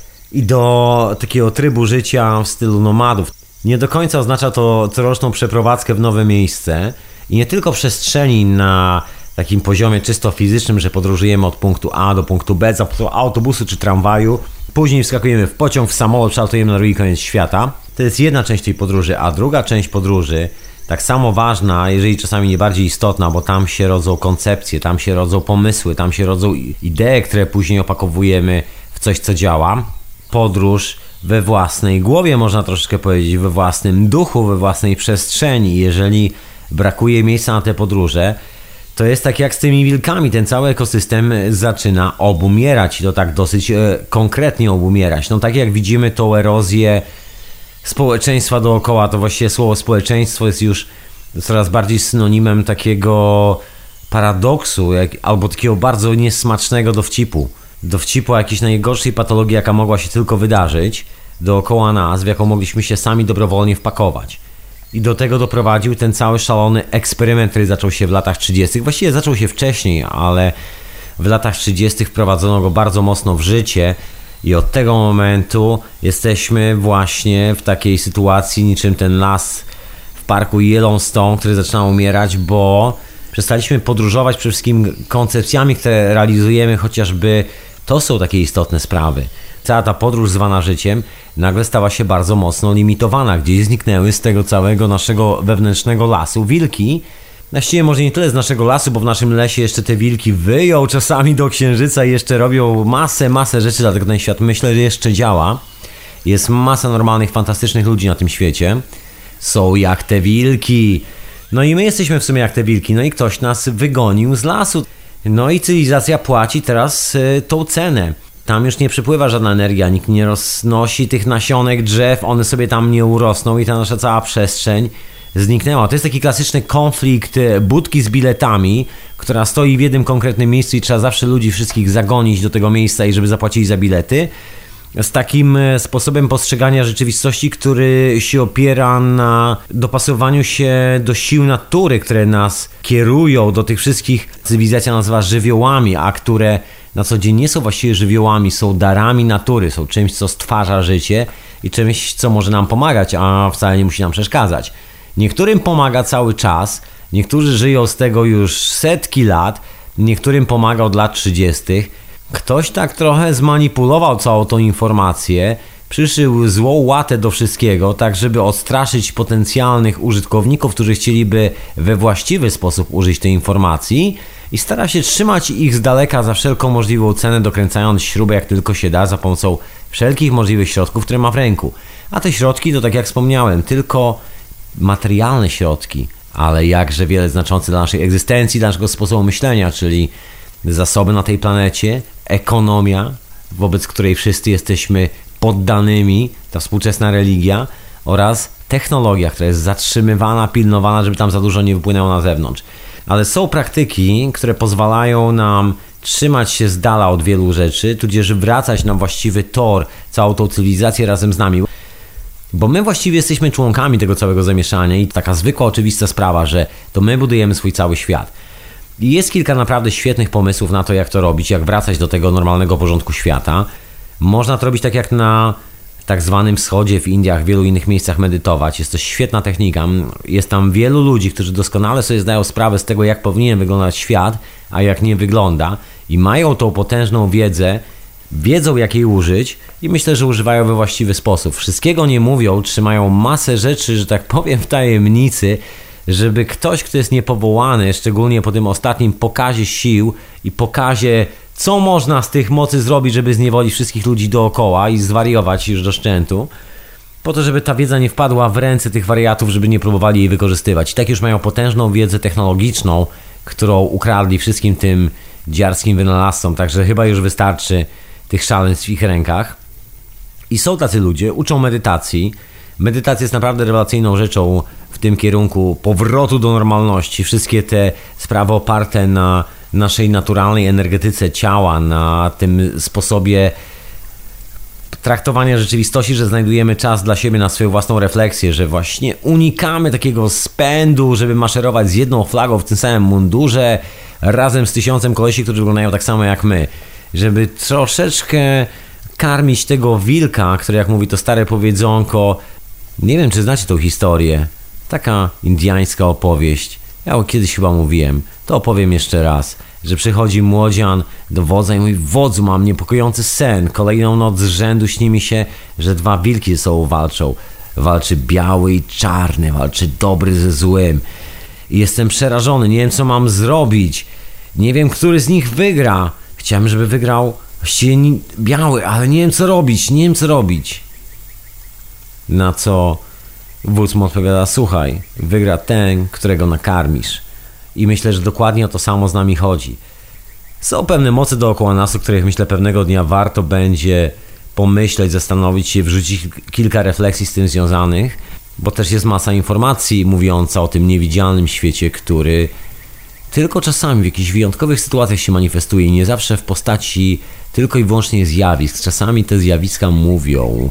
i do takiego trybu życia w stylu nomadów. Nie do końca oznacza to coroczną przeprowadzkę w nowe miejsce i nie tylko przestrzeni na takim poziomie czysto fizycznym, że podróżujemy od punktu A do punktu B za pomocą autobusu czy tramwaju, później wskakujemy w pociąg, w samolot, przelatujemy na drugi koniec świata. To jest jedna część tej podróży, a druga część podróży, tak samo ważna, jeżeli czasami nie bardziej istotna, bo tam się rodzą koncepcje, tam się rodzą pomysły, tam się rodzą idee, które później opakowujemy w coś, co działa. Podróż we własnej głowie, można troszeczkę powiedzieć, we własnym duchu, we własnej przestrzeni. Jeżeli brakuje miejsca na te podróże, to jest tak jak z tymi wilkami, ten cały ekosystem zaczyna obumierać i to tak dosyć konkretnie obumierać. No tak jak widzimy tą erozję społeczeństwa dookoła, to właściwie słowo społeczeństwo jest już coraz bardziej synonimem takiego paradoksu, albo takiego bardzo niesmacznego dowcipu o jakiejś najgorszej patologii, jaka mogła się tylko wydarzyć dookoła nas, w jaką mogliśmy się sami dobrowolnie wpakować. I do tego doprowadził ten cały szalony eksperyment, który zaczął się w latach 30. Właściwie zaczął się wcześniej, ale w latach 30. wprowadzono go bardzo mocno w życie i od tego momentu jesteśmy właśnie w takiej sytuacji niczym ten las w parku Yellowstone, który zaczyna umierać, bo przestaliśmy podróżować przede wszystkim koncepcjami, które realizujemy, chociażby to są takie istotne sprawy. Cała ta podróż zwana życiem nagle stała się bardzo mocno limitowana. Gdzieś zniknęły z tego całego naszego wewnętrznego lasu wilki. Właściwie może nie tyle z naszego lasu, bo w naszym lesie jeszcze te wilki wyją czasami do księżyca i jeszcze robią masę rzeczy, dlatego ten świat, myślę, że jeszcze działa. Jest masa normalnych, fantastycznych ludzi na tym świecie. Są jak te wilki. No i my jesteśmy w sumie jak te wilki. No i ktoś nas wygonił z lasu. No i cywilizacja płaci teraz tą cenę. Tam już nie przypływa żadna energia, nikt nie roznosi tych nasionek drzew, one sobie tam nie urosną i ta nasza cała przestrzeń zniknęła. To jest taki klasyczny konflikt budki z biletami, która stoi w jednym konkretnym miejscu i trzeba zawsze ludzi wszystkich zagonić do tego miejsca i żeby zapłacili za bilety. Z takim sposobem postrzegania rzeczywistości, który się opiera na dopasowaniu się do sił natury, które nas kierują do tych wszystkich, cywilizacja nazywa żywiołami, a które na co dzień nie są właściwie żywiołami, są darami natury, są czymś, co stwarza życie i czymś, co może nam pomagać, a wcale nie musi nam przeszkadzać. Niektórym pomaga cały czas, niektórzy żyją z tego już setki lat, niektórym pomaga od lat 30. Ktoś tak trochę zmanipulował całą tą informację, przyszył złą łatę do wszystkiego, tak żeby odstraszyć potencjalnych użytkowników, którzy chcieliby we właściwy sposób użyć tej informacji i stara się trzymać ich z daleka za wszelką możliwą cenę, dokręcając śrubę jak tylko się da za pomocą wszelkich możliwych środków, które ma w ręku. A te środki to, tak jak wspomniałem, tylko materialne środki, ale jakże wiele znaczące dla naszej egzystencji, dla naszego sposobu myślenia, czyli zasoby na tej planecie, ekonomia, wobec której wszyscy jesteśmy poddanymi, ta współczesna religia oraz technologia, która jest zatrzymywana, pilnowana, żeby tam za dużo nie wypłynęło na zewnątrz. Ale są praktyki, które pozwalają nam trzymać się z dala od wielu rzeczy, tudzież wracać na właściwy tor całą tą cywilizację razem z nami. Bo my właściwie jesteśmy członkami tego całego zamieszania i taka zwykła, oczywista sprawa, że to my budujemy swój cały świat. I jest kilka naprawdę świetnych pomysłów na to, jak to robić, jak wracać do tego normalnego porządku świata. Można to robić tak jak na tak zwanym wschodzie, w Indiach, w wielu innych miejscach medytować. Jest to świetna technika. Jest tam wielu ludzi, którzy doskonale sobie zdają sprawę z tego, jak powinien wyglądać świat, a jak nie wygląda i mają tą potężną wiedzę, wiedzą jak jej użyć i myślę, że używają we właściwy sposób. Wszystkiego nie mówią, trzymają masę rzeczy, że tak powiem, w tajemnicy, żeby ktoś, kto jest niepowołany, szczególnie po tym ostatnim pokazie sił i pokazie, co można z tych mocy zrobić, żeby zniewolić wszystkich ludzi dookoła i zwariować już do szczętu, po to, żeby ta wiedza nie wpadła w ręce tych wariatów, żeby nie próbowali jej wykorzystywać. I tak już mają potężną wiedzę technologiczną, którą ukradli wszystkim tym dziarskim wynalazcom, także chyba już wystarczy tych szaleństw w ich rękach. I są tacy ludzie, uczą medytacji. Medytacja jest naprawdę rewelacyjną rzeczą w tym kierunku powrotu do normalności. Wszystkie te sprawy oparte na naszej naturalnej energetyce ciała, na tym sposobie traktowania rzeczywistości, że znajdujemy czas dla siebie na swoją własną refleksję, że właśnie unikamy takiego spędu, żeby maszerować z jedną flagą w tym samym mundurze razem z 1000 kolesi, którzy wyglądają tak samo jak my. Żeby troszeczkę karmić tego wilka, który, jak mówi to stare powiedzonko, nie wiem, czy znacie tą historię, taka indiańska opowieść, ja o kiedyś chyba mówiłem, to opowiem jeszcze raz, że przychodzi młodzian do wodza i mówi: wodzu, mam niepokojący sen, kolejną noc z rzędu śni mi się, że 2 wilki ze sobą walczą, walczy biały i czarny, walczy dobry ze złym i jestem przerażony, nie wiem co mam zrobić, nie wiem, który z nich wygra. Chciałem, żeby wygrał właściwie biały, ale nie wiem co robić. Na co wódz mu odpowiada: słuchaj, wygra ten, którego nakarmisz. I myślę, że dokładnie o to samo z nami chodzi. Są pewne moce dookoła nas, o których myślę pewnego dnia warto będzie pomyśleć, zastanowić się, wrzucić kilka refleksji z tym związanych, bo też jest masa informacji mówiąca o tym niewidzialnym świecie, który tylko czasami w jakichś wyjątkowych sytuacjach się manifestuje i nie zawsze w postaci tylko i wyłącznie zjawisk. Czasami te zjawiska mówią.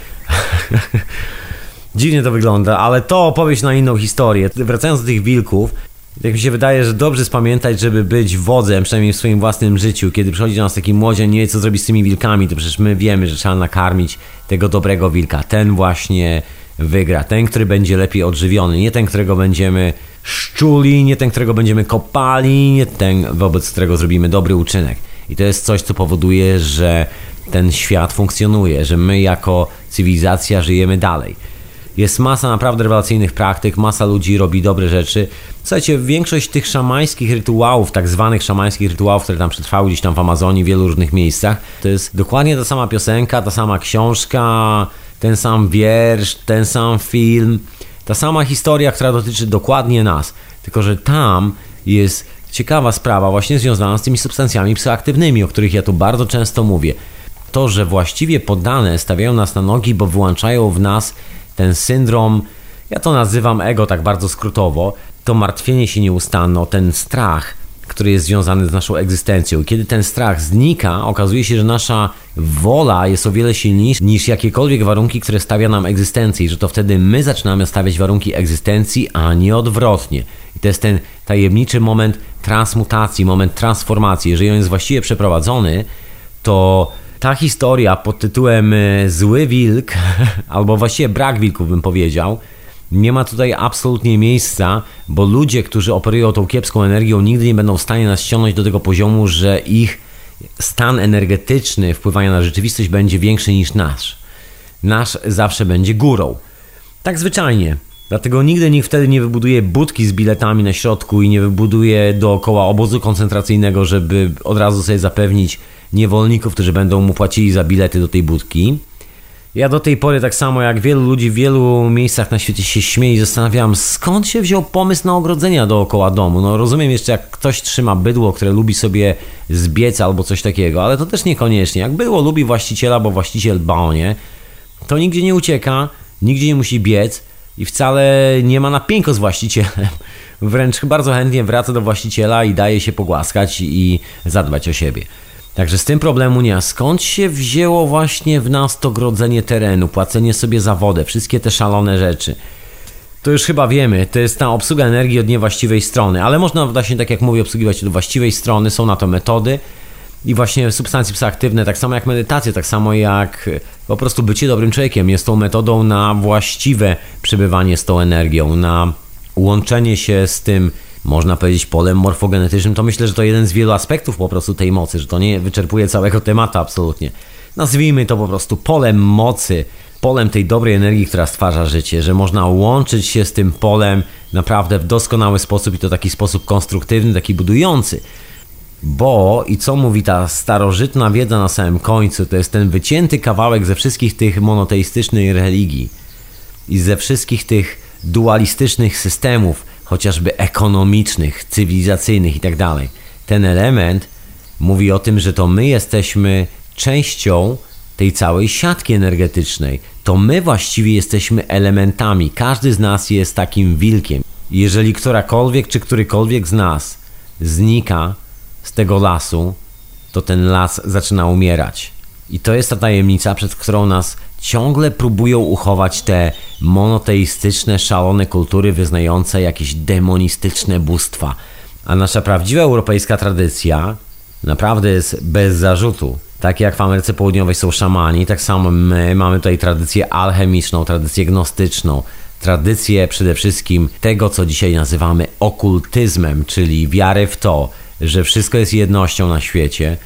Dziwnie to wygląda, ale to opowieść na inną historię. Wracając do tych wilków, tak mi się wydaje, że dobrze jest pamiętać, żeby być wodzem, przynajmniej w swoim własnym życiu. Kiedy przychodzi do nas taki młodzian, nie wie co zrobić z tymi wilkami, to przecież my wiemy, że trzeba nakarmić tego dobrego wilka. Ten właśnie wygra, ten, który będzie lepiej odżywiony, nie ten, którego będziemy szczuli, nie ten, którego będziemy kopali, nie ten, wobec którego zrobimy dobry uczynek. I to jest coś, co powoduje, że ten świat funkcjonuje, że my jako cywilizacja żyjemy dalej. Jest masa naprawdę rewelacyjnych praktyk, masa ludzi robi dobre rzeczy. Słuchajcie, większość tych szamańskich rytuałów, tak zwanych szamańskich rytuałów, które tam przetrwały gdzieś tam w Amazonii, w wielu różnych miejscach, to jest dokładnie ta sama piosenka, ta sama książka, ten sam wiersz, ten sam film, ta sama historia, która dotyczy dokładnie nas. Tylko że tam jest ciekawa sprawa właśnie związana z tymi substancjami psychoaktywnymi, o których ja tu bardzo często mówię. To, że właściwie poddane stawiają nas na nogi, bo wyłączają w nas ten syndrom, ja to nazywam ego tak bardzo skrótowo, to martwienie się nieustanno, ten strach, który jest związany z naszą egzystencją. I kiedy ten strach znika, okazuje się, że nasza wola jest o wiele silniejsza niż jakiekolwiek warunki, które stawia nam egzystencja i że to wtedy my zaczynamy stawiać warunki egzystencji, a nie odwrotnie. I to jest ten tajemniczy moment transmutacji, moment transformacji. Jeżeli on jest właściwie przeprowadzony, to ta historia pod tytułem Zły Wilk, albo właściwie brak wilków bym powiedział, nie ma tutaj absolutnie miejsca, bo ludzie, którzy operują tą kiepską energią, nigdy nie będą w stanie nas ściągnąć do tego poziomu, że ich stan energetyczny wpływania na rzeczywistość będzie większy niż nasz. nasz zawsze będzie górą. Tak zwyczajnie. Dlatego nigdy nikt wtedy nie wybuduje budki z biletami na środku i nie wybuduje dookoła obozu koncentracyjnego, żeby od razu sobie zapewnić niewolników, którzy będą mu płacili za bilety do tej budki. Ja do tej pory, tak samo jak wielu ludzi w wielu miejscach na świecie, się śmieję i zastanawiam, skąd się wziął pomysł na ogrodzenia dookoła domu. No rozumiem jeszcze, jak ktoś trzyma bydło, które lubi sobie zbiec albo coś takiego, ale to też niekoniecznie. Jak bydło lubi właściciela, bo właściciel dba o nie, to nigdzie nie ucieka, nigdzie nie musi biec i wcale nie ma na piękno z właścicielem. Wręcz bardzo chętnie wraca do właściciela i daje się pogłaskać i zadbać o siebie. Także z tym problemu nie. A skąd się wzięło właśnie w nas to grodzenie terenu, płacenie sobie za wodę, wszystkie te szalone rzeczy? To już chyba wiemy, to jest ta obsługa energii od niewłaściwej strony, ale można właśnie, tak jak mówię, obsługiwać od właściwej strony, są na to metody i właśnie substancje psychoaktywne, tak samo jak medytacja, tak samo jak po prostu bycie dobrym człowiekiem, jest tą metodą na właściwe przebywanie z tą energią, na łączenie się z tym, można powiedzieć, polem morfogenetycznym. To myślę, że to jeden z wielu aspektów po prostu tej mocy, że to nie wyczerpuje całego tematu absolutnie. Nazwijmy to po prostu polem mocy, polem tej dobrej energii, która stwarza życie, że można łączyć się z tym polem naprawdę w doskonały sposób i to taki sposób konstruktywny, taki budujący. Bo i co mówi ta starożytna wiedza na samym końcu, to jest ten wycięty kawałek ze wszystkich tych monoteistycznych religii i ze wszystkich tych dualistycznych systemów, chociażby ekonomicznych, cywilizacyjnych i tak dalej. Ten element mówi o tym, że to my jesteśmy częścią tej całej siatki energetycznej. To my właściwie jesteśmy elementami. Każdy z nas jest takim wilkiem. Jeżeli którakolwiek czy którykolwiek z nas znika z tego lasu, to ten las zaczyna umierać. I to jest ta tajemnica, przed którą nas ciągle próbują uchować te monoteistyczne, szalone kultury wyznające jakieś demonistyczne bóstwa. A nasza prawdziwa europejska tradycja naprawdę jest bez zarzutu. Tak jak w Ameryce Południowej są szamani, tak samo my mamy tutaj tradycję alchemiczną, tradycję gnostyczną, tradycję przede wszystkim tego, co dzisiaj nazywamy okultyzmem, czyli wiarę w to, że wszystko jest jednością na świecie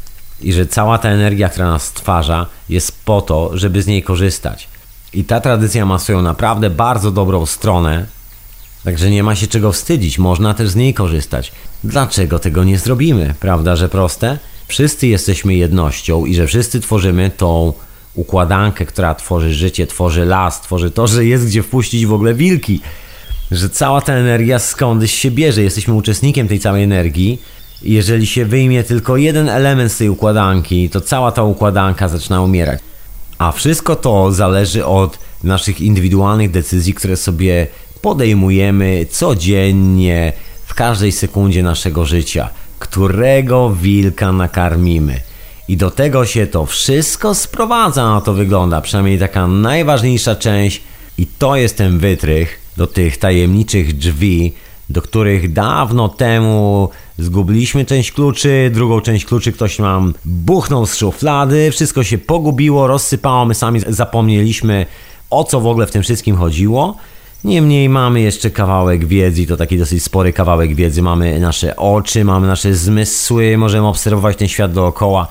i że cała ta energia, która nas stwarza, jest po to, żeby z niej korzystać. I ta tradycja ma swoją naprawdę bardzo dobrą stronę, także nie ma się czego wstydzić, można też z niej korzystać. Dlaczego tego nie zrobimy? Prawda, że proste? Wszyscy jesteśmy jednością i że wszyscy tworzymy tą układankę, która tworzy życie, tworzy las, tworzy to, że jest gdzie wpuścić w ogóle wilki. Że cała ta energia skądś się bierze, jesteśmy uczestnikiem tej całej energii. I jeżeli się wyjmie tylko jeden element z tej układanki, to cała ta układanka zaczyna umierać. A wszystko to zależy od naszych indywidualnych decyzji, które sobie podejmujemy codziennie, w każdej sekundzie naszego życia. Którego wilka nakarmimy. I do tego się to wszystko sprowadza, na to wygląda. Przynajmniej taka najważniejsza część. I to jest ten wytrych do tych tajemniczych drzwi, do których dawno temu zgubiliśmy część kluczy, drugą część kluczy ktoś nam buchnął z szuflady, wszystko się pogubiło, rozsypało, my sami zapomnieliśmy, o co w ogóle w tym wszystkim chodziło. Niemniej mamy jeszcze kawałek wiedzy, to taki dosyć spory kawałek wiedzy, mamy nasze oczy, mamy nasze zmysły, możemy obserwować ten świat dookoła,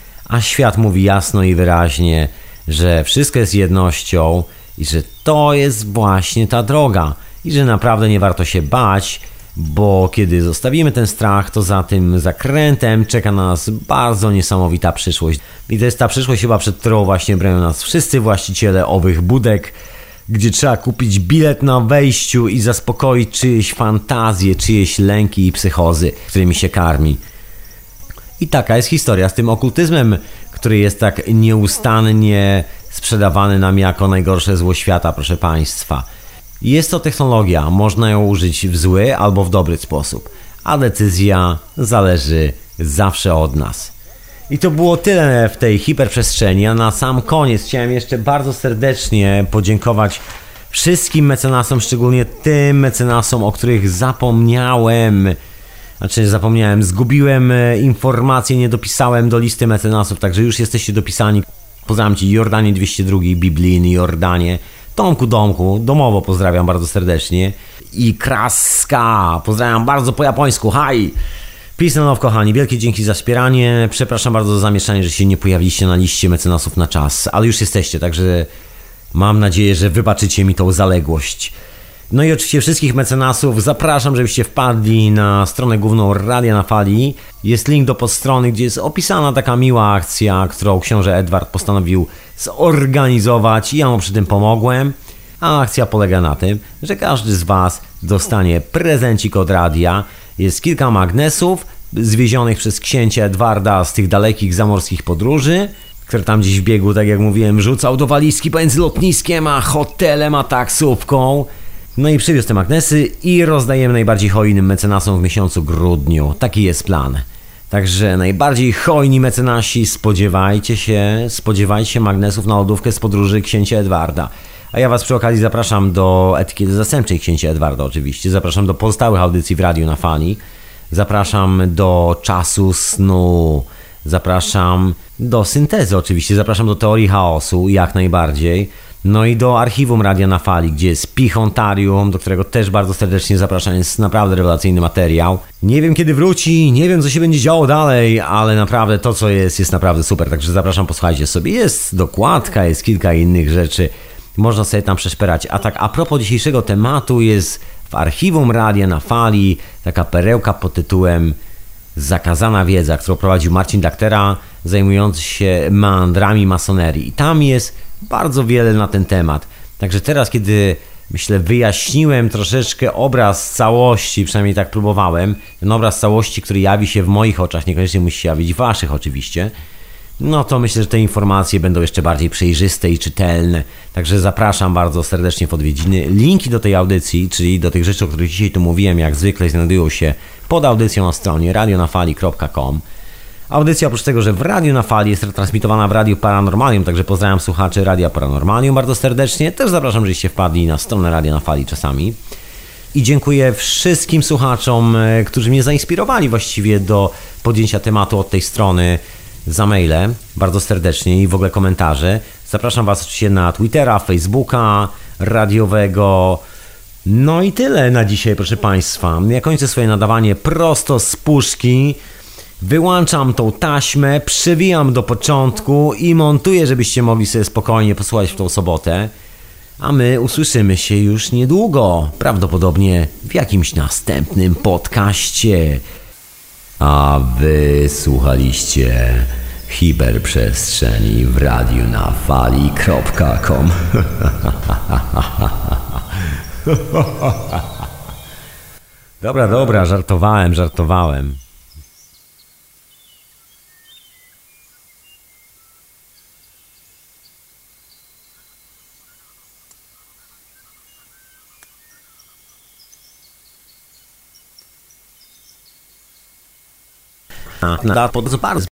a świat mówi jasno i wyraźnie, że wszystko jest jednością i że to jest właśnie ta droga i że naprawdę nie warto się bać, bo kiedy zostawimy ten strach, to za tym zakrętem czeka nas bardzo niesamowita przyszłość. I to jest ta przyszłość chyba, przed którą właśnie bronią nas wszyscy właściciele owych budek, gdzie trzeba kupić bilet na wejściu i zaspokoić czyjeś fantazje, czyjeś lęki i psychozy, którymi się karmi. I taka jest historia z tym okultyzmem, który jest tak nieustannie sprzedawany nam jako najgorsze zło świata, proszę Państwa. Jest to technologia, można ją użyć w zły albo w dobry sposób, a decyzja zależy zawsze od nas. I to było tyle w tej hiperprzestrzeni, a na sam koniec chciałem jeszcze bardzo serdecznie podziękować wszystkim mecenasom, szczególnie tym mecenasom, o których zgubiłem informacje, nie dopisałem do listy mecenasów, także już jesteście dopisani. Pozdrawiam Ci Jordanie 202, Biblijny Jordanie, Tomku Domku, domowo pozdrawiam bardzo serdecznie i Kraska, pozdrawiam bardzo po japońsku, hi! Peace and love, kochani, wielkie dzięki za wspieranie. Przepraszam bardzo za zamieszanie, że się nie pojawiliście na liście mecenasów na czas, ale już jesteście, także mam nadzieję, że wybaczycie mi tą zaległość. No i oczywiście wszystkich mecenasów zapraszam, żebyście wpadli na stronę główną Radia na Fali. Jest link do podstrony, gdzie jest opisana taka miła akcja, którą książę Edward postanowił zorganizować i ja mu przy tym pomogłem. A akcja polega na tym, że każdy z Was dostanie prezencik od radia. Jest kilka magnesów zwiezionych przez księcia Edwarda z tych dalekich zamorskich podróży, który tam gdzieś w biegu, tak jak mówiłem, rzucał do walizki pomiędzy lotniskiem a hotelem, a taksówką. No i przywiózł te magnesy i rozdajemy najbardziej hojnym mecenasom w miesiącu grudniu. Taki jest plan. Także najbardziej hojni mecenasi, spodziewajcie się magnesów na lodówkę z podróży księcia Edwarda. A ja Was przy okazji zapraszam do etykiety zastępczej księcia Edwarda oczywiście. Zapraszam do pozostałych audycji w Radiu na Fali. Zapraszam do Czasu Snu. Zapraszam do Syntezy oczywiście. Zapraszam do Teorii Chaosu jak najbardziej. No i do archiwum Radia na Fali, gdzie jest Pichontarium, do którego też bardzo serdecznie zapraszam. Jest naprawdę rewelacyjny materiał. Nie wiem kiedy wróci, nie wiem co się będzie działo dalej, ale naprawdę to co jest naprawdę super. Także zapraszam, posłuchajcie sobie. Jest dokładka, jest kilka innych rzeczy. Można sobie tam przeszperać. A tak a propos dzisiejszego tematu, jest w archiwum Radia na Fali taka perełka pod tytułem Zakazana wiedza, którą prowadził Marcin Daktera, zajmujący się meandrami masonerii. I tam jest bardzo wiele na ten temat. Także teraz, kiedy myślę wyjaśniłem troszeczkę obraz całości, przynajmniej tak próbowałem, ten obraz całości, który jawi się w moich oczach, niekoniecznie musi się jawić w waszych oczywiście, no to myślę, że te informacje będą jeszcze bardziej przejrzyste i czytelne. Także zapraszam bardzo serdecznie w odwiedziny. Linki do tej audycji, czyli do tych rzeczy, o których dzisiaj tu mówiłem, jak zwykle znajdują się pod audycją na stronie radionafali.com. Audycja oprócz tego, że w Radiu na Fali jest retransmitowana w Radiu Paranormalium, także pozdrawiam słuchaczy Radia Paranormalium bardzo serdecznie. Też zapraszam, żebyście wpadli na stronę Radia na Fali czasami. I dziękuję wszystkim słuchaczom, którzy mnie zainspirowali właściwie do podjęcia tematu od tej strony za maile, bardzo serdecznie i w ogóle komentarze. Zapraszam Was oczywiście na Twittera, Facebooka, radiowego. No i tyle na dzisiaj, proszę Państwa. Ja kończę swoje nadawanie prosto z puszki. Wyłączam tą taśmę, przewijam do początku i montuję, żebyście mogli sobie spokojnie posłuchać w tą sobotę. A my usłyszymy się już niedługo, prawdopodobnie w jakimś następnym podcaście. A wy słuchaliście Hiperprzestrzeni w radiu na fali.com. Dobra, żartowałem. Na bardzo